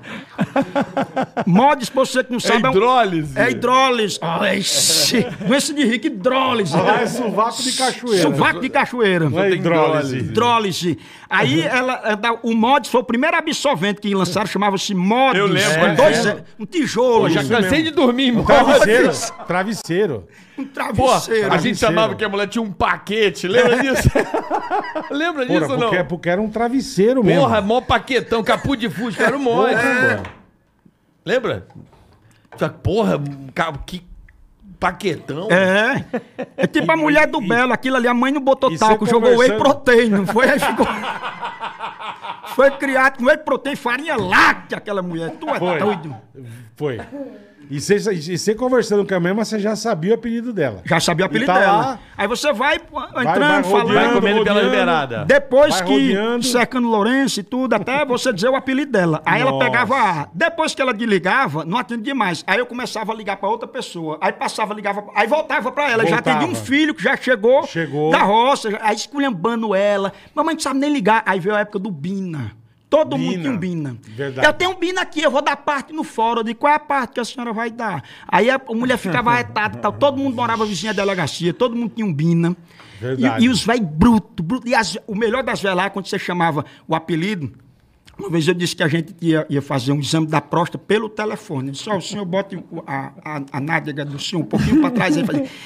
Mods, pra você que não sabe...
É hidrólise.
É hidrólise. Ah, ixi, doença de rico, hidrólise.
Ah, é sovaco de cachoeira.
Sovaco de cachoeira.
Não é hidrólise.
Hidrólise. Aí ela, ela- o Mods foi o primeiro absorvente que lançaram, chamava-se Mods.
Eu lembro,
com
é,
dois,
é.
um tijolo.
Pô, já
isso
cansei
mesmo.
de dormir em
Travesseiro.
Mods.
Travesseiro.
Um
Pô,
travesseiro.
a gente chamava que a mulher tinha um paquete, lembra disso? lembra
Porra,
disso ou não?
porque, porque era um travesseiro mesmo.
Porra, mó paquetão, capuz de fusca, era o mod.
Porra.
Lembra? Só que, Porra, ca- que paquetão.
É. É tipo a mulher do
e-
Belo, aquilo ali, a mãe não botou
e
talco,
você
jogou whey
conversando-
protein, não foi? Aí ficou, Foi criado com whey protein, farinha láctea, aquela mulher. Tu é
Foi.
doido.
Foi. E você, e você conversando com a mesma, você já sabia o apelido dela.
Já sabia o
E
apelido
tá
dela.
lá.
Aí você vai pô,
vai
entrando,
rodeando,
falando.
Vai comendo pela
rodeando.
liberada.
Depois
Vai
que
rodeando.
cercando Lourenço e tudo, até você dizer o apelido dela. Aí ela
Nossa.
pegava. Depois que ela desligava, não atendia mais. Aí eu começava a ligar pra outra pessoa. Aí passava, ligava. Aí voltava pra ela. Já
Voltava.
atendi um filho que já chegou,
Chegou.
da roça, já- aí esculhambando ela. Mamãe não sabe nem ligar. Aí veio a época do Bina. Todo mundo
Bina.
tinha um Bina.
Verdade.
Eu tenho um Bina aqui, eu vou dar parte no fórum. Eu digo, qual é a parte que a senhora vai dar? Aí a mulher ficava arretada e tal. Todo mundo morava vizinha da delegacia, todo mundo tinha um Bina.
Verdade.
E, e os velhos brutos, bruto. E as- o melhor das velhas lá, quando você chamava o apelido, uma vez eu disse que a gente ia, ia fazer um exame da próstata pelo telefone. Só o senhor bote o- a, a, a nádega do senhor um pouquinho pra trás aí e fazia.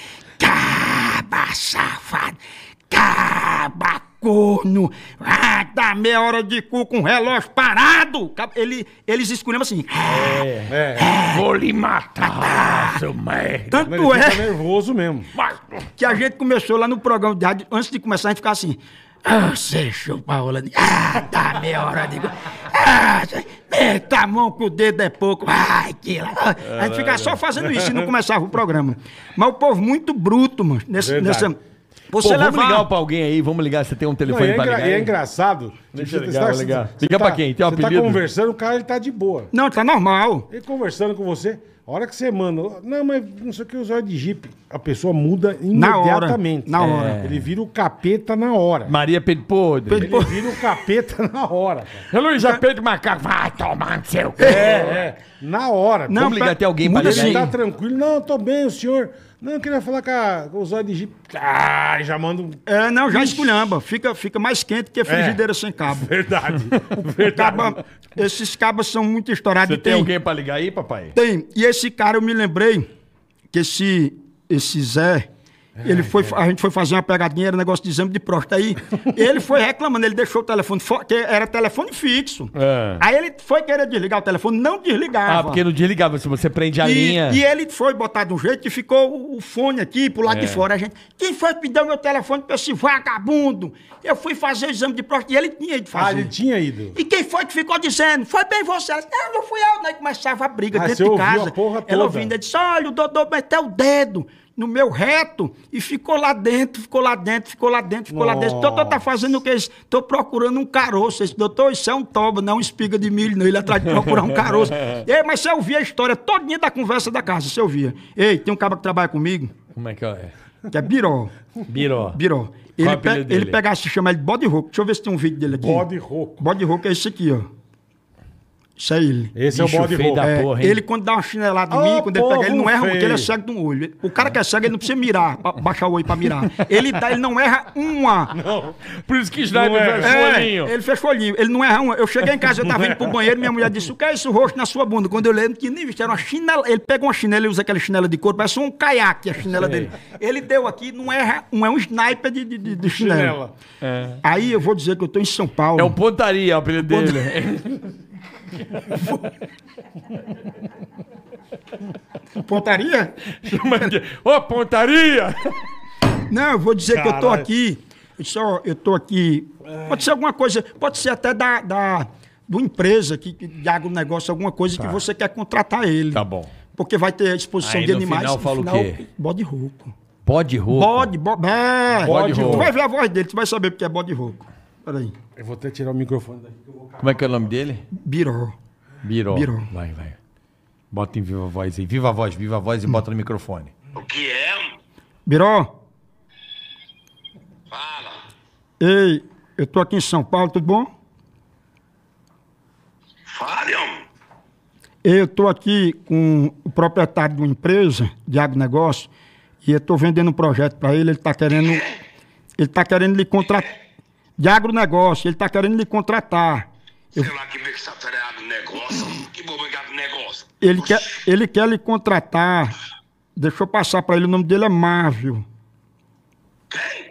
Caba safado, caba corno, ah, dá meia hora de cu com o relógio parado. Ele, eles escolheram assim.
É.
Vou lhe matar, seu merda.
Tanto
Mas ele
é
fica nervoso mesmo.
que a gente começou lá no programa de rádio, antes de começar a gente ficava assim. Ah, você chupa rola de. Ah, dá meia hora de. Ah, eita, a mão com o dedo é pouco. Ai, que lá. A gente ficava só fazendo isso e não começava o programa. Mas o povo muito bruto, mano. Nesse,
Verdade.
nessa.
Pô,
Você
vamos
levar.
ligar pra alguém aí, vamos ligar. Você tem um
Não,
telefone
e é,
pra
engra-
ligar?
e é
aí?
engraçado.
Deixa
você
eu ligar,
tá-
vou ligar.
você
Liga
tá-
pra quem? Tem um
Você tá
apelido?
conversando, o cara ele tá de boa.
Não, tá normal.
Ele conversando com você, a hora que você manda, não, mas não sei o que, os olhos de jipe, a pessoa muda
Na hora,
imediatamente.
na hora.
É. Ele vira o capeta na hora.
Maria Pedro Podre.
Ele vira o capeta na hora. Cara.
Luiz, já Pedro Macaco. Vai tomar no seu cu.
É, é. Na hora.
Não,
Vamos ligar,
pra-
tem alguém pra
muda
ligar
assim.
Ele
aí?
tá tranquilo. Não, eu tô bem, o senhor. Não, eu queria falar com, a, com os olhos de jipe. Ah, já manda um.
É, não, já esculhamba. Fica, fica mais quente que frigideira sem cabo.
Verdade. Verdade.
Caba- esses cabos são muito estourados.
Você
e
tem
tem,
alguém pra ligar aí, papai?
tem. E esse cara, eu me lembrei que esse, esse Zé, ele foi, a gente foi fazer uma pegadinha, era negócio de exame de próstata. Aí ele foi reclamando, ele deixou o telefone, fo- que era telefone fixo.
É.
Aí ele foi querer desligar o telefone, não desligava.
Ah, porque não desligava. Se você prende a
E,
linha.
e ele foi botar de um jeito que ficou o- o fone aqui pro lado
É.
de fora. A gente, quem foi que me deu meu telefone pra esse vagabundo? Eu fui fazer o exame de próstata e ele tinha ido
Ah,
fazer.
ele tinha ido.
E quem foi que ficou dizendo? Foi bem você. Ela disse, não, não fui eu. Daí começava a briga
Ah,
dentro
você
de
ouviu
casa.
a porra
Ela
toda.
ouvindo, ela disse, olha, o Dodô meteu o dedo no meu reto e ficou lá dentro, ficou lá dentro, ficou lá dentro, ficou lá dentro. O doutor tá fazendo o que? Tô procurando um caroço. Esse doutor, isso é um toba, não é uma espiga de milho, não. Ele atrás de procurar um caroço. Ei, mas você ouvia a história todinha da conversa da casa, você ouvia. Ei, tem um cara que trabalha comigo,
Como é que é?
que é Biró.
Biró.
Biró.
é o
Ele,
apelido
pe ele
dele?
pega, se chama ele de bode rouco. Deixa eu ver se tem um vídeo dele aqui.
Bode rouco.
Bode rouco é esse aqui, ó. Isso é ele.
Esse
Bicho
é o bode
feio
rouco.
da
É,
porra, hein?
ele quando dá uma chinelada em
Ô,
mim, quando ele pega, ele não
povo
erra um, porque ele é
feio.
cego de um olho. O cara que é cego, ele não precisa mirar, pra baixar o olho pra mirar. Ele, dá, ele não erra uma.
Por isso que Sniper
Não é.
fechou o
É,
olhinho.
ele fechou o olhinho, ele não erra uma. Eu cheguei em casa, eu tava indo pro banheiro, minha mulher disse, o que é isso roxo na sua bunda? Quando eu olhei, não tinha nem visto, era uma chinela. Ele pega uma chinela, ele usa aquela chinela de couro, parece um caiaque a chinela dele. Ele deu aqui, não erra um, é um sniper de, de, de, de chinela.
Chinela.
Aí eu vou dizer que eu tô em São Paulo.
É o Pontaria, o apelido dele.
Pontaria?
Chama de- Ô, Pontaria!
Não, eu vou dizer que eu tô
Caralho.
aqui. Eu Só, eu tô aqui. Pode ser alguma coisa, pode ser até da, da, do empresa que, que de agronegócio, alguma coisa que você quer contratar ele.
Tá bom.
Porque vai ter exposição
Aí
de
no
animais.
final
no
fala o quê?
Bode rouco.
Bode rouco.
Bode, bode. É,
Bode
tu
rouco.
vai ver a voz dele, tu vai saber porque é bode rouco. Peraí.
Eu vou até tirar o microfone daqui. que eu vou-
Como é que é o nome dele?
Biró.
Biró.
Biró.
Vai, vai. Bota em viva voz aí. Viva voz, viva voz e bota no microfone.
O que é?
Biró,
Fala.
ei, eu tô aqui em São Paulo, tudo bom?
Fale, homem.
Eu tô aqui com o proprietário de uma empresa de agronegócio e eu tô vendendo um projeto para ele, ele tá querendo. Ele tá querendo lhe contratar. De agronegócio, ele tá querendo lhe contratar. Eu-
Sei lá que vê que essa feriado negócio. Que bobegado negócio.
ele, quer, ele quer lhe contratar. Deixa eu passar para ele, o nome dele é Mávio.
Quem?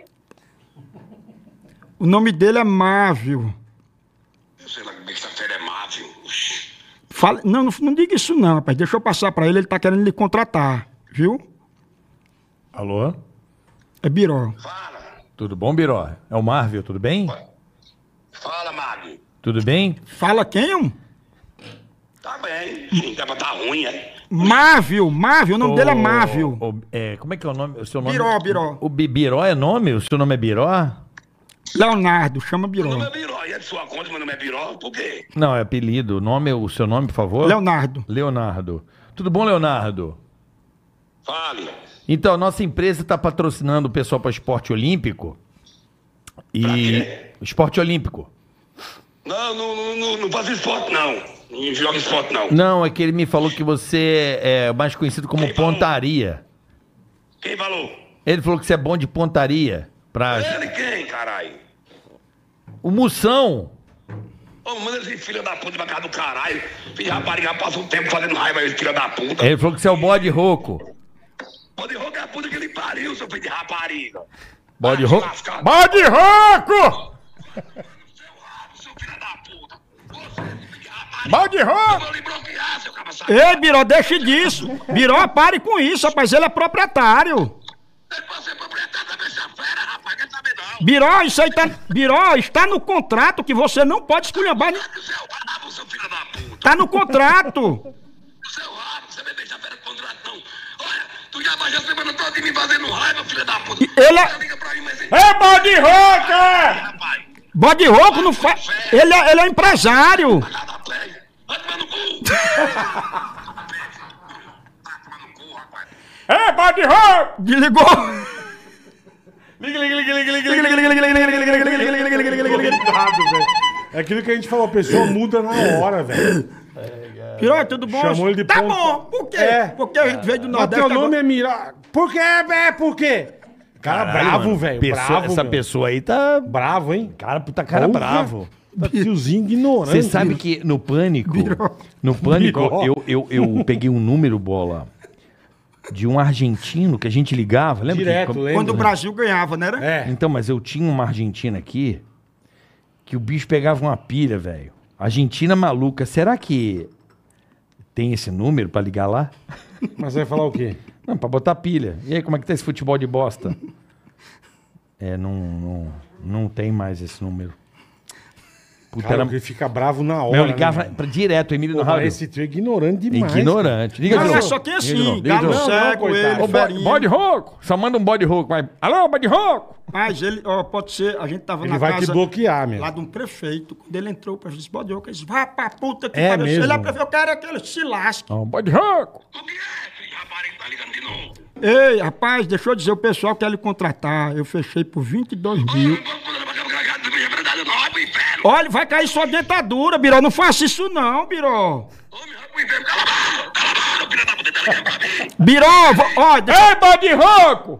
O nome dele é Mávio.
Eu sei lá que vê que essa feira é mável. Oxi.
Fala, não, não, não diga isso não, rapaz. Deixa eu passar para ele, ele tá querendo lhe contratar. Viu?
Alô?
É Biró.
Fala.
Tudo bom, Biró? É o Marvel, tudo bem?
Fala, Magno.
Tudo bem?
Fala quem, um?
Tá bem. Sim, tá, tá ruim, é?
Mávio, Mávio, o nome
Ô,
dele é Mávio.
ô, é, como é que é o nome? O seu nome?
Biró, Biró.
O Bi- Biró é nome? O seu nome é Biró?
Leonardo, chama
Meu nome
Biró.
é Biró. E é de sua conta, meu nome é Biró? Por quê?
Não, é apelido. O nome, o seu nome, por favor?
Leonardo.
Leonardo. Tudo bom, Leonardo?
Fale.
Então, nossa empresa está patrocinando o pessoal para esporte olímpico. E.
Pra quê?
Esporte olímpico.
Não, não, não, não, não faço esporte, não. Não joga esporte, não.
Não, é que ele me falou que você é mais conhecido como
Quem falou?
pontaria.
Quem falou?
Ele falou que você é bom de pontaria. Pra...
Ele quem, caralho?
O Moção.
Ô, manda esse filho da puta pra casa do caralho. Filho de rapariga passa um tempo fazendo raiva aí, filho da puta.
Ele falou que você é o bode rouco.
Pode rogar a puta que ele pariu, seu filho de rapariga.
Bode
Vai se
rouco?
lascar.
Bode rouco!
Seu rabo, seu filho da puta. Você, filho de rapariga.
Bode
Eu
rouco!
vou lhe bloquear, seu cabeça.
Ei, Biró, deixe disso. Biró, pare com isso, rapaz. Ele é proprietário.
Você é proprietário da minha fera, rapaz. Quer saber não?
Biró, isso aí tá. Biró, está no contrato que você não pode esculhambar. ni-
Seu rabo, seu filho da puta.
Tá no contrato.
Seu rabo, você vai deixar fera com contrato, não. Olha, tu já vai a semana toda me fazendo raiva, filho da puta.
Ele é-
Você liga pra mim, mas...
É bode rouca!
Rapaz,
Bode rouco não faz. Ele é, ele é empresário.
nada play. Vai tomar no cu. Vai tomar no cu, rapaz.
É bode rouco!
Desligou.
Liga, liga, liga, liga, liga, liga.
Cuidado, velho. É aquilo que a gente falou, a pessoa muda na hora, velho.
Piró, tudo bom?
Chamou ele de
Tá
ponta.
bom. Por quê?
É.
Porque a gente veio do
Mas
Nordeste.
teu nome
agora-
é Mira. Por quê? É, por quê? Cara
Caralho,
bravo,
mano.
velho.
Pessoa-
Bravo,
Essa
meu.
pessoa aí tá.
Bravo, hein?
Cara, puta cara
Porra.
bravo.
Tá tiozinho ignorante.
Você sabe que no Pânico, no Pânico,
Virou.
eu, eu, eu peguei um número, Bola, de um argentino que a gente ligava, lembra?
Direto,
que,
lembra?
Quando o Brasil ganhava, né? Era?
É.
Então, mas eu tinha uma argentina aqui que o bicho pegava uma pilha, velho. Argentina maluca. Será que tem esse número pra ligar lá?
Mas vai falar o quê?
Não, pra botar pilha. E aí, como é que tá esse futebol de bosta? É, não, não, não tem mais esse número. Puta,
Cara,
era...
ele fica bravo na hora.
Eu ligava
né?
pra direto, Emílio no
Porra,
rádio.
esse tio é ignorante demais.
Ignorante. Liga
Não,
de
é
novo.
só tem
Liga de
assim,
novo, liga de
galo
novo.
cego,
Não,
ele,
coitado.
Ô, bo-
ferinha.
bode rouco. Só manda um bode rouco. Vai. Alô, bode rouco.
Mas ele, ó, pode ser, a gente tava
Ele
na
vai
casa
te bloquear, meu.
lá de um prefeito. Quando ele entrou, o prefeito disse, bode rouco, ele disse, vai pra puta que
É
pariu.
mesmo?
Ele é prefeito, eu quero é que ele se lasque.
Ó, bode rouco.
O que é, filho de rapariga? Tá ligando de novo?
Ei, rapaz, deixa eu dizer, o pessoal quer lhe contratar. Eu fechei por vinte e dois mil. Olha, vai cair sua dentadura, Biró. Não faça isso não, Biró. Biró, vo- ó, deixa-
É bode rouco!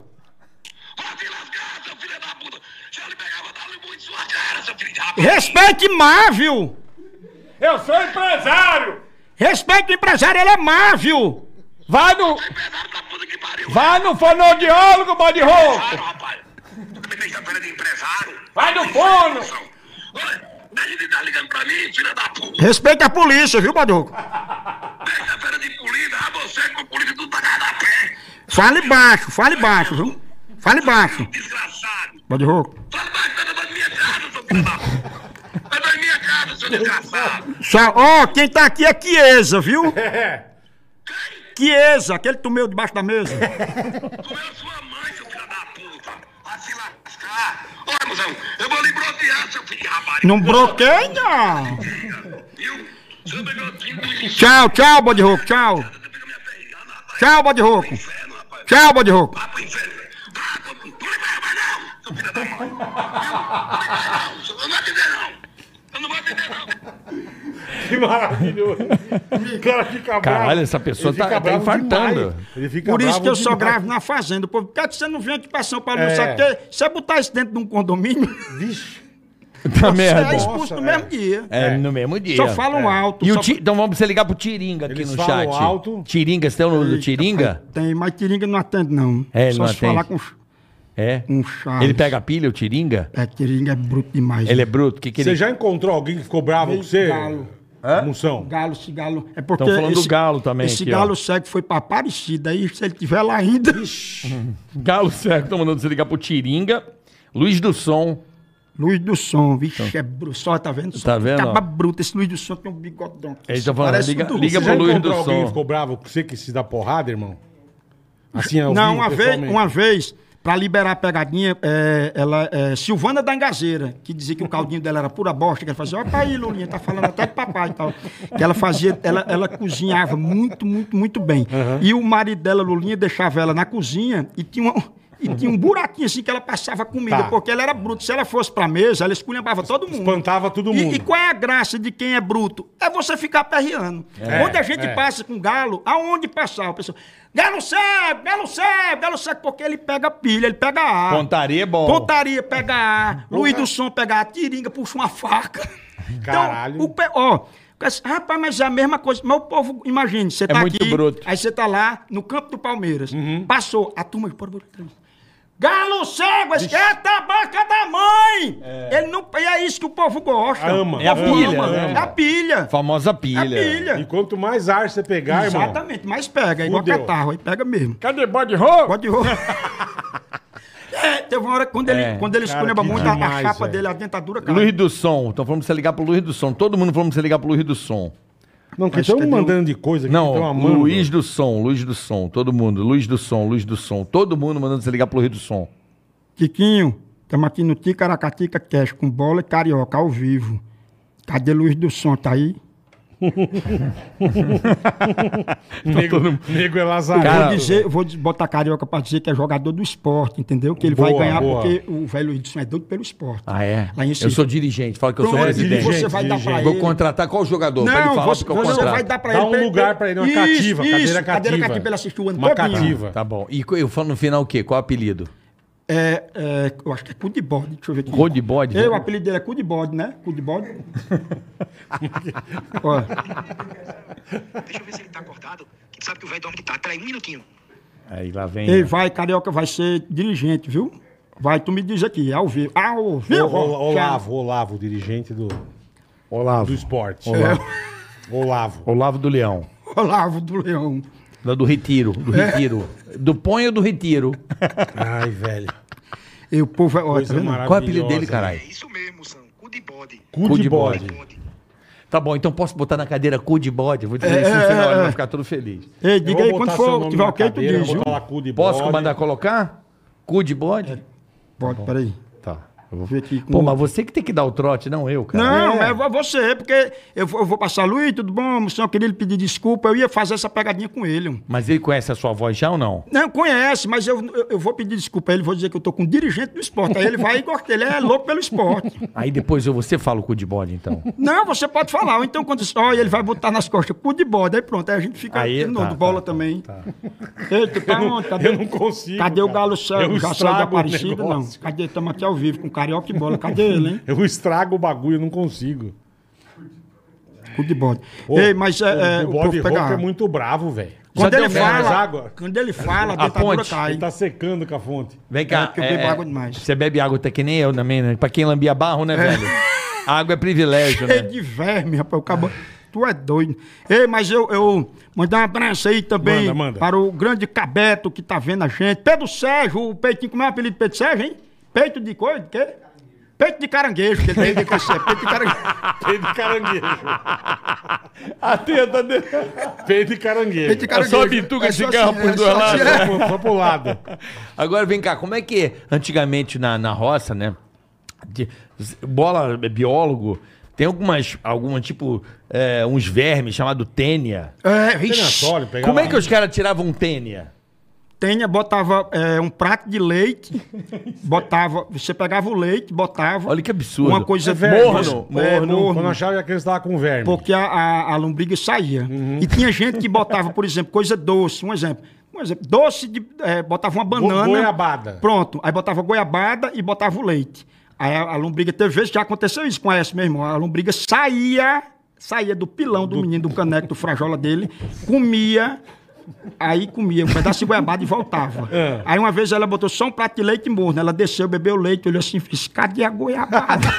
respeite
Mávio.
Eu sou empresário!
Respeite o empresário, ele é Mávio.
Vai no. Vai no fonoaudiólogo, bode rouco!
Rapaz, tu também tem feira de empresário?
Vai no fono!
Olha, deixa de tá ligando pra mim, filha da puta.
Respeite a polícia, viu, bode rouco?
Deixa feira de polícia, ah, você com polícia tudo tá cada pé.
Fale baixo, fale baixo, viu? Fale baixo,
Desgraçado.
bode rouco.
Fala mais, tá na minha casa, seu filho da puta. Tá na minha casa, seu desgraçado.
Só- Ó, quem tá aqui é Chiesa, viu?
É.
Chiesa, aquele que meio debaixo da mesa.
Comeu sua mãe, seu filho da puta. Vai se lascar. Olha, moção, eu vou lhe bloquear, seu filho de rapariga.
Não bloqueia, não.
Viu? Seu negocinho do lixo.
Tchau, tchau, bode rouco, tchau.
Você pega minha ferrigana, rapaz.
Tchau, bode rouco.
Inferno, rapaz.
Tchau, bode rouco.
Vai pro inferno. Ah, não lhe vai mais não, seu filho da mãe. Viu? Não lhe vai não. Eu não vou atender não. Eu não vou atender não.
Que maravilhoso. O cara fica bravo.
Caralho, essa pessoa
Ele
tá-
fica
tá
bravo
infartando.
demais. Ele fica
Por isso
bravo
que eu só
demais.
gravo na fazenda. Por que você não vem aqui pra São Paulo?
É.
Não sabe porque você botar isso dentro de um condomínio,
Vixe.
Tá
você
merda.
é expulso
Nossa,
no
é.
mesmo dia.
É, no mesmo dia.
Só falam alto.
E o
só-
ti... Então vamos você ligar pro Tiringa aqui
Eles
no
falam
chat.
alto.
Tiringa, você tem o número do Tiringa?
Tem, mas Tiringa não atende, não.
É, ele
Só
não
se
atende.
falar com,
É.
com Charles.
Ele pega a pilha, o Tiringa?
É, Tiringa é bruto demais.
Ele é bruto? Que que
Você
ele...
já encontrou alguém que ficou bravo com você?
Galo.
Moção.
Galo, esse galo. É porque
Tão falando do galo também
Esse
aqui,
galo
ó.
cego foi pra Aparecida. Aí, se ele tiver lá ainda.
Galo certo, tô mandando você ligar pro Tiringa. Luiz do Som.
Luiz do Som, vixe, é bruto. Só tá vendo?
Tá vendo,
Tava
ó?
bruto. Esse Luiz do Som tem um bigodão.
Ele tá falando,
Parece
liga,
um do-
liga
Você
pro
já
Luiz do
encontrou alguém que
Som.
ficou bravo com você que se dá porrada, irmão? Assim, ao
Não,
vivo,
uma vez,
pessoalmente?
uma vez, pra liberar a pegadinha, é, ela, é, Silvana da Engazeira, que dizia que o caldinho dela era pura bosta, que ela fazia, olha aí, Lulinha, tá falando até de papai e tal. Que ela fazia, ela, ela cozinhava muito, muito, muito bem. E o marido dela, Lulinha, deixava ela na cozinha e tinha uma... E tinha um buraquinho assim que ela passava comida,
Tá.
porque ela era bruta. Se ela fosse pra mesa, ela esculhambava todo mundo.
Espantava todo
E-
mundo.
E, qual é a graça de quem é bruto? É você ficar perreando.
É,
Onde a gente
é.
passa com galo, aonde passar? O pessoal, galo cego, galo cego, galo cego, porque ele pega pilha, ele pega ar.
Pontaria é bom.
Pontaria pega ar. Luiz do Som pega a tiringa, puxa uma faca.
Caralho.
Então, o pe... ó, rapaz, mas é a mesma coisa. Mas o povo, imagine, você tá
muito
aqui,
bruto.
aí você tá lá no campo do Palmeiras.
Uhum.
Passou, a turma... Galo cego, esquenta a boca da mãe! Ele não... E é isso que o povo gosta.
Ama.
É a
O povo
pilha,
ama.
né?
É a pilha.
Famosa
É a
pilha.
pilha.
E quanto mais ar você pegar, irmão...
Exatamente, mas pega, é igual
Fudeu.
catarro, aí pega mesmo.
Cadê bode roupa?
Pode roubar. É, teve uma hora que quando ele,
É.
quando ele
Cara,
escolheva
que
muito, a- a
demais,
chapa
velho.
dele, a dentadura cai.
Luiz do Som. Estão falando pra você ligar pro Luiz do Som. Todo mundo falando pra você ligar pro Luiz do Som.
Não, que
Acho
estão
que deu-
mandando de coisa aqui,
Não,
estão amando.
Luiz do Som, Luiz do Som. Todo mundo. Luiz do Som, Luiz do Som. Todo mundo mandando você ligar pro Luiz do Som.
Tiquinho, estamos aqui no Ticaracatica Cash com bola e carioca ao vivo. Cadê Luiz do Som? Tá aí?
Nego, nego é Lazarento.
Cara,
vou dizer, eu vou des- botar carioca pra dizer que é jogador do esporte, entendeu? Que ele
Boa,
vai ganhar
boa.
porque o velho Luiz do Som é doido pelo esporte.
Ah, é?
Lá em
Eu
Recife.
sou dirigente. Fala que eu sou
Pronto,
presidente.
dirigente,
você vai dar pra
dirigente.
ele.
Vou contratar qual jogador? pra ele
Não,
falar
você,
porque eu
você
contrato.
vai dar pra
Dá
ele.
um
pra ele-
lugar pra ele, uma
Isso,
cativa, cadeira
isso,
cativa.
Cadeira cativa pra ele assistir o ano
Uma
todinho.
cativa.
Tá bom. E eu falo no final o quê? Qual é o apelido?
É, é, eu acho que é cu de bode, deixa eu ver aqui.
Cu de bode?
É, o apelido dele é cu de bode, né? Cu de bode. Ó,
Deixa eu ver se ele tá acordado. Que tu sabe que o velho dorme que tá. Peraí, um minutinho.
Aí lá vem.
ele vai, carioca, vai ser dirigente, viu? Vai, tu me diz aqui, ao vivo. Ao
O-
vivo.
o- Olavo, Olavo, o dirigente do, do
Olavo.
esporte.
Olavo.
Olavo.
Olavo do Leão.
Olavo do Leão.
Não, do Retiro. Do Retiro. Do Ponho do Retiro.
Ai, velho.
E o povo é. Ó, tá
Coisa
vendo?
maravilhosa.
Qual é o apelido dele, caralho?
É isso mesmo, São. Cu de bode.
Cu de bode.
Bode.
Tá bom, então posso botar na cadeira cu de bode? Eu vou dizer isso no final, ele vai ficar todo feliz.
Ei,
Eu
diga
vou
aí,
botar
quando
seu
for,
nome
tiver
na
ok, tu
cadeira,
diz,
vou
viu?
botar lá cu de
Posso
bode.
mandar colocar? Cu de bode?
Pode, peraí.
Tá. Eu vou
Ver aqui com-
Pô, mas você que tem que dar o trote, não eu, cara.
Não,
É.
é você, porque eu vou, eu vou passar, Luiz, tudo bom? Moção, eu queria lhe pedir desculpa, eu ia fazer essa pegadinha com ele.
Mas ele conhece a sua voz já ou não?
Não, conhece, mas eu, eu, eu vou pedir desculpa a ele, vou dizer que eu tô com um dirigente do esporte. Aí ele vai e corta, ele é louco pelo esporte.
Aí depois eu, você fala o cu de bode, então.
Não, você pode falar. Ou então, quando diz, olha, ele vai botar nas costas cu de bode. Aí pronto, aí a gente fica
Aí,
de novo,
tá,
bola
tá,
também. Eita, tá onde? Cadê,
Eu não consigo.
cadê o
cara.
Galo
Eu
Cego? Já saiu da
estrago o
Aparecida? Não.
negócio.
Cadê? Estamos aqui ao vivo com carioca e bola. Cadê ele, hein?
Eu estrago o bagulho, eu não consigo.
Cu de bode.
Ô,
Ei, mas é, é,
o
o
bode
povo pega
rouco é
água.
muito bravo, velho.
Quando
Já
ele
deu
mais
fala,
água?
quando ele fala, a
A
dentadura
ponte.
cai.
Ele tá secando com a fonte.
Vem cá.
É, porque eu bebo água demais.
Você bebe água até que nem eu também, né? Pra quem lambia barro, né, velho? Água é privilégio,
Cheio
né?
de verme, rapaz. O cabo... Tu é doido. Ei, mas eu, eu mandar um abraço aí também
Manda, manda.
para o grande Cabeto que tá vendo a gente. Pedro Sérgio, o peitinho, como é o apelido de Pedro Sérgio, hein? Peito de coisa, de quê? Peito de caranguejo, que ele tem que ser. Peito de caranguejo.
Peito de caranguejo.
A teta dele.
Peito de caranguejo.
Peito de
É
caranguejo.
só a bituca de
só
cigarro
assim,
por
é
dois
só
lados.
assim, é.
Só, só pro lado.
Agora vem cá, como é que antigamente na, na roça, né? de- bola, é biólogo, tem algumas, alguma tipo, é, uns vermes chamado tênia.
É,
Tem na
ixi.
sole, pegava-
Como é que os caras tiravam tênia?
Tenha, botava é, um prato de leite, botava, você pegava o leite, botava
Olha que absurdo.
uma coisa
É verme.
Morno,
é,
morno.
morno,
Quando eu achava que eles estavam com verme.
porque a, a, a lombriga saía.
Uhum.
E tinha gente que botava, por exemplo, coisa doce, um exemplo. Um exemplo, doce de. É, botava uma banana.
goiabada.
Pronto. Aí botava goiabada e botava o leite. Aí a, a lombriga, teve vezes que já aconteceu isso com essa, meu irmão. A lombriga saía, saía do pilão do, menino, do caneco, do frajola dele, comia. Aí comia um pedaço de goiabada e voltava.
É.
Aí uma vez ela botou só um prato de leite morno. Ela desceu, bebeu o leite, olhou assim e disse: cadê a goiabada?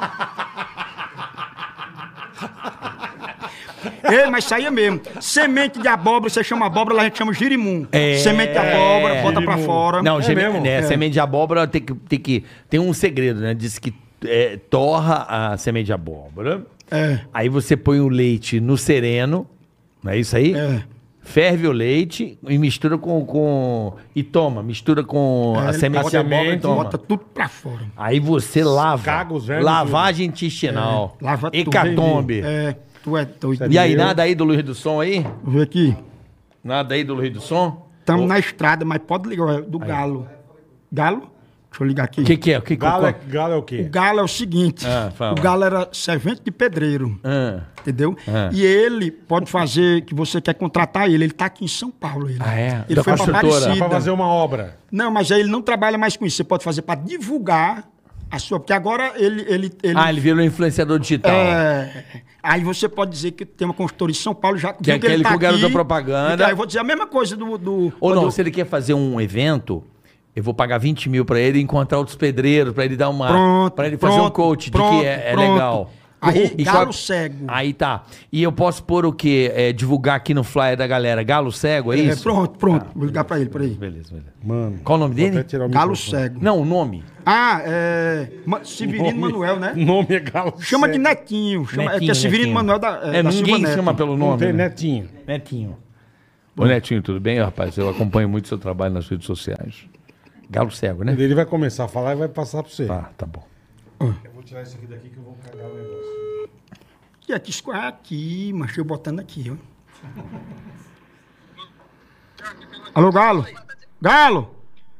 Ei, mas saía mesmo. Semente de abóbora, você chama abóbora, lá a gente chama girimum.
É.
Semente de abóbora, bota pra
Girimum.
fora.
Não,
É
geme-
mesmo?
né,
É.
semente de abóbora tem que, tem que. Tem um segredo, né? Diz que é, torra a semente de abóbora.
É.
Aí você põe o leite no sereno, não é isso aí?
É.
Ferve o leite e mistura com... com e toma, mistura com
É,
a semente de
bota-
abóbora e toma.
Bota tudo pra fora.
Aí você lava.
Caga os vermes
Lavagem intestinal.
É, lava tudo.
Hecatombe.
É, tu é doido.
E aí,
Eu-
nada aí do Luiz do Som aí?
Vou ver aqui.
Nada aí do Luiz do Som?
Estamos na estrada, mas pode ligar, ó, do Galo. Galo? Deixa eu ligar aqui.
O que, que é? O que, que
Galo é,
qual-
galo é o
O
quê?
Galo é o seguinte,
Ah, fala.
o Galo era servente de pedreiro,
Ah,
entendeu?
Ah.
E ele pode fazer, que você quer contratar ele, ele tá aqui em São Paulo. Ele,
Ah, é?
Ele
Da
foi pra
construtora.
Dá
Aparecida.
pra fazer uma obra.
Não, mas aí ele não trabalha mais com isso. Você pode fazer para divulgar a sua... Porque agora ele... ele, ele
Ah, ele virou influenciador digital.
é, aí você pode dizer que tem uma consultora em São Paulo já...
Que é
viu ele
aquele
tá
que o garoto
aqui,
da propaganda.
Aí eu vou dizer a mesma coisa do... do
Ou não,
quando-
se ele quer fazer um evento, eu vou pagar vinte mil pra ele e encontrar outros pedreiros, pra ele dar uma.
Pronto,
Pra ele fazer um
pronto,
coach
pronto,
de que é, é
pronto.
legal.
Aí,
E
galo
qual-
cego.
Aí tá. E eu posso pôr o quê? É, divulgar aqui no flyer da galera. Galo cego, é,
É,
isso?
pronto, pronto. Vou ligar para ele, peraí.
Beleza, beleza.
Mano.
Qual o nome
vou
dele?
até tirar o
Galo
microfone.
cego.
Não, o nome.
Ah, é... Ma- Severino
Nome-
Manuel, né?
O nome é Galo
Chama de
Cego.
Netinho. Chama, é que
Netinho,
é Severino
Netinho.
Manuel da,
É,
é, da Silva
ninguém
Neto.
chama pelo
Não
nome.
tem
né?
netinho.
Netinho. Ô, Netinho, tudo bem, rapaz? Eu acompanho muito seu trabalho nas redes sociais. Galo cego, né?
Ele vai começar a falar e vai passar pra você.
Tá, tá bom.
Eu vou tirar isso aqui daqui que eu vou cagar o negócio.
E aqui, escorre aqui, mas eu botando aqui, ó. Alô, Galo? Galo?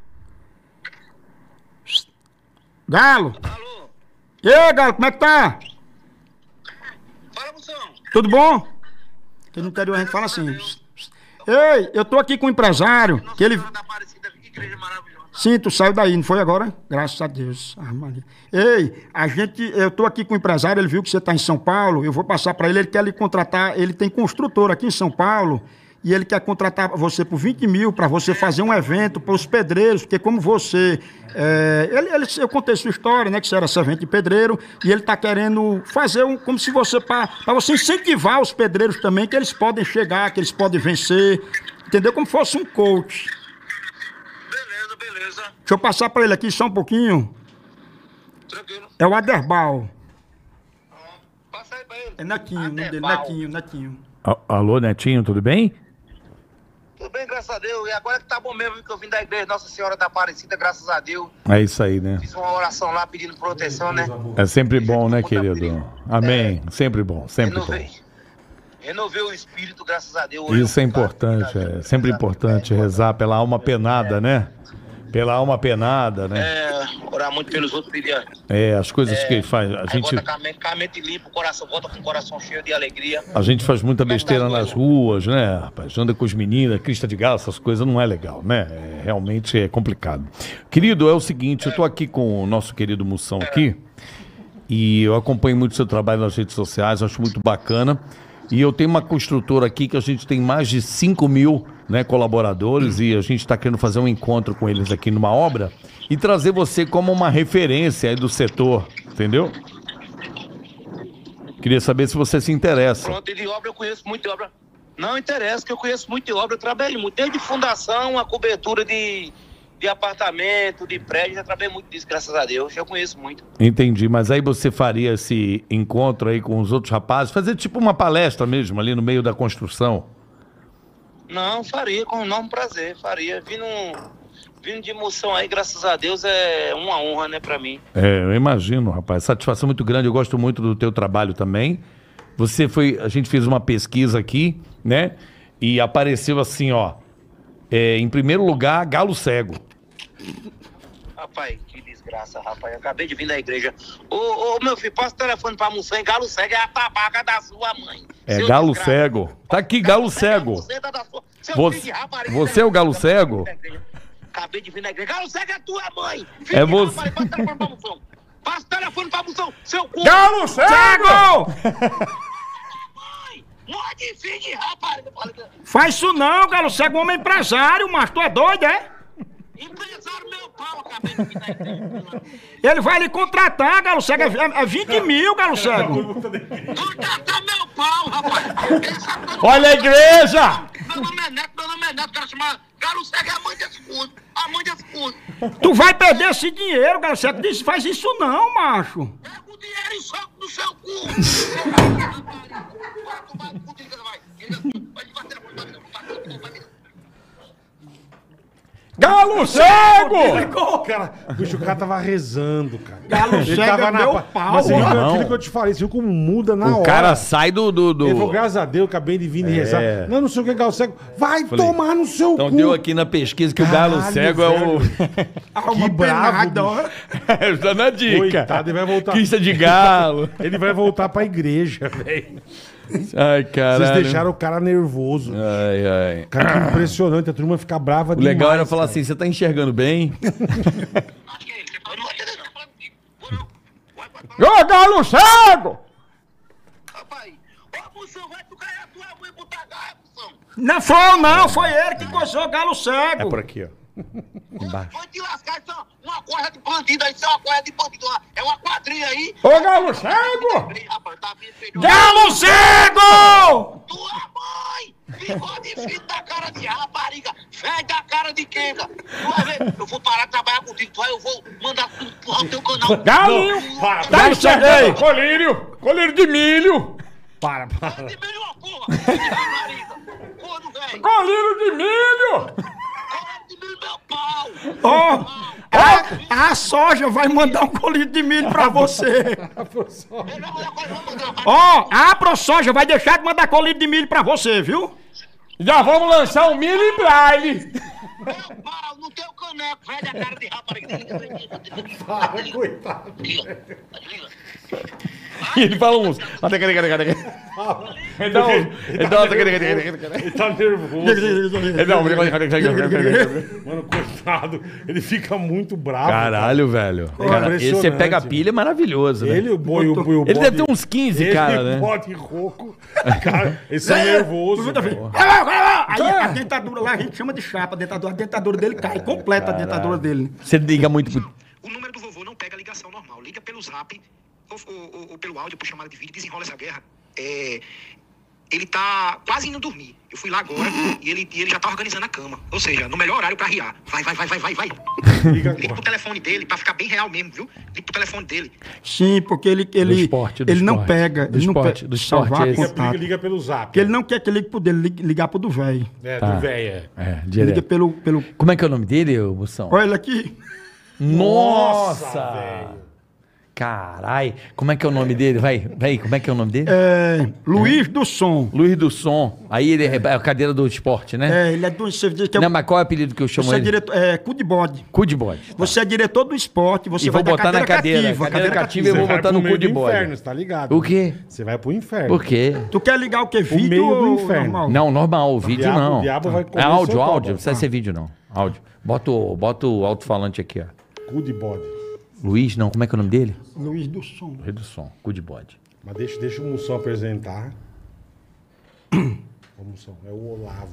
Galo?
Alô?
E aí, Galo, como é que tá?
Fala, moção.
Tudo bom? Porque no interior a gente fala assim. Ei, eu tô aqui com um empresário, que ele...
Nossa Senhora da Aparecida, que igreja maravilhosa.
Sim, tu saiu daí, não foi agora? Graças a Deus. Ah, Maria. Ei, a gente, eu tô aqui com o empresário, ele viu que você tá em São Paulo, eu vou passar para ele, ele quer lhe contratar, ele tem construtor aqui em São Paulo, e ele quer contratar você por vinte mil para você fazer um evento para os pedreiros, porque como você, é, ele, ele, eu contei sua história, né, que você era servente de pedreiro, e ele tá querendo fazer um, como se você, para você incentivar os pedreiros também, que eles podem chegar, que eles podem vencer, entendeu? Como fosse um coach.
Beleza, beleza.
Deixa eu passar para ele aqui só um pouquinho.
Tranquilo.
É o Aderbal.
Passa aí pra ele.
É Netinho, o nome dele,
Aderbal.
Netinho, Netinho.
Alô, Netinho, tudo bem?
Tudo bem, graças a Deus. E agora que tá bom mesmo, que eu vim da igreja Nossa Senhora da Aparecida, graças a Deus.
É isso aí, né?
Fiz uma oração lá pedindo proteção, né?
É sempre bom, né, querido? Amém. Sempre bom, sempre bom.
Renovei. Renovei o espírito, graças a Deus.
Isso é importante, é sempre importante rezar pela alma penada, né? Pela alma penada, né?
É, orar muito pelos outros, pedir.
É, as coisas que faz. A
Aí
gente,
volta com a mente, com a mente limpa, o coração volta com o coração cheio de alegria.
a gente faz muita besteira nas ruas, né, rapaz? Anda com os meninos, crista de galo, essas coisas não é legal, né? É, realmente é complicado. Querido, é o seguinte, eu tô aqui com o nosso querido Moção aqui, e eu acompanho muito o seu trabalho nas redes sociais, acho muito bacana. E eu tenho uma construtora aqui que a gente tem mais de cinco mil, né, colaboradores, e a gente está querendo fazer um encontro com eles aqui numa obra e trazer você como uma referência aí do setor, entendeu? Queria saber se você se interessa.
Pronto, e de obra eu conheço muito de obra. Não interessa, que eu conheço muito de obra, eu trabalhei muito, desde fundação, a cobertura de, de apartamento, de prédio, já trabalhei muito disso, graças a Deus, eu conheço muito.
Entendi, mas aí você faria esse encontro aí com os outros rapazes, fazer tipo uma palestra mesmo ali no meio da construção?
Não, faria, com enorme prazer, faria. Vindo, vindo de emoção aí, graças a Deus, é uma honra, né, pra mim.
É, eu imagino, rapaz. Satisfação muito grande. Eu gosto muito do teu trabalho também. Você foi... A gente fez uma pesquisa aqui, né? E apareceu assim, ó. É, em primeiro lugar, Galo Cego.
Rapaz, que desgraça, rapaz. Eu acabei de vir da igreja. Ô, ô, meu filho, passa o telefone pra moção, Galo Cego é a tabaca da sua mãe.
É
Seu
Galo
desgraça.
Cego. Tá aqui, Galo Cego.
Você, da sua... Seu
Você-
filho de rapariga,
você é o Galo Cego?
Acabei de vir na igreja. Galo Cego é tua mãe.
É
de
você.
rapariga, passa o telefone pra moção. Passa o telefone pra moção. Seu cu.
Galo Cego!
Mãe, morre de filho de rapariga. Fala que-
Faz isso não, Galo Cego, um homem empresário, mas tu é doido, é?
Empresário meu pau, acabei de vir da igreja.
Ele vai lhe contratar, Galo Cego, é, é vinte mil, Galo Cego.
Contratar meu pau, rapaz. Essa coisa-
Olha a igreja!
Meu nome é Neto, meu nome é Neto, quero chamar Galo cego é a mãe desse fundo. A mãe desse fundo.
Tu vai perder esse dinheiro, Galo Cego. Diz, faz isso não, macho.
Pega o dinheiro e soca no seu cu. Vai,
Galo cego!
O cara, bicho, o cara tava rezando, cara.
Galo
Ele
cego
tava
é meu
pa-
pau,
Mas você viu
irmão.
aquilo que eu te falei, você viu como muda na
O
hora.
cara sai do... do, do...
Ele falou, graças a Deus, acabei de vir e rezar. Não, não sei o que, Galo Cego. Vai tomar no seu
Então
cu.
deu aqui na pesquisa que o galo
Caralho,
cego é o...
Alma
bravo,
penada, ó.
Tá na dica.
Coitado, ele vai voltar.
Quista de galo.
Ele vai voltar pra igreja, velho.
Ai, caralho.
Vocês deixaram o cara nervoso.
Ai, ai.
Cara, que impressionante. A turma fica brava
O
demais.
legal era falar
cara.
assim, você tá enxergando bem?
Acho que é ele. Eu não vou atender, não. Vou não. Vai, vai, vai.
Ô, galo cego!
Rapaz. Ô, Moção, vai tu cair a tua mãe botar garra, Moção.
Não foi eu, não. Foi ele que coisou o Galo Cego.
É por aqui, ó. Embaixo.
Vai te lascar, isso é uma corda de bandido aí, isso é uma corda de bandido. É uma quadrilha aí.
Ô, galo cego!
Ei, rapaz, tá vindo feijão.
Galo Cego!
Tua mãe! Ficou de filho da cara de rapariga, velho da cara de quenga. Tu vai ver, eu vou parar de trabalhar contigo, tu vai, eu vou mandar tu empurrar o teu canal.
Galinho!
Para,
Tá enxergando? Colírio! Colírio de milho!
para, para.
De milho uma porra, filho de rapariga. Corno, velho.
Colírio de milho!
Corno de milho, meu pau.
Ó, a, a soja vai mandar um colírio de milho pra você.
Ele vai mandar coisa, vamos mandar.
Ó, a ProSoja vai deixar de mandar colírio de milho pra você, viu?
Já vamos lançar um milho em braille!
Meu pau, no teu caneco, velho da cara de rapariga.
Para, coitado.
E ele fala uns... Até cadê, cadê, cadê?
Ele dá um...
Ele dá uma... cadê, cadê, cadê, cadê?
Ele tá nervoso.
Ele dá um... cadê, cadê, cadê, cadê?
Mano, coitado. Ele fica muito bravo.
Caralho, velho.
É
Cara, esse você pega a
impressionante.
pilha é maravilhoso, né?
Ele, o boi, o, o
Ele
bode-
deve ter uns quinze,
ele,
cara, né?
bode rouco. Cara, eles são nervosos. velho.
Aí a dentadura lá a gente chama de chapa, a dentadura, a dentadura dele cai, completa a dentadura dele.
Você liga muito pro...
O número do vovô não pega a ligação normal. Liga pelo zap ou, ou- ou- ou pelo áudio, por chamada de vídeo, desenrola essa guerra. É, ele tá quase indo dormir. Eu fui lá agora e ele, e ele já tá organizando a cama. Ou seja, no melhor horário pra riar. Vai, vai, vai, vai, vai, vai.
Liga
Liga pro
agora.
telefone dele pra ficar bem real mesmo, viu? Liga pro telefone dele.
Sim, porque ele, ele,
Do esporte, do
ele não
esporte.
pega,
Do
ele não
esporte,
pega
do esporte,
salvar
esse.
Liga,
contato.
liga, liga pelo zap.
Porque ele não quer que ligue pro dele, ligue- ligar pro do velho.
É,
Tá.
do velho.
É,
Liga
direto.
pelo, pelo...
Como é que é o nome dele, ô, Moção?
Olha ele aqui.
Nossa!
velho.
Carai, como é que é o nome dele? Vai, vai, como é que é o nome dele?
É, Luiz do Som.
Luiz do Som. Aí ele é a cadeira do esporte, né?
É, ele é do... Você diz que é,
Não, mas qual é o apelido que eu chamo
você é
ele?
diretor... É, cu de bode.
Cu de bode.
Você é diretor do esporte, você
E
vai
vou
da
botar na cadeira.
cativa,
Cadeira cativa eu
Você
vou
vai
botar
pro
no
meio
cu de
do
bode.
inferno, você tá ligado?
O quê?
Você vai pro inferno.
Por quê?
Tu quer ligar o quê? Vídeo
meio do
ou
inferno.
normal?
Não, normal, o vídeo
diabo-
não.
o diabo vai comer
É áudio,
seu
áudio.
pau.
Não precisa ser vídeo, não. Áudio. Bota o, bota o alto-falante aqui, ó.
Cu de bode.
Luiz, não, como é que é o nome dele?
Luiz do Som.
Luiz do Som, cu de bode.
Mas deixa, deixa o Mussão apresentar. O Mussão, é o Olavo.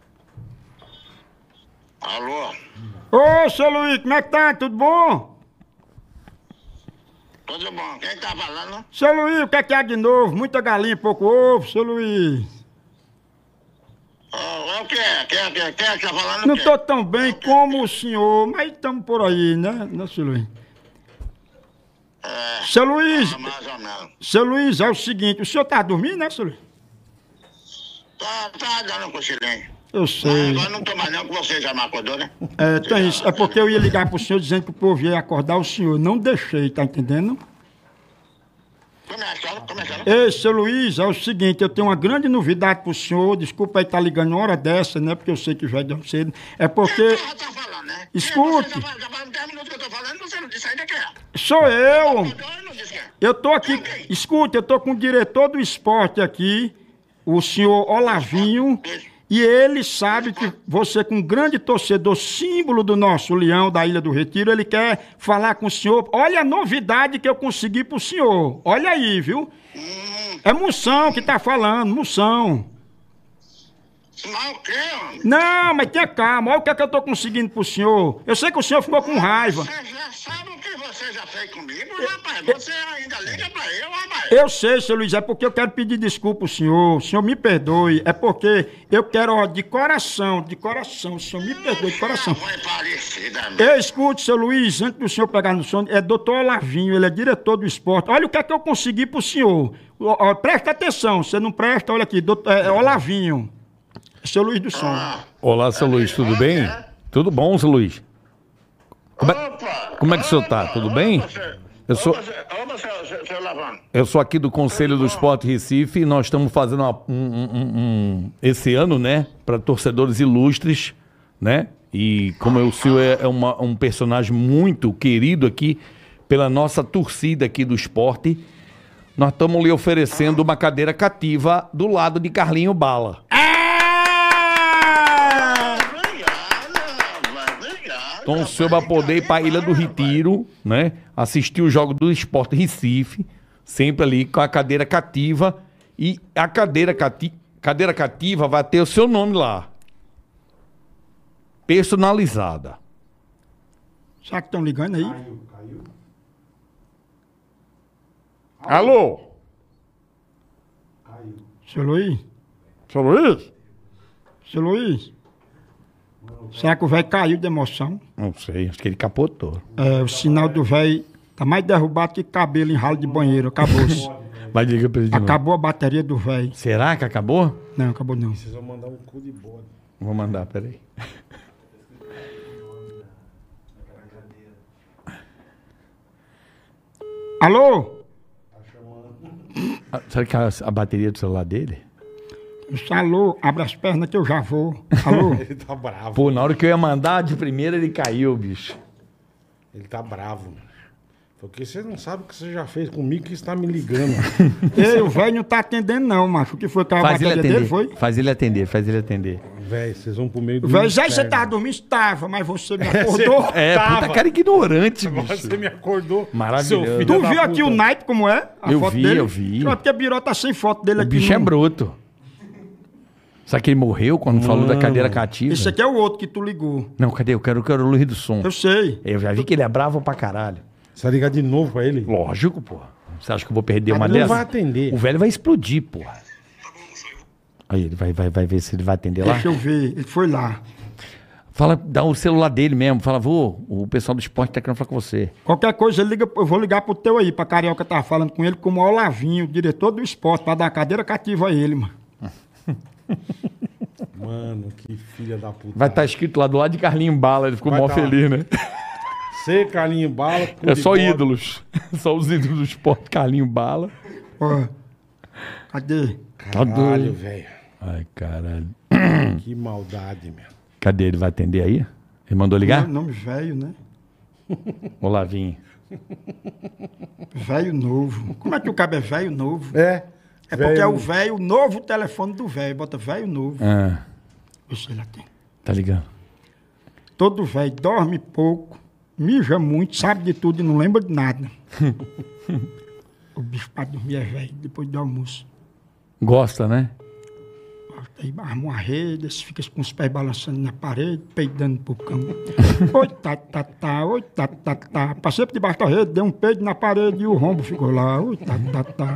Alô?
Ô, seu Luiz, como é que tá? Tudo bom?
Tudo bom? Quem tá falando?
Seu Luiz, o que é que há de novo? Muita galinha, pouco ovo, seu Luiz.
Oh, o que é? Quem é, quem é, quem é que tá falando?
Não
o quê?
tô tão bem como o senhor, mas estamos por aí, né, né, seu Luiz?
É,
Seu Luiz,
mais ou menos.
seu Luiz, é o seguinte, o senhor tá dormindo, né, seu Luiz?
Tá, tá dando um cochilinho.
Eu sei.
Agora não tô mais não, que você já me acordou, né?
É, tem isso. É porque eu ia ligar pro senhor dizendo que o povo ia acordar o senhor. Não deixei, tá entendendo?
Começando, começando.
Ei, seu Luiz, é o seguinte, eu tenho uma grande novidade pro senhor. Desculpa aí estar ligando uma hora dessa, né? Porque eu sei que já é de cedo. É porque...
Você já tá falando, né?
Escute.
Você já, faz- já faz dez minutos que eu tô falando, você não disse ainda quem é.
Sou eu!
Eu não disse quem é.
Eu tô aqui... Escute, eu tô com o diretor do esporte aqui, o senhor Olavinho, e ele sabe que você, com um grande torcedor, símbolo do nosso Leão da Ilha do Retiro, ele quer falar com o senhor. Olha a novidade que eu consegui pro senhor. Olha aí, viu? É Moção que tá falando, Moção.
Mas o quê, homem?
Não, mas tenha calma. Olha o que é que eu tô conseguindo pro senhor. Eu sei que o senhor ficou com raiva.
Você já sabe o que você já fez comigo, rapaz? Você ainda liga pra eu, rapaz?
Eu sei, seu Luiz, é porque eu quero pedir desculpa ao senhor. O senhor me perdoe. É porque eu quero, ó, de coração, de coração. O senhor me perdoe, de coração.
Foi parecida, mesmo.
Eu escute, seu Luiz, antes do senhor pegar no sono, é doutor Olavinho, ele é diretor do esporte. Olha o que é que eu consegui pro senhor. Ó, ó, presta atenção, você não presta, olha aqui, doutor, é, é Olavinho. Seu Luiz do Som.
Ah,
Olá, seu Luiz, tudo bem? Tudo bom, seu Luiz? Como é,
opa!
como é que o senhor tá?
Opa,
Tudo bem?
opa, seu-
Eu sou-
Opa, seu- opa, seu, seu, seu Lavando.
Eu sou aqui do Conselho do Esporte Recife e nós estamos fazendo uma- um, um- um- um- esse ano, né, para torcedores ilustres, né? E como o senhor é, é uma- um personagem muito querido aqui pela nossa torcida aqui do esporte, nós estamos lhe oferecendo uma cadeira cativa do lado de Carlinho Bala.
Obrigado, rapaz, obrigado.
Então o senhor vai poder ir para a Ilha do Retiro, né? Assistir o jogo do Esporte Recife, sempre ali com a cadeira cativa. E a cadeira, cati cadeira cativa vai ter o seu nome lá. Personalizada.
Será que estão ligando aí?
Alô?
Seu Luiz?
Seu Luiz?
Seu Luiz? Será que o velho caiu de emoção?
Não sei, acho que ele capotou.
É, o sinal do velho tá mais derrubado que cabelo em ralo de banheiro. Acabou-se.
Mas diga pra ele de novo.
Acabou a bateria do velho.
Será que acabou?
Não, acabou não.
Vocês vão mandar um cu de bode.
Vou mandar, peraí.
Alô?
Ah, será que a, a bateria do celular dele?
Isso, alô, abre as pernas que eu já vou. Alô?
Ele tá bravo.
Pô, na hora que eu ia mandar de primeira, ele caiu, bicho.
Ele tá bravo. Porque você não sabe o que você já fez comigo que está me ligando.
Ei, o velho não tá atendendo não, macho. O que foi que a
Faz ele
bateria dele
atender.
foi?
Faz ele atender, faz ele atender.
Velho, vocês vão pro meio do
Velho, já você
inferno.
tava dormindo? Estava, mas você me acordou.
É,
Tava.
puta cara ignorante,
Agora
bicho.
você me acordou.
Maravilhoso.
seu filho
Tu
da
viu aqui
puta.
o naipe como é? A
Eu
foto
vi,
dele?
eu vi.
Só porque a Biró tá sem foto dele
O
aqui.
bicho é
no-
bruto. Sabe que ele morreu quando falou da cadeira cativa?
Esse aqui é o outro que tu ligou.
Não, cadê? Eu quero, eu quero o Luiz do Som.
Eu sei.
Eu já vi que ele é bravo pra caralho.
Você vai ligar de novo pra ele?
Lógico, pô. Você acha que eu vou perder uma
Ele não
dessas?
vai atender.
O velho vai explodir, pô. Aí ele vai, vai, vai ver se ele vai atender lá.
Deixa eu ver. Ele foi lá.
Fala, dá o celular dele mesmo. Fala, vô, o pessoal do esporte tá querendo falar com você.
Qualquer coisa, ele liga, eu vou ligar pro teu aí, pra Carioca tá falando com ele, como o Olavinho, diretor do esporte, pra dar a cadeira cativa a ele, mano.
Mano, que filha da puta.
Vai estar escrito lá do lado de Carlinho Bala. Ele ficou
Vai
mó
tá.
feliz, né?
Você, Carlinho Bala. cu
É
de
só
bode.
ídolos. Só os ídolos do esporte. Carlinho Bala.
Ó, cadê?
Tá
Caralho,
doido.
velho.
Ai, caralho.
Que maldade, meu.
Cadê? Ele vai atender aí? Ele mandou ligar?
Nome nome velho, né?
Olá, Vinho.
Velho novo. Como é que o cabo é velho novo?
É.
É porque é o velho, o novo telefone do velho. Bota velho novo.
Ah,
Deixa ele atende.
tá ligando.
Todo velho dorme pouco, mija muito, sabe de tudo e não lembra de nada. O bicho pra dormir é velho, depois do almoço.
Gosta, né?
Aí arma uma rede, esse fica com os pés balançando na parede, peidando pro cão. Oi, tá, tá, tá, oi, tá, tá, tá. Passei por debaixo da rede, dei um peido na parede e o rombo ficou lá. Oi, tá, tá, tá.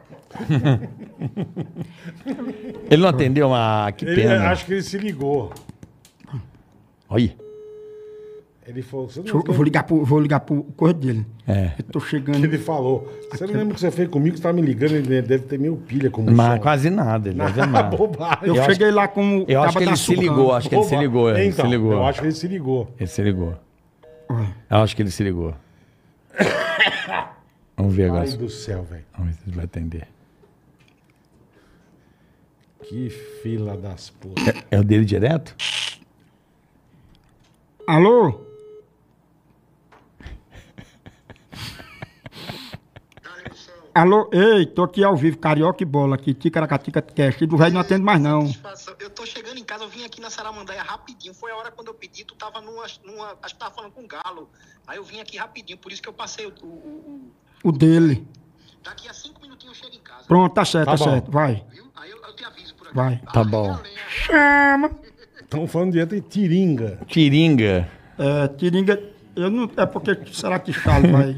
Ele não atendeu, ah, que
Ele,
pena.
acho que ele se ligou.
Olha.
Ele falou, você não
Deixa eu, eu vou ligar pro, vou ligar pro correio dele.
É.
Eu tô
que
chegando.
ele falou. Você não lembra o que você fez comigo? Você tá me ligando, ele deve ter mil pilha como
Mas
som.
quase nada, ele deve nada.
Bobagem.
Eu,
eu acho
cheguei lá com o
Eu acho
cabo
que
da
ele se
Sucam.
ligou, acho que ele se
Boba-
ligou. Ele
Então,
se ligou.
eu acho que ele se ligou.
Ele se ligou.
Ué.
Eu acho que ele se ligou. Vamos ver agora.
Ai do céu, velho.
Vamos ver se ele vai atender.
Que fila das putas.
É, é o dele direto?
Alô? Alô, ei, tô aqui ao vivo, Carioca e Bola aqui, Ticaracatica Cast, e do velho não atende mais não.
Eu tô chegando em casa, eu vim aqui na Saramandaia rapidinho. Foi a hora quando eu pedi, tu tava numa, numa. Acho que tava falando com o Galo. Aí eu vim aqui rapidinho, por isso que eu passei o. o, o-
O dele.
Daqui a cinco minutinhos eu chego em casa.
Pronto, tá certo,
Tá
tá,
bom.
certo. Vai,
Viu? Aí eu, eu te aviso por aqui.
vai.
Tá bom.
Chama.
Estão falando direto de tiringa.
Tiringa.
É, tiringa... Eu não... É porque... Será que Charles vai...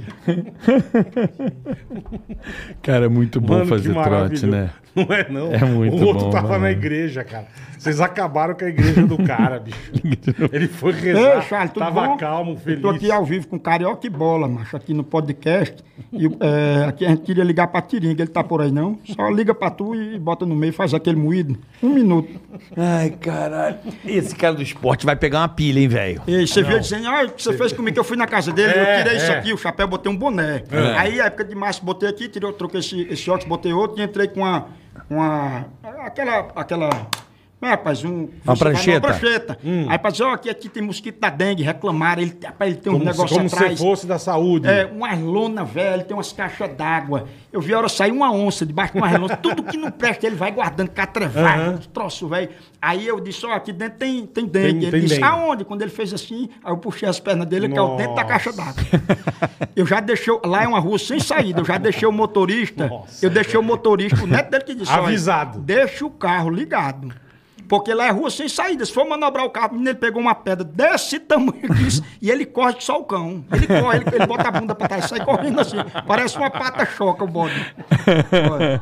Cara, é muito bom
Mano,
fazer
que
trote,
maravilhoso.
né?
Não é, não.
É muito
O outro
bom,
tava
mano.
na igreja, cara. Vocês acabaram com a igreja do cara, bicho. Ele foi rezar.
Ei, Charles, tudo
tava
bom?
calmo,
Eu
feliz.
tô aqui ao vivo com Carioca e Bola, macho, aqui no podcast. E é, aqui a gente queria ligar pra Tiringa. Ele tá por aí, não? Só liga pra tu e bota no meio, faz aquele moído. Um minuto.
Ai, caralho. Esse cara do esporte vai pegar uma pilha, hein, velho?
E você veio dizendo, ah, o que você fez comigo, que eu fui na casa dele,
É,
eu tirei isso
é.
aqui, o chapéu, botei um boné. Aí, a época de março, botei aqui, tirei, eu troquei esse, esse óculos, botei outro e entrei com uma... uma aquela... aquela é, rapaz, um...
Uma
você vai
prancheta?
numa prancheta. Aí, rapaz, ó, aqui, aqui tem mosquito da dengue, reclamaram, ele, rapaz, ele tem um
Como,
negócio
se, como se
atrás.
você fosse da saúde.
É, umas lona velha, tem umas caixas d'água. Eu vi a hora sair uma onça debaixo de uma lona. Tudo que não presta, ele vai guardando catrevado,
Aham.
uns troços, velho. Aí eu disse, ó, aqui dentro tem, tem dengue.
Tem-
ele
tem
disse,
dengue.
aonde? Quando ele fez assim, aí eu puxei as pernas dele, que é o dentro da
Nossa.
caixa d'água. Eu já deixei, lá é uma rua sem saída, eu já deixei o motorista,
Nossa.
eu deixei o motorista, o neto dele que disse, olha,
Avisado.
deixa o carro ligado. Porque lá é rua sem saída. Se for manobrar o carro, o menino ele pegou uma pedra desse tamanho aqui, e ele corre que só o cão. Ele corre, ele, ele bota a bunda pra trás e sai correndo assim. Parece uma pata-choca o bode. Olha.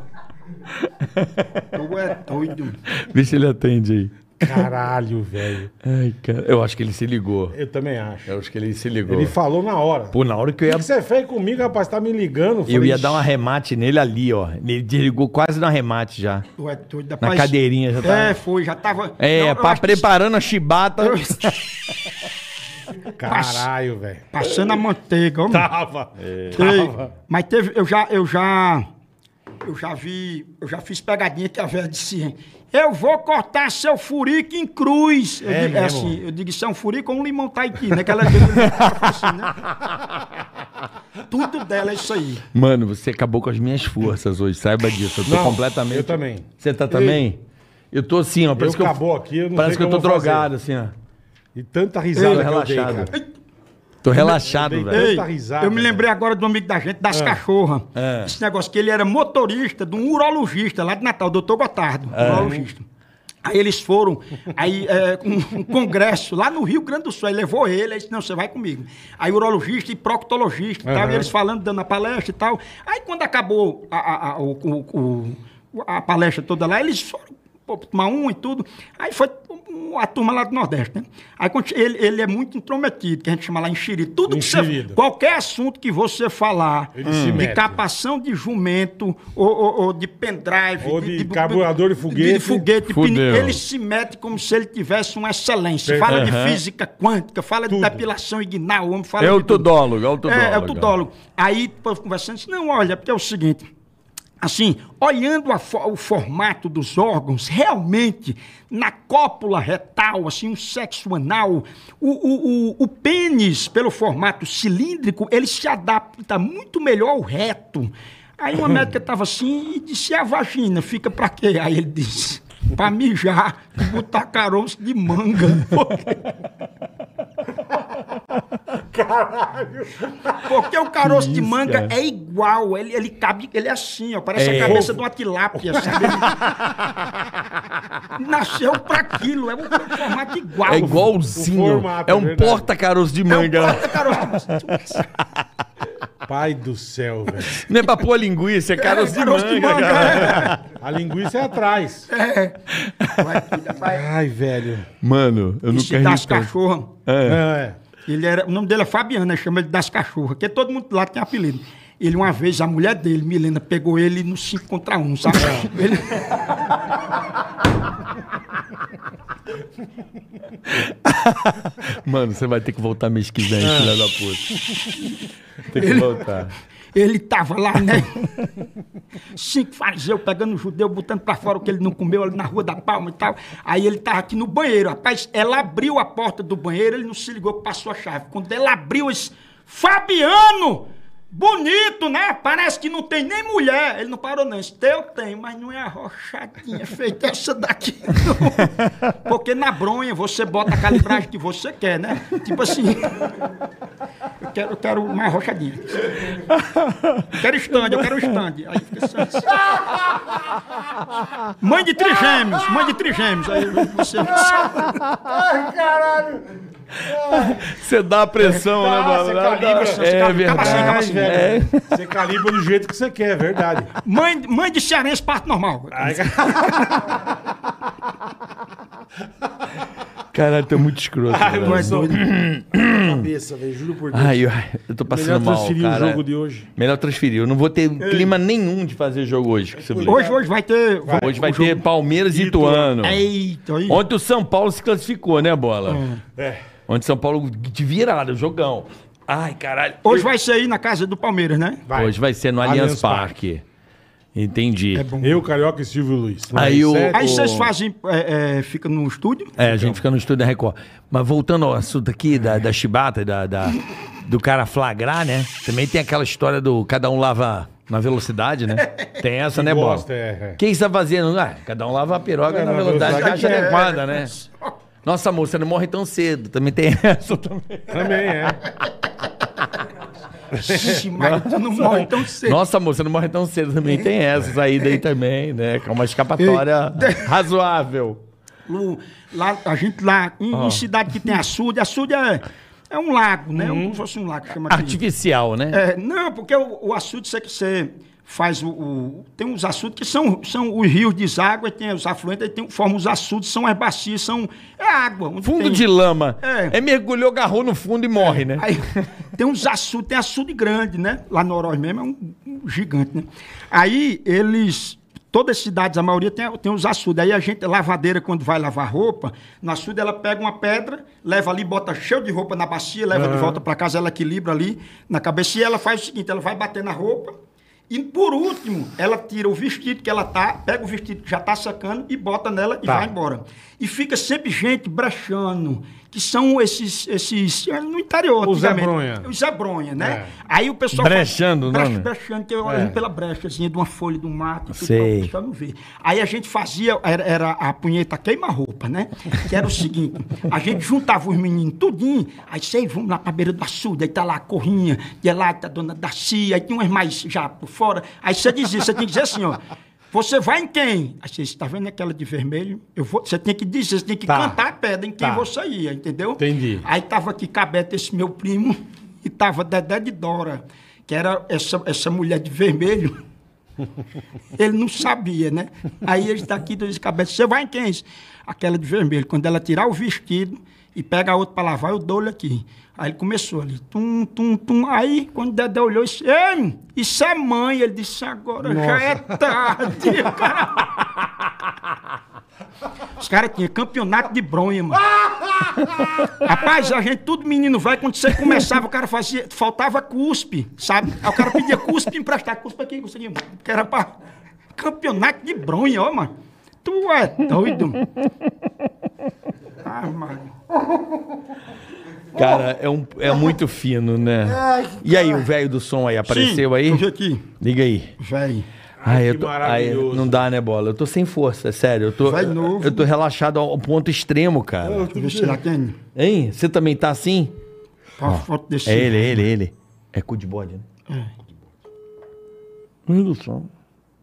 Tu é doido.
Vê se ele atende aí.
Caralho, velho.
Ai, cara. Eu acho que ele se ligou.
Eu também acho.
Eu acho que ele se ligou.
Ele falou na hora.
Pô, na hora que eu
O
ia...
que você fez comigo, rapaz? Tá me ligando.
Eu
Falei,
ia dar um arremate nele ali, ó. Ele desligou quase no arremate já.
Tu é doido.
Na
Rapaz,
cadeirinha já tava...
É, foi, já tava...
É,
Não, eu
pra
acho que-
preparando a chibata.
Eu-
Caralho, velho.
Passando a manteiga, ó.
Tava.
Ei,
Tava.
mas teve, eu já, eu já, eu já vi, eu já fiz pegadinha que a velha disse, eu vou cortar seu furico em cruz. Eu
É
digo, é
mesmo?
assim, eu digo, isso é um furico ou um limão Tahiti, né? Que ela diz, assim, né? Tudo dela é isso aí.
Mano, você acabou com as minhas forças hoje, saiba disso. Eu tô
Não,
completamente...
eu também.
Você tá também? Eu tô assim, ó. Parece
Eu
que
acabou aqui, eu não
Parece
sei
que eu
o
tô
que eu vou
drogado, assim, ó.
E tanta
Tô
risada que eu dei,
relaxado.
cara.
Tô relaxado,
eu dei-
velho.
Ei,
Tanta risada,
eu me
velho.
lembrei agora do amigo da gente, das cachorras.
É.
Esse negócio que ele era motorista de um urologista lá de Natal, doutor Gotardo, urologista. Aí eles foram, aí é, um, um congresso lá no Rio Grande do Sul, aí levou ele, aí disse, não, você vai comigo. Aí urologista e proctologista e tal,
Uhum.
e eles falando, dando a palestra e tal. Aí quando acabou a, a, a, o, o- o- a palestra toda lá, eles foram pô, tomar um e tudo. Aí foi um- a turma lá do Nordeste, né? Aí quando che- ele, ele é muito intrometido, que a gente chama lá enxerido. Tudo que você,
Enxerido.
qualquer assunto que você falar
Ele se
de
mete.
capação de jumento ou, ou- ou de pendrive,
Ou de carburador de foguete.
de foguete, de
Fudeu.
pini- ele se mete como se ele tivesse uma excelência.
Perfeito.
Fala de
Aham.
física quântica, fala
Tudo.
de depilação inguinal, o homem fala
É
de
o
tudo.
tudólogo, é o tudólogo.
É, é o tudólogo. Aí, depois conversando, disse, não, olha, porque é o seguinte, assim, olhando a fo- o formato dos órgãos, realmente, na cópula retal, assim, um sexo anal, o, o, o, o pênis, pelo formato cilíndrico, ele se adapta muito melhor ao reto. Aí uma médica estava assim e disse, e a vagina, fica pra quê? Aí ele disse, pra mijar e botar caroço de manga.
Caralho.
Porque o caroço de
isso,
manga
cara?
é igual, ele, ele cabe, ele é assim, ó, parece
É.
a cabeça de uma tilápia, sabe? Ele nasceu pra aquilo, é um formato igual.
É igualzinho.
O formato,
é
é
um
verdade.
porta-caroço de
É um
manga.
porta-caroço.
Pai do céu, velho.
Não é pra pôr linguiça, é caroço de
caroço
manga.
de manga,
cara.
A linguiça é atrás.
Vai, filha, vai.
Ai, velho.
Mano, eu
Esse
nunca ri
das
tanto.
cachorras,
É.
ele era, o nome dele é Fabiana, chama ele das cachorras, porque todo mundo lá tem apelido. Ele, uma vez, a mulher dele, Milena, pegou ele no cinco contra um, sabe? Ele...
Mano, você vai ter que voltar mês que vem, filha da puta. Tem que voltar.
Ele tava lá, né? Cinco fariseus pegando o judeu, botando pra fora o que ele não comeu ali na Rua da Palma e tal. Aí ele tava aqui no banheiro. Rapaz, ela abriu a porta do banheiro, ele não se ligou que passou a chave. Quando ela abriu, esse Fabiano! Bonito, né? Parece que não tem nem mulher. Ele não parou, não. Esse teu tem, mas não é arrochadinha feita essa daqui, não. Porque na bronha você bota a calibragem que você quer, né? Tipo assim. quero, eu quero mais arrochadinha. Quero stand, eu quero stand. Aí fica assim. Mãe de trigêmeos, mãe de trigêmeos. Aí você...
Ai, caralho.
Você dá a pressão, né, mano?
Você calibra, você
É
calibra,
verdade.
acaba assim, velho.
É.
Você calibra do jeito que você quer, é verdade.
Mãe, mãe de cearense, parto normal.
Ai,
Caralho, tu é muito escroto.
Ai,
velho.
mano, sou... cabeça, velho, juro por Deus.
Ai, ai, eu tô passando
Melhor
mal,
transferir
cara.
o jogo de hoje.
Melhor transferir. Eu não vou ter clima nenhum de fazer jogo hoje. Que você viu.
Hoje, hoje vai ter...
Hoje vai
o
ter
jogo-
Palmeiras e Ituano.
Eita, aí.
Ontem o São Paulo se classificou, né, Bola?
É.
Ontem o São Paulo de virada, jogão. Ai, caralho.
Hoje vai ser aí na casa do Palmeiras, né?
Vai.
Hoje vai ser no
Allianz
Allianz Parque. Entendi.
É bom.
Eu, Carioca e Silvio Luiz.
Aí o-
Sete.
Aí
o-
vocês fazem... É, é, fica no estúdio?
É, a gente fica no estúdio da Record. Mas voltando ao assunto aqui da, da chibata, da, da- do cara flagrar, né? Também tem aquela história do cada um lava na velocidade, né? Tem essa, né, Bola?
gosta, é, é.
O que você tá fazendo? Ah, cada um lava a piroga
É,
na
na
velocidade que
velocidade
acha
é.
adequada, né? Nossa, amor, você não morre tão cedo. Também tem essa também.
Também é.
Ixi, mas tu não morre tão cedo.
Nossa, amor, você não morre tão cedo. Também tem essa saída aí também, né? Que é uma escapatória razoável.
Lu, Lá, a gente lá, em, em cidade que tem açude, açude é, é um lago, né? Como se fosse um lago que chama aqui.
Artificial, né?
É, não, porque o, o açude, você, você faz o, o- tem uns açudes que são, são os rios de deságua, e tem os afluentes, aí tem, formam os açudes, são as bacias, são é água. onde
Fundo
tem-
de lama.
É.
É. mergulhou, agarrou no fundo e morre, né?
Aí tem uns açudes, tem açude grande, né? Lá no Oroz mesmo é um, um gigante, né? Aí eles, todas as cidades, a maioria tem, tem os açudes. Aí a gente, lavadeira, quando vai lavar roupa, no açude ela pega uma pedra, leva ali, bota cheio de roupa na bacia, leva de volta para casa, ela equilibra ali na cabeça e ela faz o seguinte, ela vai bater na roupa e, por último, ela tira o vestido que ela tá, pega o vestido que já tá secando e bota nela e
Tá.
vai embora. E fica sempre gente brechando, que são esses, esses é, no interior,
O Zé
antigamente.
Bronha.
O Zé Bronha, né?
É.
Aí o pessoal...
Brechando o
faz,
nome?
brecha- Brechando, que eu
É.
olhando pela brechazinha de uma folha do mato, tudo
Sei.
pra o pessoal não ver. Aí a gente fazia, era, era a punheta queima-roupa, né? Que era o seguinte, a gente juntava os meninos tudinho, aí sei, vamos lá pra beira do açude, aí tá lá a Corrinha, e é lá tá a dona Dacia, aí tem umas mais já por fora. Aí você dizia, você tem que dizer assim, ó, você vai em quem? Aí você está vendo aquela de vermelho? Eu vou, você tem que dizer, você tem que
Tá.
cantar a pedra em quem
Tá.
você ia, entendeu?
Entendi.
Aí tava aqui Cabeta, esse meu primo, e tava Dedé de Dora, que era essa, essa mulher de vermelho. Ele não sabia, né? Aí ele está aqui, diz Cabeta, você vai em quem? Aquela de vermelho. Quando ela tirar o vestido e pega a outra para lavar, eu dou-lhe aqui. Aí ele começou ali, tum, tum, tum. Aí, quando o Dedé olhou, disse, ei, isso é mãe. Ele disse, agora já é tarde. O cara- Os caras tinham campeonato de bronha, mano. Rapaz, a gente, tudo menino velho, quando você começava, o cara fazia, faltava cuspe, sabe? Aí o cara pedia cuspe emprestado, cuspe aqui, cuspe aqui, que era pra campeonato de bronha, ó, mano. Tu é doido. Ah, mano.
Cara, é, um, é muito fino, né? E aí, o velho do som aí, apareceu
Sim,
aí?
deixa aqui,
Liga aí.
velho.
Ai,
que
eu tô, ai,
maravilhoso.
não dá, né, Bola? Eu tô sem força, é sério. Eu tô,
Vai novo.
eu tô relaxado ao ponto extremo, cara.
Deixa eu ver se lá tem.
Hein? Você também tá assim?
Uma foto desse.
É ele, é ele, é ele. É cu de bode, né? É. Meu Deus do céu.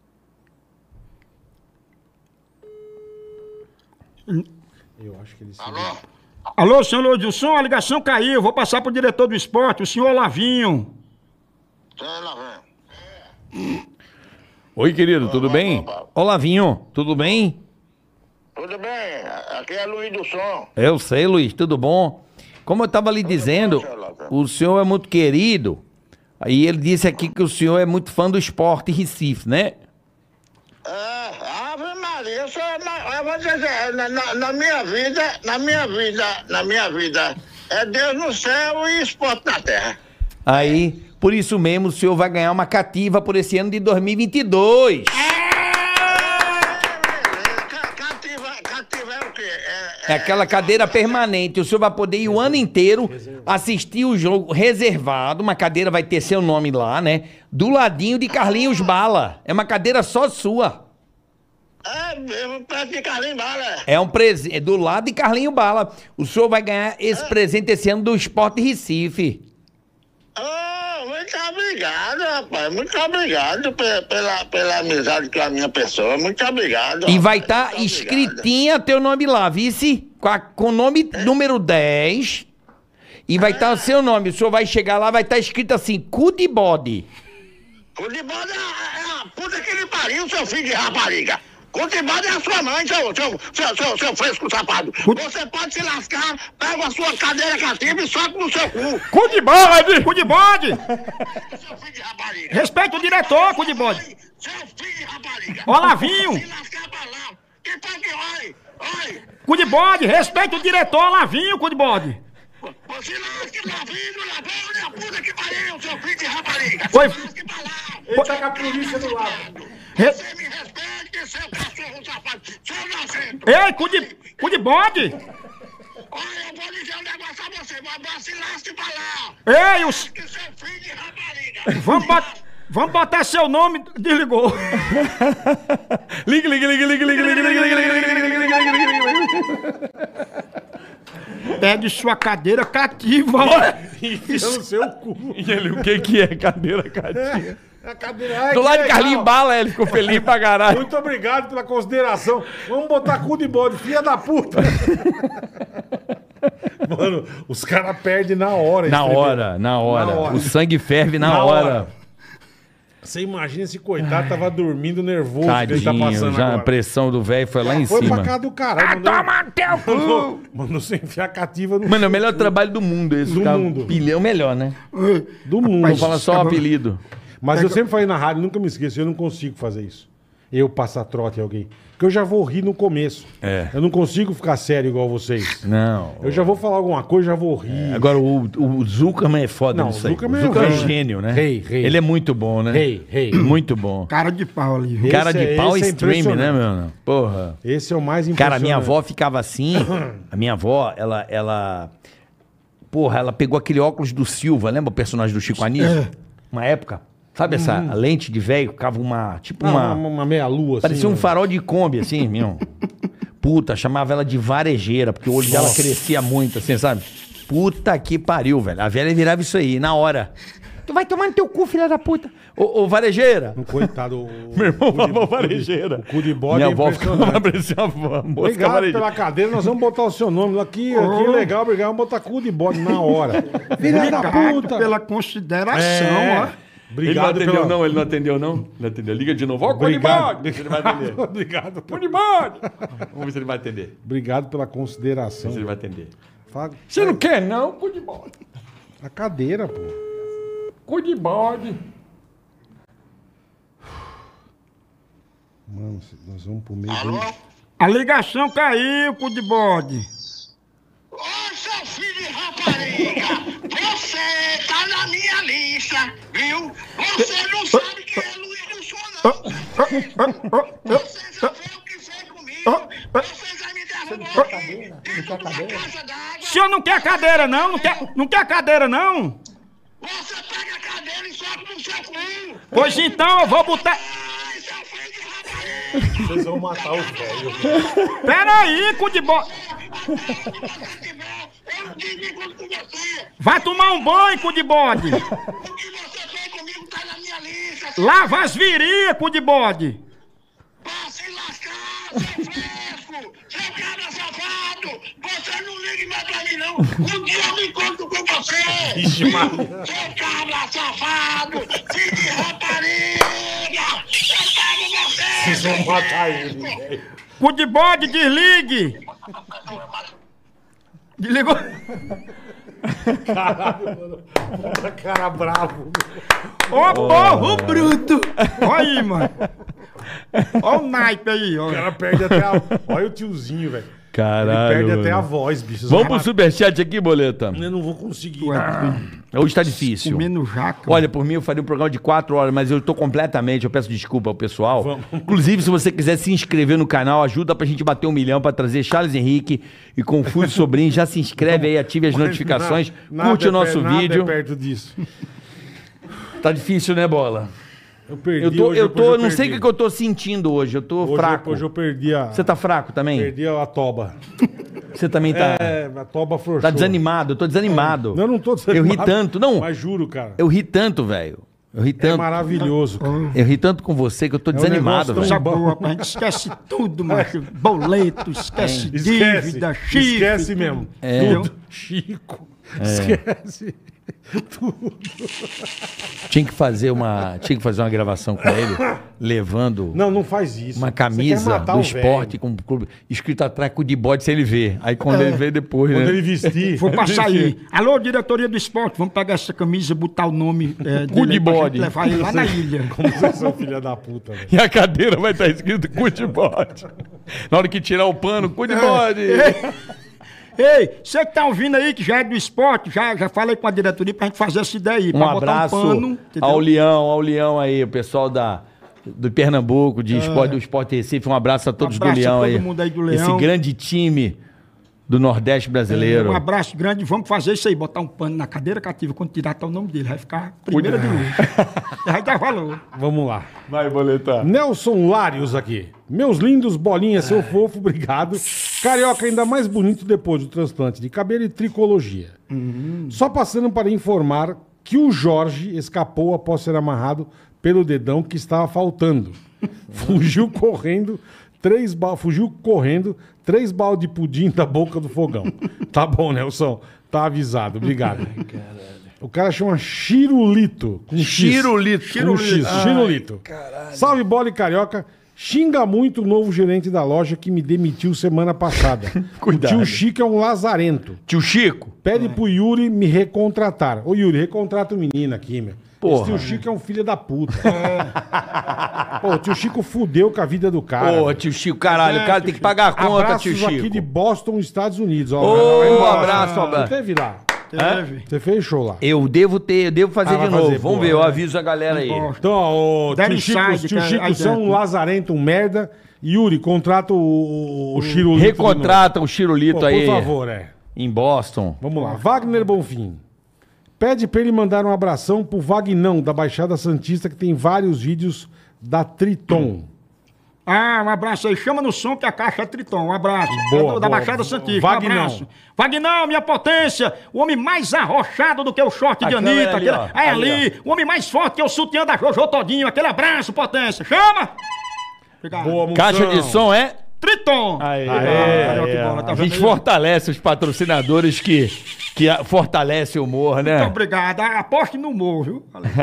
Eu acho que ele se...
Alô?
Alô, senhor Lodilson, a ligação caiu. Vou passar pro diretor do esporte, o senhor Olavinho.
Sei lá, velho.
Oi, querido, tudo bem? Olá, Vinho, tudo bem?
Tudo bem? Aqui é Luiz do Som.
Eu sei, Luiz, tudo bom? Como eu estava lhe dizendo,
senhor Lázaro.
o senhor é muito querido. Aí ele disse aqui que o senhor é muito fã do esporte Recife, né?
É, Ave Maria, eu sou, na, eu vou dizer, na, na, na minha vida, na minha vida, na minha vida, é Deus no céu e esporte na terra.
Aí, por isso mesmo, o senhor vai ganhar uma cativa por esse ano de dois mil e vinte e dois.
Ca- Cativa, cativa é o quê? É,
É aquela cadeira permanente. O senhor vai poder ir o ano inteiro assistir o jogo reservado. Uma cadeira vai ter seu nome lá, né? Do ladinho de Carlinhos Bala. É uma cadeira só sua.
é mesmo, perto de Carlinhos Bala.
É um presente. Do lado de Carlinho Bala. O senhor vai ganhar esse presente esse ano do Esporte Recife.
obrigado, rapaz. Muito obrigado pela, pela, pela amizade com a minha pessoa. Muito obrigado.
E
rapaz.
vai estar
Muito
escritinha teu nome lá, vice? Com, a- com o nome número dez. E vai estar o seu nome. O senhor vai chegar lá, vai estar escrito assim, cu de bode.
O de bode é, é a puta que lhe pariu, seu filho de rapariga. O de bode é a sua mãe, seu, seu, seu, seu, seu fresco safado. Você pode se lascar, pega a sua cadeira cativa e sobe no seu cu.
Cu de bode! Cu de bode!
Seu filho de rapariga.
Respeita o diretor, cu de bode.
Seu filho de rapariga.
Ó, Lavinho!
Se lascar pra lá. Quem foi que oi? Oi.
Cu de bode! Respeita o diretor, Lavinho, cu de bode!
Você lasque pra vindo, lavando a puta que pariu, seu filho de rapariga.
Oi.
Se lasque pra lá.
Ele tá com a polícia do lado.
Re-
Você me respeite, seu cachorro safado. Seu nojento.
Ei, cu de, cu de bode!
Olha, eu vou dizer um negócio a você, mas se lasque pra lá.
Ei, os...
Que seu filho de rapariga.
Vamos, bot... Vamos botar seu nome... Desligou.
Liga, liga, liga, liga, liga, liga, liga, liga, liga, liga, liga, liga, liga, liga.
Pegue sua cadeira cativa, ó.
Enfia no seu cu.
E ele, o que que é cadeira cativa?
A cadeira. Ai,
Do
que
lado de
legal.
Carlinhos Bala, ele ficou feliz pra caralho.
Muito obrigado pela consideração. Vamos botar cu de bode, filha da puta. Mano, os caras perdem na hora. esse
Na
trem.
hora, na hora.
Na hora.
O sangue ferve na,
Na
hora.
hora. Você imagina esse coitado tava dormindo nervoso que ele tá
Tadinho,
passando
já
agora.
a pressão do velho foi lá em
Foi
cima.
pra casa do caralho. Mandou,
Toma teu cu!
mandou, mandou você enfiar a cativa no
Mano, é o melhor trabalho do mundo esse.
Do
ficar
mundo.
Pilhão melhor, né?
do mundo.
Vou falar só o apelido.
Mas eu sempre falei na rádio, nunca me esqueço, eu não consigo fazer isso. Eu passar trote em alguém. Porque eu já vou rir no começo.
É.
Eu não consigo ficar sério igual vocês.
Não.
Eu já vou falar alguma coisa, já vou rir.
Agora, o, o Zuckerman é foda
Não,
nisso
o
aí.
Zuckerman
o Zuckerman
é
é
rei.
gênio, né?
Rei, rei.
Ele é muito bom, né?
Rei, rei.
Muito bom.
Cara de pau ali, viu?
Cara
Esse
de
é-
pau
esse é
stream, né,
impressionante.
meu? Porra.
Esse é o mais
Cara,
impressionante.
a minha avó ficava assim. A minha avó, ela, ela. Porra, ela pegou aquele óculos do Silva, lembra o personagem do Chico Anísio? Uma época. Sabe essa a lente de velho? Ficava uma. Tipo
Não,
uma.
uma, uma meia-lua, assim.
Parecia um
né?
farol de Kombi, assim, meu. Puta, chamava ela de varejeira, porque o olho dela crescia muito, assim, sabe? Puta que pariu, velho. A velha virava isso aí, na hora. Tu vai tomar no teu cu, filha da puta. Ô, ô varejeira.
Um coitado. O,
Meu irmão
o cu de-
falou
o cu de-
varejeira.
O cu de bode
Minha
é
avó ficava
impressionante.
parecia uma mosca
Obrigado
varejeira.
pela cadeira, nós vamos botar o seu nome aqui, aqui legal, obrigado, vamos botar cu de bode na hora. Filha da
Obrigado
puta.
pela consideração,
É.
ó.
Ele não
Obrigado
atendeu,
pela...
não, ele não atendeu, não. Não atendeu. Liga de novo. Ó, cu de
Obrigado.
bode. Ele vai atender.
Obrigado.
Cu de bode. Vamos ver se ele vai atender.
Obrigado pela consideração.
Se ele vai atender.
Fala-
Você não quer, não? Cu de bode.
A cadeira, pô.
Cu de bode.
Mano, nós vamos pro meio
Alô?
do...
A ligação caiu, cu de bode.
Ô, seu filho de rapariga, você tá na minha lista, viu? Você não sabe quem é Luiz do Sul, não. Você já fez o que fez comigo. Você já me derrubou aqui dentro da caixa d'água.
O senhor não quer cadeira, não? Não quer, não quer cadeira, não?
Você pega a cadeira e sobe no seu cu.
Pois então, eu vou botar...
Ai, seu filho de rapariga.
Vocês vão matar o velho.
Pera aí, cu de bode.
Eu não tive encontro com você.
Vai tomar um banho, cu de bode.
O que você fez comigo tá na minha lista. seu
Lava as virias, cu de bode.
Pra se lascar, seu fresco! Seu cara safado! Você não ligue mais pra mim, não! Um dia eu me encontro com você!
Ixi, Maria.
Seu cabra safado! Filho de rapariga! Eu pego você!
Vocês vão matar ele, velho.
Cu de bode, desligue. Desligou.
Puta cara bravo.
Ô, porro bruto. Olha aí, mano. Olha o naipe aí,
O
ó.
cara perde até a... Olha o tiozinho, velho.
Caralho.
Ele perde até a
mano.
voz, bicho. Vocês
Vamos
vão
pro superchat aqui, Boleta.
matar- Eu não vou conseguir.
Hoje tá difícil.
Comendo jaca.
Olha, por mim eu faria um programa de quatro horas, mas eu tô completamente, eu peço desculpa ao pessoal.
Vamos.
Inclusive, se você quiser se inscrever no canal, ajuda pra gente bater um milhão pra trazer Charles Henrique e Confuso Sobrinho. Já se inscreve aí, ative as notificações,
Nada-
curte
nada
o nosso
é per- nada
vídeo.
é perto disso.
Tá difícil, né, Bola?
Eu perdi
Eu tô,
hoje,
eu
hoje
tô, não sei o
perdi.
que, que eu tô sentindo hoje, eu tô
Hoje,
fraco.
Hoje eu perdi a...
Você tá fraco também?
Perdi a toba.
Você também tá,
É, a toba forçou.
tá desanimado, eu tô desanimado.
Não, eu não tô
Eu
desanimado.
ri tanto, não.
Mas juro, cara.
Eu ri tanto, velho. Eu ri
É
tanto,
maravilhoso, cara.
eu ri tanto com você que eu tô
um
desanimado,
negócio
velho.
tão
Coisa boa, a gente esquece tudo, macho. Boleto, esquece dívida, chifre.
Esquece mesmo.
É.
Tudo. Chico. Esquece. Tudo.
Tinha que fazer uma, tinha que fazer uma gravação com ele, levando
Não, não faz isso.
uma
Você quer
camisa
matar
do
o
esporte
velho.
com o clube escrito atrás com o de bode sem ele ver. Aí quando ele vê depois,
Quando
né?
ele vestir.
Vou passar aí. Alô, diretoria do esporte, vamos pegar essa camisa e botar o nome é,
Cu
dele
de
aí pra gente
bode.
levar ele lá na ilha.
Como vocês são filha da puta, velho.
E a cadeira vai estar escrito cu de bode. Na hora que tirar o pano, cu de bode.
Ei, você que tá ouvindo aí, que já é do esporte, já, já falei com a diretoria pra gente fazer essa ideia aí.
Um
pra
abraço
botar um pano, entendeu?
ao Leão, ao Leão aí, o pessoal da, do Pernambuco, de esporte, do Esporte Recife. Um abraço a todos
Um abraço
do Leão
a todo
aí.
mundo aí do
Esse
Leão.
grande time do Nordeste brasileiro.
Um abraço grande, vamos fazer isso aí, botar um pano na cadeira cativa, quando tirar até o nome dele, vai ficar primeira de luz. Vai dar valor.
Vamos lá.
Vai, boletar.
Nelson Larios aqui. Meus lindos, bolinha, seu fofo, obrigado. Carioca ainda mais bonito depois do transplante de cabelo e tricologia. Só passando para informar que o Jorge escapou após ser amarrado pelo dedão que estava faltando. Fugiu correndo, três ba... fugiu correndo, três balde de pudim da boca do fogão. Tá bom, Nelson. Tá avisado. Obrigado. O cara chama Chirulito. Com X.
Chirulito.
Com X. Chirulito. Salve, bola e carioca. Xinga muito o novo gerente da loja que me demitiu semana passada.
Cuidado.
O tio Chico é um lazarento.
Tio Chico.
Pede pro Yuri me recontratar. Ô, Yuri, recontrata o menino aqui, meu.
Porra.
Esse tio Chico é um filho da puta. Pô, o tio Chico fudeu com a vida do cara.
Pô,
velho.
tio Chico, caralho, o cara tem que pagar a conta,
Abraços
tio Chico.
aqui de Boston, Estados Unidos. Ó,
Ô,
vai embora.
abraço, abraço.
Você teve lá.
Teve.
Você fez show lá.
Eu devo ter, eu devo fazer
Ah, vai
de novo.
fazer,
Vamos
boa.
ver, eu aviso a galera aí.
Então, ó, o
Deram
tio Chico,
inside,
tio
cara,
Chico
aí
você é um
dentro.
lazarento, um merda. Yuri, contrata o, o Chirulito.
Recontrata o
de
Chirulito
novo. Pô,
aí.
Por favor, é.
Em Boston.
Vamos lá. Wagner Bonfim. Pede pra ele mandar um abração pro Vagnão, da Baixada Santista, que tem vários vídeos da Triton.
Ah, um abraço aí. Chama no som que a caixa é Triton. Um abraço.
Boa,
É do- da
boa.
Baixada Santista.
Vagnão.
Um abraço. Vagnão, minha potência. O homem mais arrochado do que o short de
A câmera
Anitta.
ali,
aquele-
ó.
É
Ali,
ali. O homem mais forte que é o sutiã da Jojo Todinho. Aquele abraço, potência. Chama! Obrigado.
Boa, Moção.
Caixa de som é?
Triton.
Aê,
Ah, que bola, tá
a
vendo
gente
aí?
fortalece os patrocinadores que, que a- fortalece o humor,
Muito
né?
obrigado. Aposte no humor, viu?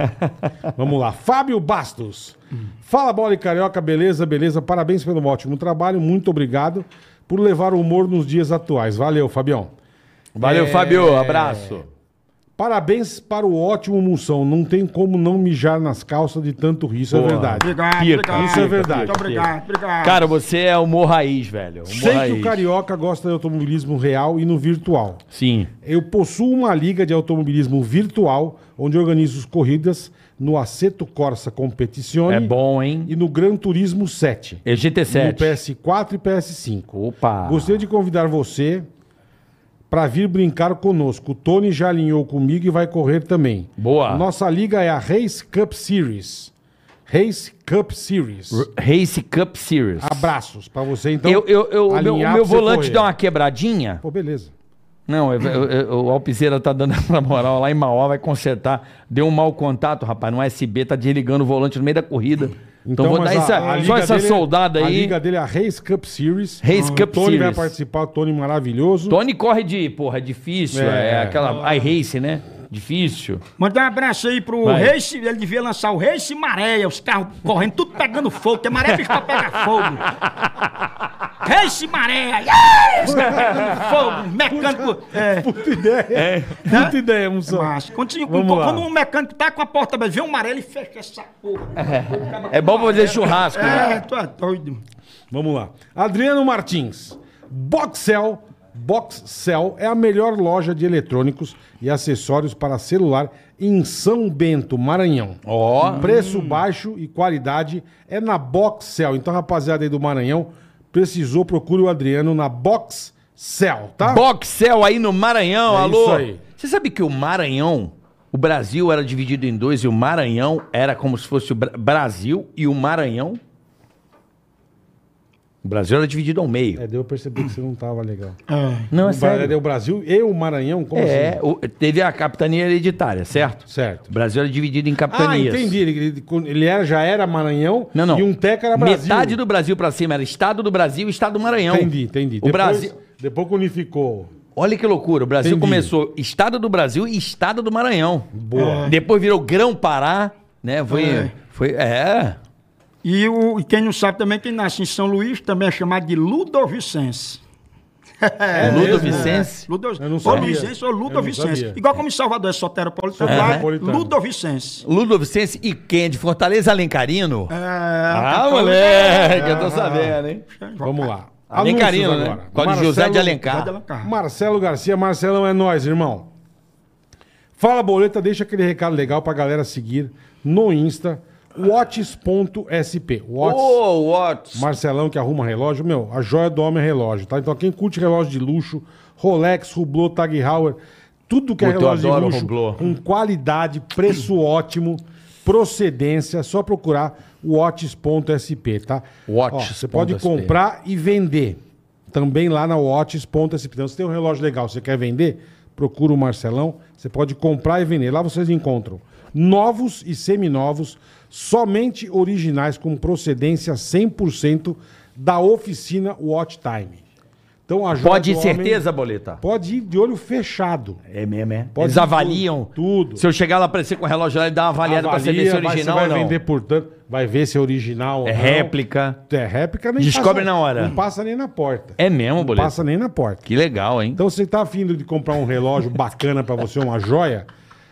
Vamos lá. Fábio Bastos. Fala, bola e carioca, beleza, beleza. Parabéns pelo ótimo trabalho. Muito obrigado por levar o humor nos dias atuais. Valeu, Fabião.
Valeu,
É.
Fábio. Abraço.
Parabéns para o ótimo Moção. Não tem como não mijar nas calças de tanto rir. Isso é
Boa.
verdade.
Obrigado,
Pica.
obrigado.
Isso é verdade.
Muito obrigado, obrigado.
Cara, você é humor raiz, velho. Humor
Sei
raiz.
que o carioca gosta de automobilismo real e no virtual.
Sim.
Eu possuo uma liga de automobilismo virtual, onde organizo corridas no Assetto Corsa Competizione
É bom, hein?
e no Gran Turismo sete.
E G T
No
sete.
P S quatro e P S cinco.
Opa.
Gostaria de convidar você para vir brincar conosco. O Tony já alinhou comigo e vai correr também.
Boa.
Nossa liga é a Race Cup Series. Race Cup Series.
Race Cup Series.
Abraços para você, então.
eu, eu, eu, o meu, o
alinhar
meu
pra você
volante
correr.
dá uma quebradinha.
Pô, beleza.
Não, eu- eu- eu- o Alpizeira tá dando essa moral lá em Mauá, vai consertar. Deu um mau contato, rapaz, no U S B, tá desligando o volante no meio da corrida. Então, vou
mas
dar
a-
essa,
a
só
liga
essa
dele é-
soldada
A
aí.
liga dele é a Race Cup Series.
Race
O
Cup
Tony vai
Series.
participar, o Tony maravilhoso.
Tony corre de, porra, é difícil,
É.
é, aquela iRace, né? Difícil.
Mandar um abraço aí pro
Vai.
Race, ele devia lançar o Race Maréia, os carros correndo, tudo pegando fogo, que maré é bicho pra pegar fogo. Race Maréia, yeah! Os caras pegando fogo, mecânico. É,
Puta ideia. Puta ideia, moção.
mas quando, se-
Vamos lá.
quando um mecânico tá com a porta aberta, vê um maré, ele fecha essa porra.
É bom pra fazer churrasco, né?
É, tu é doido.
Vamos lá. Adriano Martins. Boxel. Boxcel é a melhor loja de eletrônicos e acessórios para celular em São Bento, Maranhão.
Ó.
Preço baixo e qualidade é na Boxcel. Então, rapaziada aí do Maranhão, precisou, procure o Adriano na Boxcel, tá?
Boxel aí no Maranhão,
É
alô?
isso aí.
Você sabe que o Maranhão, o Brasil era dividido em dois e o Maranhão era como se fosse o Bra- Brasil e o Maranhão? O Brasil era dividido ao meio.
É, deu pra perceber que você não tava legal.
É.
Não, é
O Bra-
sério.
é o Brasil e o Maranhão? Como
É,
assim?
o- teve a capitania hereditária, certo?
Certo.
O Brasil era dividido em
Ah,
capitanias.
entendi. Ele, ele- ele era, já era Maranhão
Não, não.
e um teca era Brasil.
Metade do Brasil pra cima era Estado do Brasil e Estado do Maranhão.
Entendi, entendi.
O Brasil...
Depois que unificou.
Olha que loucura. O Brasil
Entendi.
começou Estado do Brasil e Estado do Maranhão.
Boa.
Depois virou Grão-Pará, né? Foi...
É.
Foi, é.
E, o, e quem não sabe também, quem nasce em São Luís também é chamado de Ludovicense.
É Ludovicense.
Ludovicense.
Eu não
Ou
sabia.
Luizense ou
Eu não
Ludovicense.
sabia.
Igual como em Salvador é soteropolitano,
É.
lá é
Soteropolitano.
Ludovicense.
Ludovicense e quem é de Fortaleza, Alencarino?
É,
Ah, moleque, eu tô sabendo, hein?
Vamos lá.
Alencarino,
Anúncios
né?
agora.
Código José de
José de
Alencar.
Alencar.
Marcelo Garcia, Marcelão é nós, irmão. Fala, Boleta, deixa aquele recado legal pra galera seguir no Insta, watts.sp. Watts,
Ô, Watts.
Marcelão que arruma relógio. Meu, a joia do homem é relógio, tá? Então quem curte relógio de luxo, Rolex, Hublot, Tag Heuer, tudo que é
Puta, eu
relógio de
adoro
luxo,
Hublot.
com qualidade, preço ótimo, procedência, só procurar watts.sp, tá?
Watts
Ó, você pode
ponto S P.
comprar e vender também lá na watts.sp. Então, se tem um relógio legal, você quer vender, procura o Marcelão, você pode comprar e vender. Lá vocês encontram novos e seminovos, somente originais com procedência cem por cento da oficina Watch Time. Então, a joia
Pode ir
do homem-
certeza, Boleta?
Pode ir de olho fechado.
É mesmo, é?
Pode
Eles
ir
avaliam
tudo, tudo.
Se eu chegar lá aparecer com o relógio lá e dar uma avaliada pra saber se é
Avalia, vai-
original
você
ou
vai
não.
vender por tanto, vai ver se é original ou
É
não.
réplica.
É réplica, nem
Descobre na hora.
Não passa nem na porta.
É mesmo,
Não
Boleta?
passa nem na porta.
Que legal, hein?
Então, você tá afim de comprar um relógio bacana pra você, uma joia?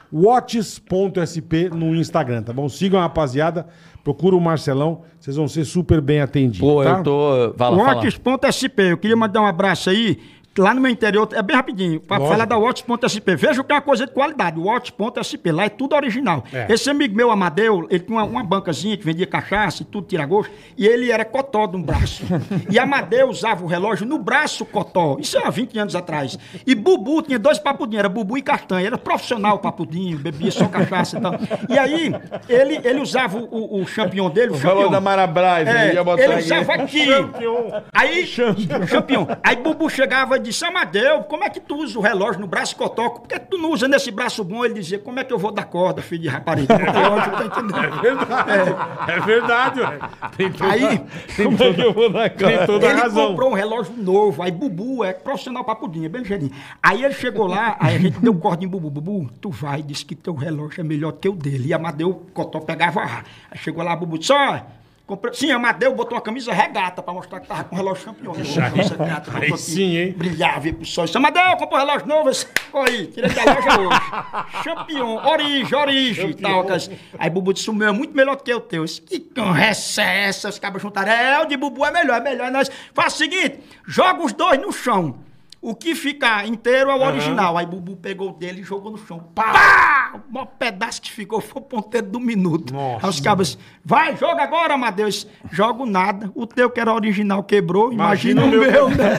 watts.sp no Instagram, tá bom? Sigam a rapaziada, procura o Marcelão, vocês vão ser super bem atendidos,
Pô,
tá?
eu tô... Fala, fala.
Watts.sp, eu queria mandar um abraço aí, lá no meu interior, é bem rapidinho, pra
Lógico.
falar da Watts.sp. Veja que é uma coisa de qualidade, Watts.sp, lá é tudo original.
É.
Esse amigo meu, Amadeu, ele tinha uma, uma bancazinha que vendia cachaça e tudo, tira gosto, e ele era cotó de um braço. E Amadeu usava o relógio no braço cotó, isso há vinte anos atrás. E Bubu tinha dois papudinhos, era Bubu e Castanha, era profissional papudinho, bebia só cachaça e tal. E aí, ele, ele usava o, o, o champignon dele, o
Falou
champignon.
da Marabras,
É,
eu ia botar
ele
aqui.
usava aqui. Aí, campeão. Aí Bubu chegava e disse, Amadeu, como é que tu usa o relógio no braço cotoco? Por que tu não usa nesse braço bom? Ele dizia, como é que eu vou dar corda, filho de rapariga? Relógio, tá entendendo?
É verdade, ué. Tem toda,
Aí,
tem toda, eu vou dar tem toda a
ele
razão.
comprou um relógio novo, aí Bubu é profissional papudinho, é bem ligeirinho. Aí ele chegou lá, aí a gente deu corda em Bubu, Bubu, tu vai, disse que teu relógio é melhor do que o dele. E Amadeu Cotó pegava a ar. Aí chegou lá, Bubu disse, ó, comprei... Sim, Amadeu botou uma camisa regata pra mostrar que tava com um relógio campeão. Camisa regata,
Aí
botou aqui,
sim, hein?
Brilhava, ia pro sol. Disse, Amadeu, comprou um relógio novo, esse... aí, tirei da loja hoje. Champion, origem, origem e tal. aquelas- Aí Bubu disse, o meu é muito melhor do que o teu. Eu disse, que conversa é essa? Os cabras juntaram, é, o de Bubu é melhor, é melhor. Nós faz o seguinte, joga os dois no chão. O que ficar inteiro é o original. Aí Bubu pegou o dele e jogou no chão. Pá! O maior pedaço que ficou foi o ponteiro do minuto.
Nossa.
Aí os cabras, vai, joga agora, Amadeus. Jogo nada. O teu que era original quebrou. Imagina,
Imagina
o
o
meu,
meu.
né?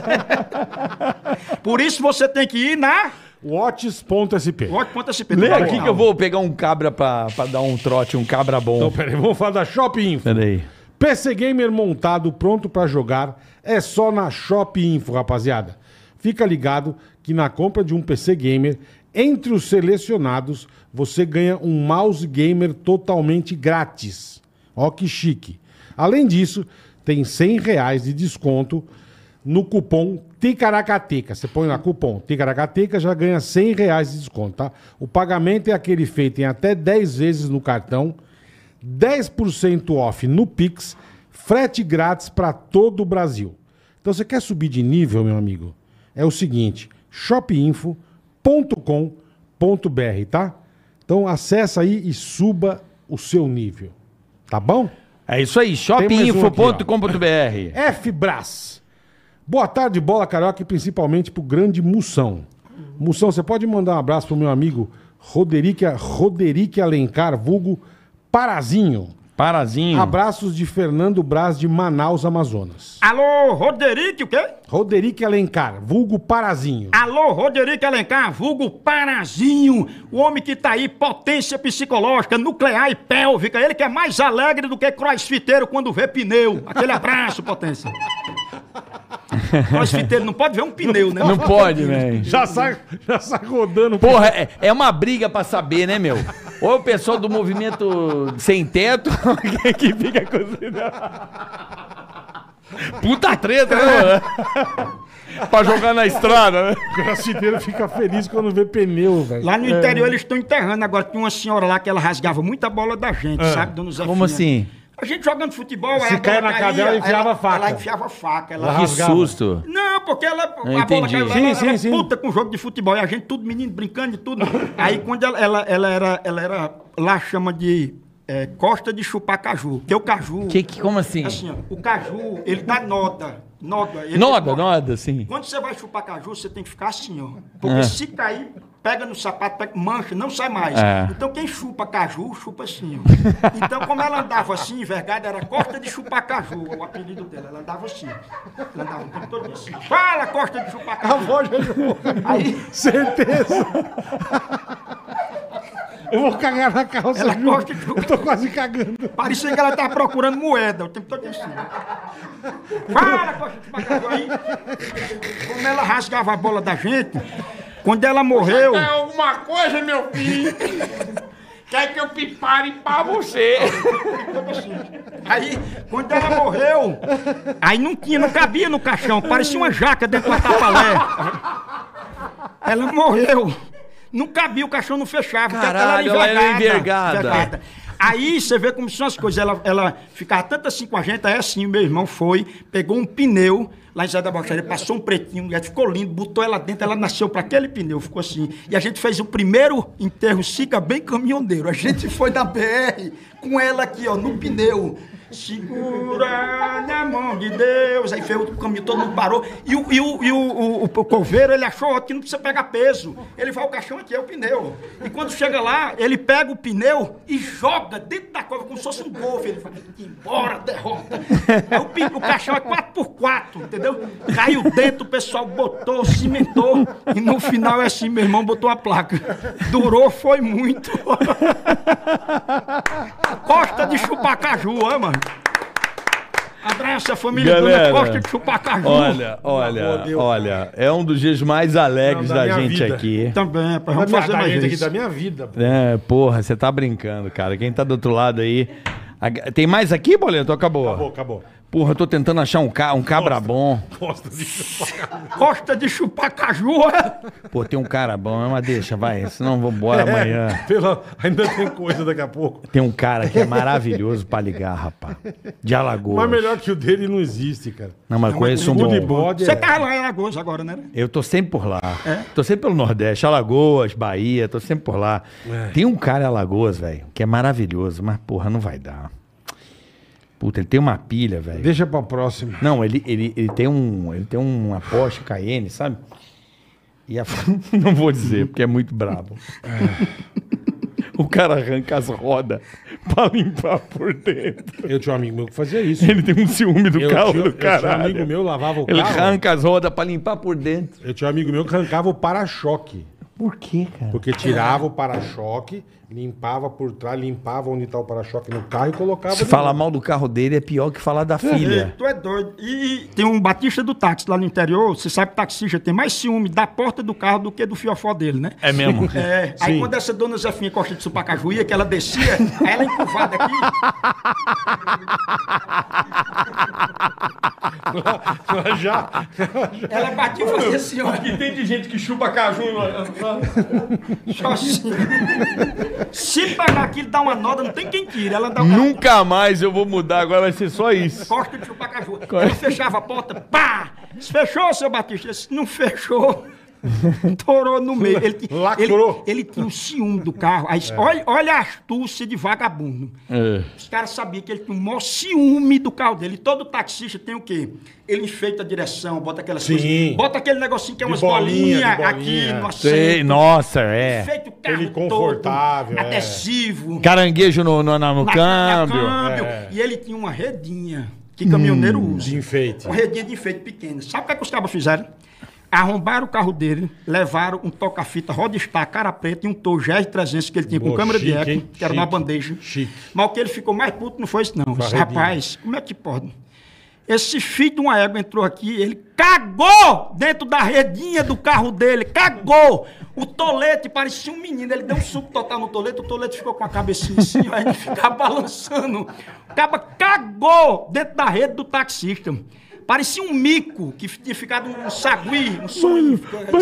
Por isso você tem que ir na
watts.sp.
Watch.sp.
Lê aqui que eu vou pegar um cabra pra, pra dar um trote, um cabra bom.
Então, peraí, vamos falar da Shop Info.
Peraí.
P C Gamer montado, pronto pra jogar, é só na Shop Info, rapaziada. Fica ligado que na compra de um P C Gamer, entre os selecionados, você ganha um mouse gamer totalmente grátis. Ó que chique. Além disso, tem cem reais de desconto no cupom Ticaracateca. Você põe lá cupom Ticaracateca, já ganha cem reais de desconto, tá? O pagamento é aquele feito em até dez vezes no cartão, dez por cento off no Pix, frete grátis para todo o Brasil. Então você quer subir de nível, meu amigo? É o seguinte, shopinfo ponto com ponto br, tá? Então acessa aí e suba o seu nível. Tá bom?
É isso aí,
mais um
shopinfo ponto
aqui,
com ponto br.
F-Bras. Boa tarde, Bola Carioca, e principalmente pro grande Mussão. Mussão, você pode mandar um abraço pro meu amigo Roderick, Roderick Alencar, vulgo Parazinho.
Parazinho.
Abraços de Fernando Braz, de Manaus, Amazonas.
Alô, Roderick, o quê?
Roderick Alencar, vulgo Parazinho.
Alô, Roderick Alencar, vulgo Parazinho, o homem que tá aí, potência psicológica, nuclear e pélvica, ele que é mais alegre do que crossfiteiro quando vê pneu. Aquele abraço, potência. Crossfiteiro não pode ver um pneu, né?
Não pode, velho.
Já sai, já sai rodando.
Porra, é, é uma briga pra saber, né, meu? Ou é o pessoal do movimento sem teto, que fica considerado. Puta treta, né, mano? Pra jogar na estrada, né?
O crossfiteiro fica feliz quando vê pneu, velho.
Lá no interior eles estão enterrando. Agora tinha uma senhora lá que ela rasgava muita bola da gente, sabe, dona Zefinha?
Como assim?
A gente jogando futebol,
Se
aí a
caia
bola
na
caía,
cadela, ela enfiava
ela,
faca.
Ela enfiava faca. Ela
Que
rasgava.
susto.
Não, porque ela, a bola
entendi.
caiu lá,
Sim,
ela
sim,
era
sim.
puta com jogo de futebol. E a gente tudo menino brincando e tudo. Aí quando ela, ela, ela, era, ela era, lá chama de é, costa de chupar caju. Que é o caju,
Que, que, como assim?
assim, ó, o caju, ele dá noda. Noda, ele
Noda,
ele-
noda, sim.
Quando você vai chupar caju, você tem que ficar assim, ó. Porque
É.
se cair, pega no sapato, pega, mancha, não sai mais.
É.
Então quem chupa caju, chupa assim, ó. Então como ela andava assim, envergada, era Costa de Chupar Caju, o apelido dela. Ela andava assim. Ela andava o tempo todo assim. Fala, Costa de Chupar Caju. Aí
Certeza. Eu vou cagar na calça,
ela
viu?
gosta de
Eu tô quase cagando.
parecia que ela tava procurando moeda o tempo todo assim. Fala, Costa de Chupar Caju. Aí, como ela rasgava a bola da gente, quando ela morreu...
Quer alguma coisa, meu filho? Quer que eu prepare pra você?
Aí, quando ela morreu, aí não tinha, não cabia no caixão, parecia uma jaca dentro de uma tapalé. Ela morreu. Não cabia, o caixão não fechava. porque
Caralho, ela era envergada.
Aí você vê como são as coisas. Ela, ela ficava tanto assim com a gente, aí assim, meu irmão foi, pegou um pneu lá em Zé da Baixaria, passou um pretinho, e ficou lindo, botou ela dentro, ela nasceu para aquele pneu, ficou assim. E a gente fez o primeiro enterro Sica bem caminhoneiro. A gente foi na B R com ela aqui, ó, no pneu. Segura na mão de Deus. Aí fez o caminho, todo mundo parou. E o, e o, e o, o, o coveiro, ele achou que não precisa pegar peso. Ele vai, o caixão aqui é o pneu. E quando chega lá, ele pega o pneu e joga dentro da cova como se fosse um golfe. Ele fala, embora, derrota. Aí o, pi- o caixão é quatro por quatro, entendeu? Caiu dentro, o pessoal botou, cimentou. E no final é assim, meu irmão botou a placa. Durou, foi muito. Costa de Chupar Caju, ó, mano. Abraça a família
Galera,
Dona Costa de Chupar Caju.
Olha, olha, olha, é um dos dias mais alegres
Não, da
da
minha
gente
vida.
aqui.
Também, rapaz,
Da
vamos
minha,
fazer
da
mais
gente aqui,
vezes.
da minha vida. pô.
É, porra, você tá brincando, cara. Quem tá do outro lado aí... A- Tem mais aqui, Boleto? Acabou.
Acabou, acabou.
Porra, eu tô tentando achar um, ca... um cabra bom.
Costa de chupar.
Costa de Chupar Caju, é?
Pô, tem um cara bom, mas deixa, vai. Senão vou embora amanhã.
Pela... Ainda tem coisa daqui a pouco.
Tem um cara que é maravilhoso pra ligar, rapaz. De Alagoas.
Mas melhor que o dele não existe, cara.
Não, mas conheço um
Tudo de
bom.
bode
Você
é...
tá lá em Alagoas agora, né?
Eu tô sempre por lá. Tô sempre pelo Nordeste, Alagoas, Bahia, tô sempre por lá. Tem um cara em Alagoas, velho, que é maravilhoso, mas porra, não vai dar. Puta, ele tem uma pilha, velho.
Deixa pra próxima.
Não, ele, ele, ele tem um. Ele tem uma Porsche Cayenne, sabe? E a... Não vou dizer, porque é muito brabo. O cara arranca as rodas pra limpar por dentro.
Eu tinha um amigo meu que fazia isso.
Ele tem um ciúme do
Eu
carro
tinha,
do
eu tinha um
caralho.
amigo meu, lavava o
Ele
carro.
arranca as rodas pra limpar por dentro.
Eu tinha um amigo meu que arrancava o para-choque.
Por quê, cara?
Porque tirava o para-choque, limpava por trás, limpava onde tá o para-choque no carro e colocava...
Se
de
falar
novo.
mal do carro dele é pior que falar da filha.
Tu é doido. E tem um batista do táxi lá no interior, você sabe que taxista tem mais ciúme da porta do carro do que do fiofó dele, né?
É mesmo?
É, aí
Sim.
quando essa dona Zefinha Costa de Supacaju ia, que ela descia, aí ela encurvada aqui,
Ela já...
ela batia e fazia assim, ó.
Tem de gente que chupa caju.
Só assim. Se pegar aquilo, dá uma noda, não tem quem tire. Ela dá uma
Nunca mais eu vou mudar, agora vai ser só isso.
Costa de Chupacaju. Ela fechava a porta, pá! Fechou, seu Batista? Esse não fechou. Torou no meio. Ele, ti-
Lacrou.
Ele, ele tinha o ciúme do carro. Aí, olha, olha a astúcia de vagabundo.
É.
Os caras sabiam que ele tinha o maior ciúme do carro dele. E todo taxista tem o quê? Ele enfeita a direção, bota aquelas
Sim.
coisas. Bota aquele negocinho que é
De
umas
bolinha,
bolinhas
de
aqui
bolinha.
no
Sei,
assento.
nossa, é.
Enfeita o carro
Ele confortável,
todo,
é.
adesivo.
Caranguejo no, no, no
na- na
câmbio.
câmbio.
É.
E ele tinha uma redinha que caminhoneiro usa.
De enfeite.
Uma redinha de enfeite pequena. Sabe o que, é que os cabas fizeram? Arrombaram o carro dele, levaram um toca-fita Rodestar, cara preta e um Toro G R trezentos que ele tinha com
Pô,
câmera de
chique,
eco,
hein?
que era uma
Chique,
bandeja.
chique.
Mas o que ele ficou mais puto não foi isso, não.
Com a
Disse,
redinha.
rapaz, como é que pode? Esse filho de uma égua entrou aqui, ele cagou dentro da redinha do carro dele, cagou. O tolete parecia um menino, ele deu um suco total no tolete, o tolete ficou com a cabecinha assim, aí ele ficava balançando. O caba cagou dentro da rede do taxista. Parecia um mico que tinha ficado um sagui, um sonho.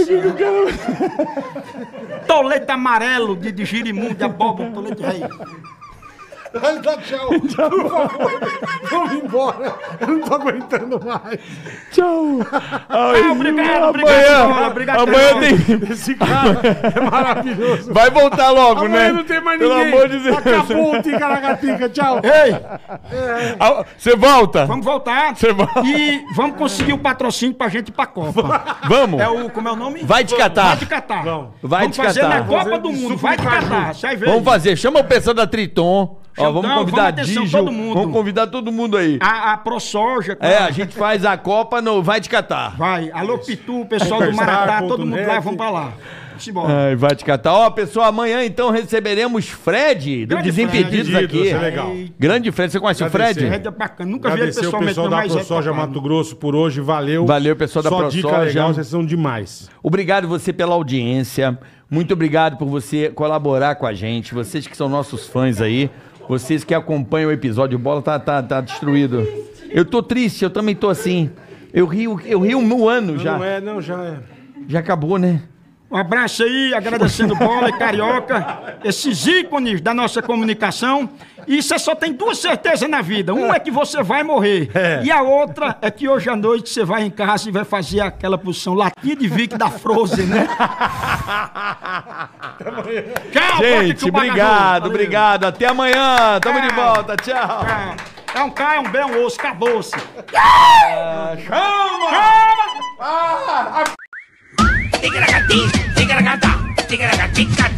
Tolete amarelo de, de girimundo, de abóbora, tolete rei.
Vai dar tchau. Tchau, por favor. Vamos embora. Eu não tô aguentando mais.
Tchau.
Ai, ah, obrigado, obrigado.
Amanhã,
obrigado,
amanhã tem...
Esse cara é maravilhoso.
Vai voltar logo,
amanhã
né?
não tem mais
Pelo
ninguém.
amor de Deus.
Acabou o Ticaracatica. Tchau.
Ei.
Você volta?
Vamos voltar.
Você volta.
E vamos conseguir o patrocínio pra gente ir pra Copa.
Vamos.
É o, como é o nome?
Vai te catar.
Vai te catar.
Vamos.
Vai
vamos
te
fazer
catar.
na Copa
Fazer
do
de
Mundo.
suco
Vai
de
te
caju.
catar. Sai ver.
Vamos fazer. Chama o pessoal da Triton. Ó, vamos
Xandão,
convidar
vamos atenção,
Digio.
todo mundo.
Vamos convidar todo mundo aí.
A, a ProSoja.
É, a gente faz a Copa no Vai te catar.
Vai. Alô, Pitu, o pessoal do Maratá, todo mundo lá, vamos pra lá. Vamos embora.
Ai, vai te catar. Ó, pessoal, amanhã então receberemos Fred, do
Grande
Desimpedidos
Fred.
aqui.
Isso é legal.
Grande Fred, você conhece
Agradecer.
o Fred?
É bacana. Nunca vi ele
Agradecer o
pessoalmente,
pessoal
não,
da
mas é
ProSoja
bacana.
Mato Grosso por hoje. Valeu.
Valeu, pessoal da
Só
ProSoja.
dica legal, vocês são demais.
Obrigado você pela audiência. Muito obrigado por você colaborar com a gente. Vocês que são nossos fãs aí. Vocês que acompanham o episódio. O Bola tá, tá, tá destruído. Eu tô triste, eu também tô assim. Eu rio, eu rio um ano já.
Não é, não, já é.
Já acabou, né?
Um abraço aí, agradecendo Bola e Carioca, esses ícones da nossa comunicação. E você só tem duas certezas na vida. Uma é que você vai morrer.
É.
E a outra é que hoje à noite você vai em casa e vai fazer aquela posição latinha de Vic da Frozen, né? Tchau,
Gente, obrigado, obrigado. Até amanhã. Tamo de volta. Tchau.
É um K, é um B, um osso, acabou-se.
Chama!
Chama!
Ticaracatica, ticaracatica, ticaracatica,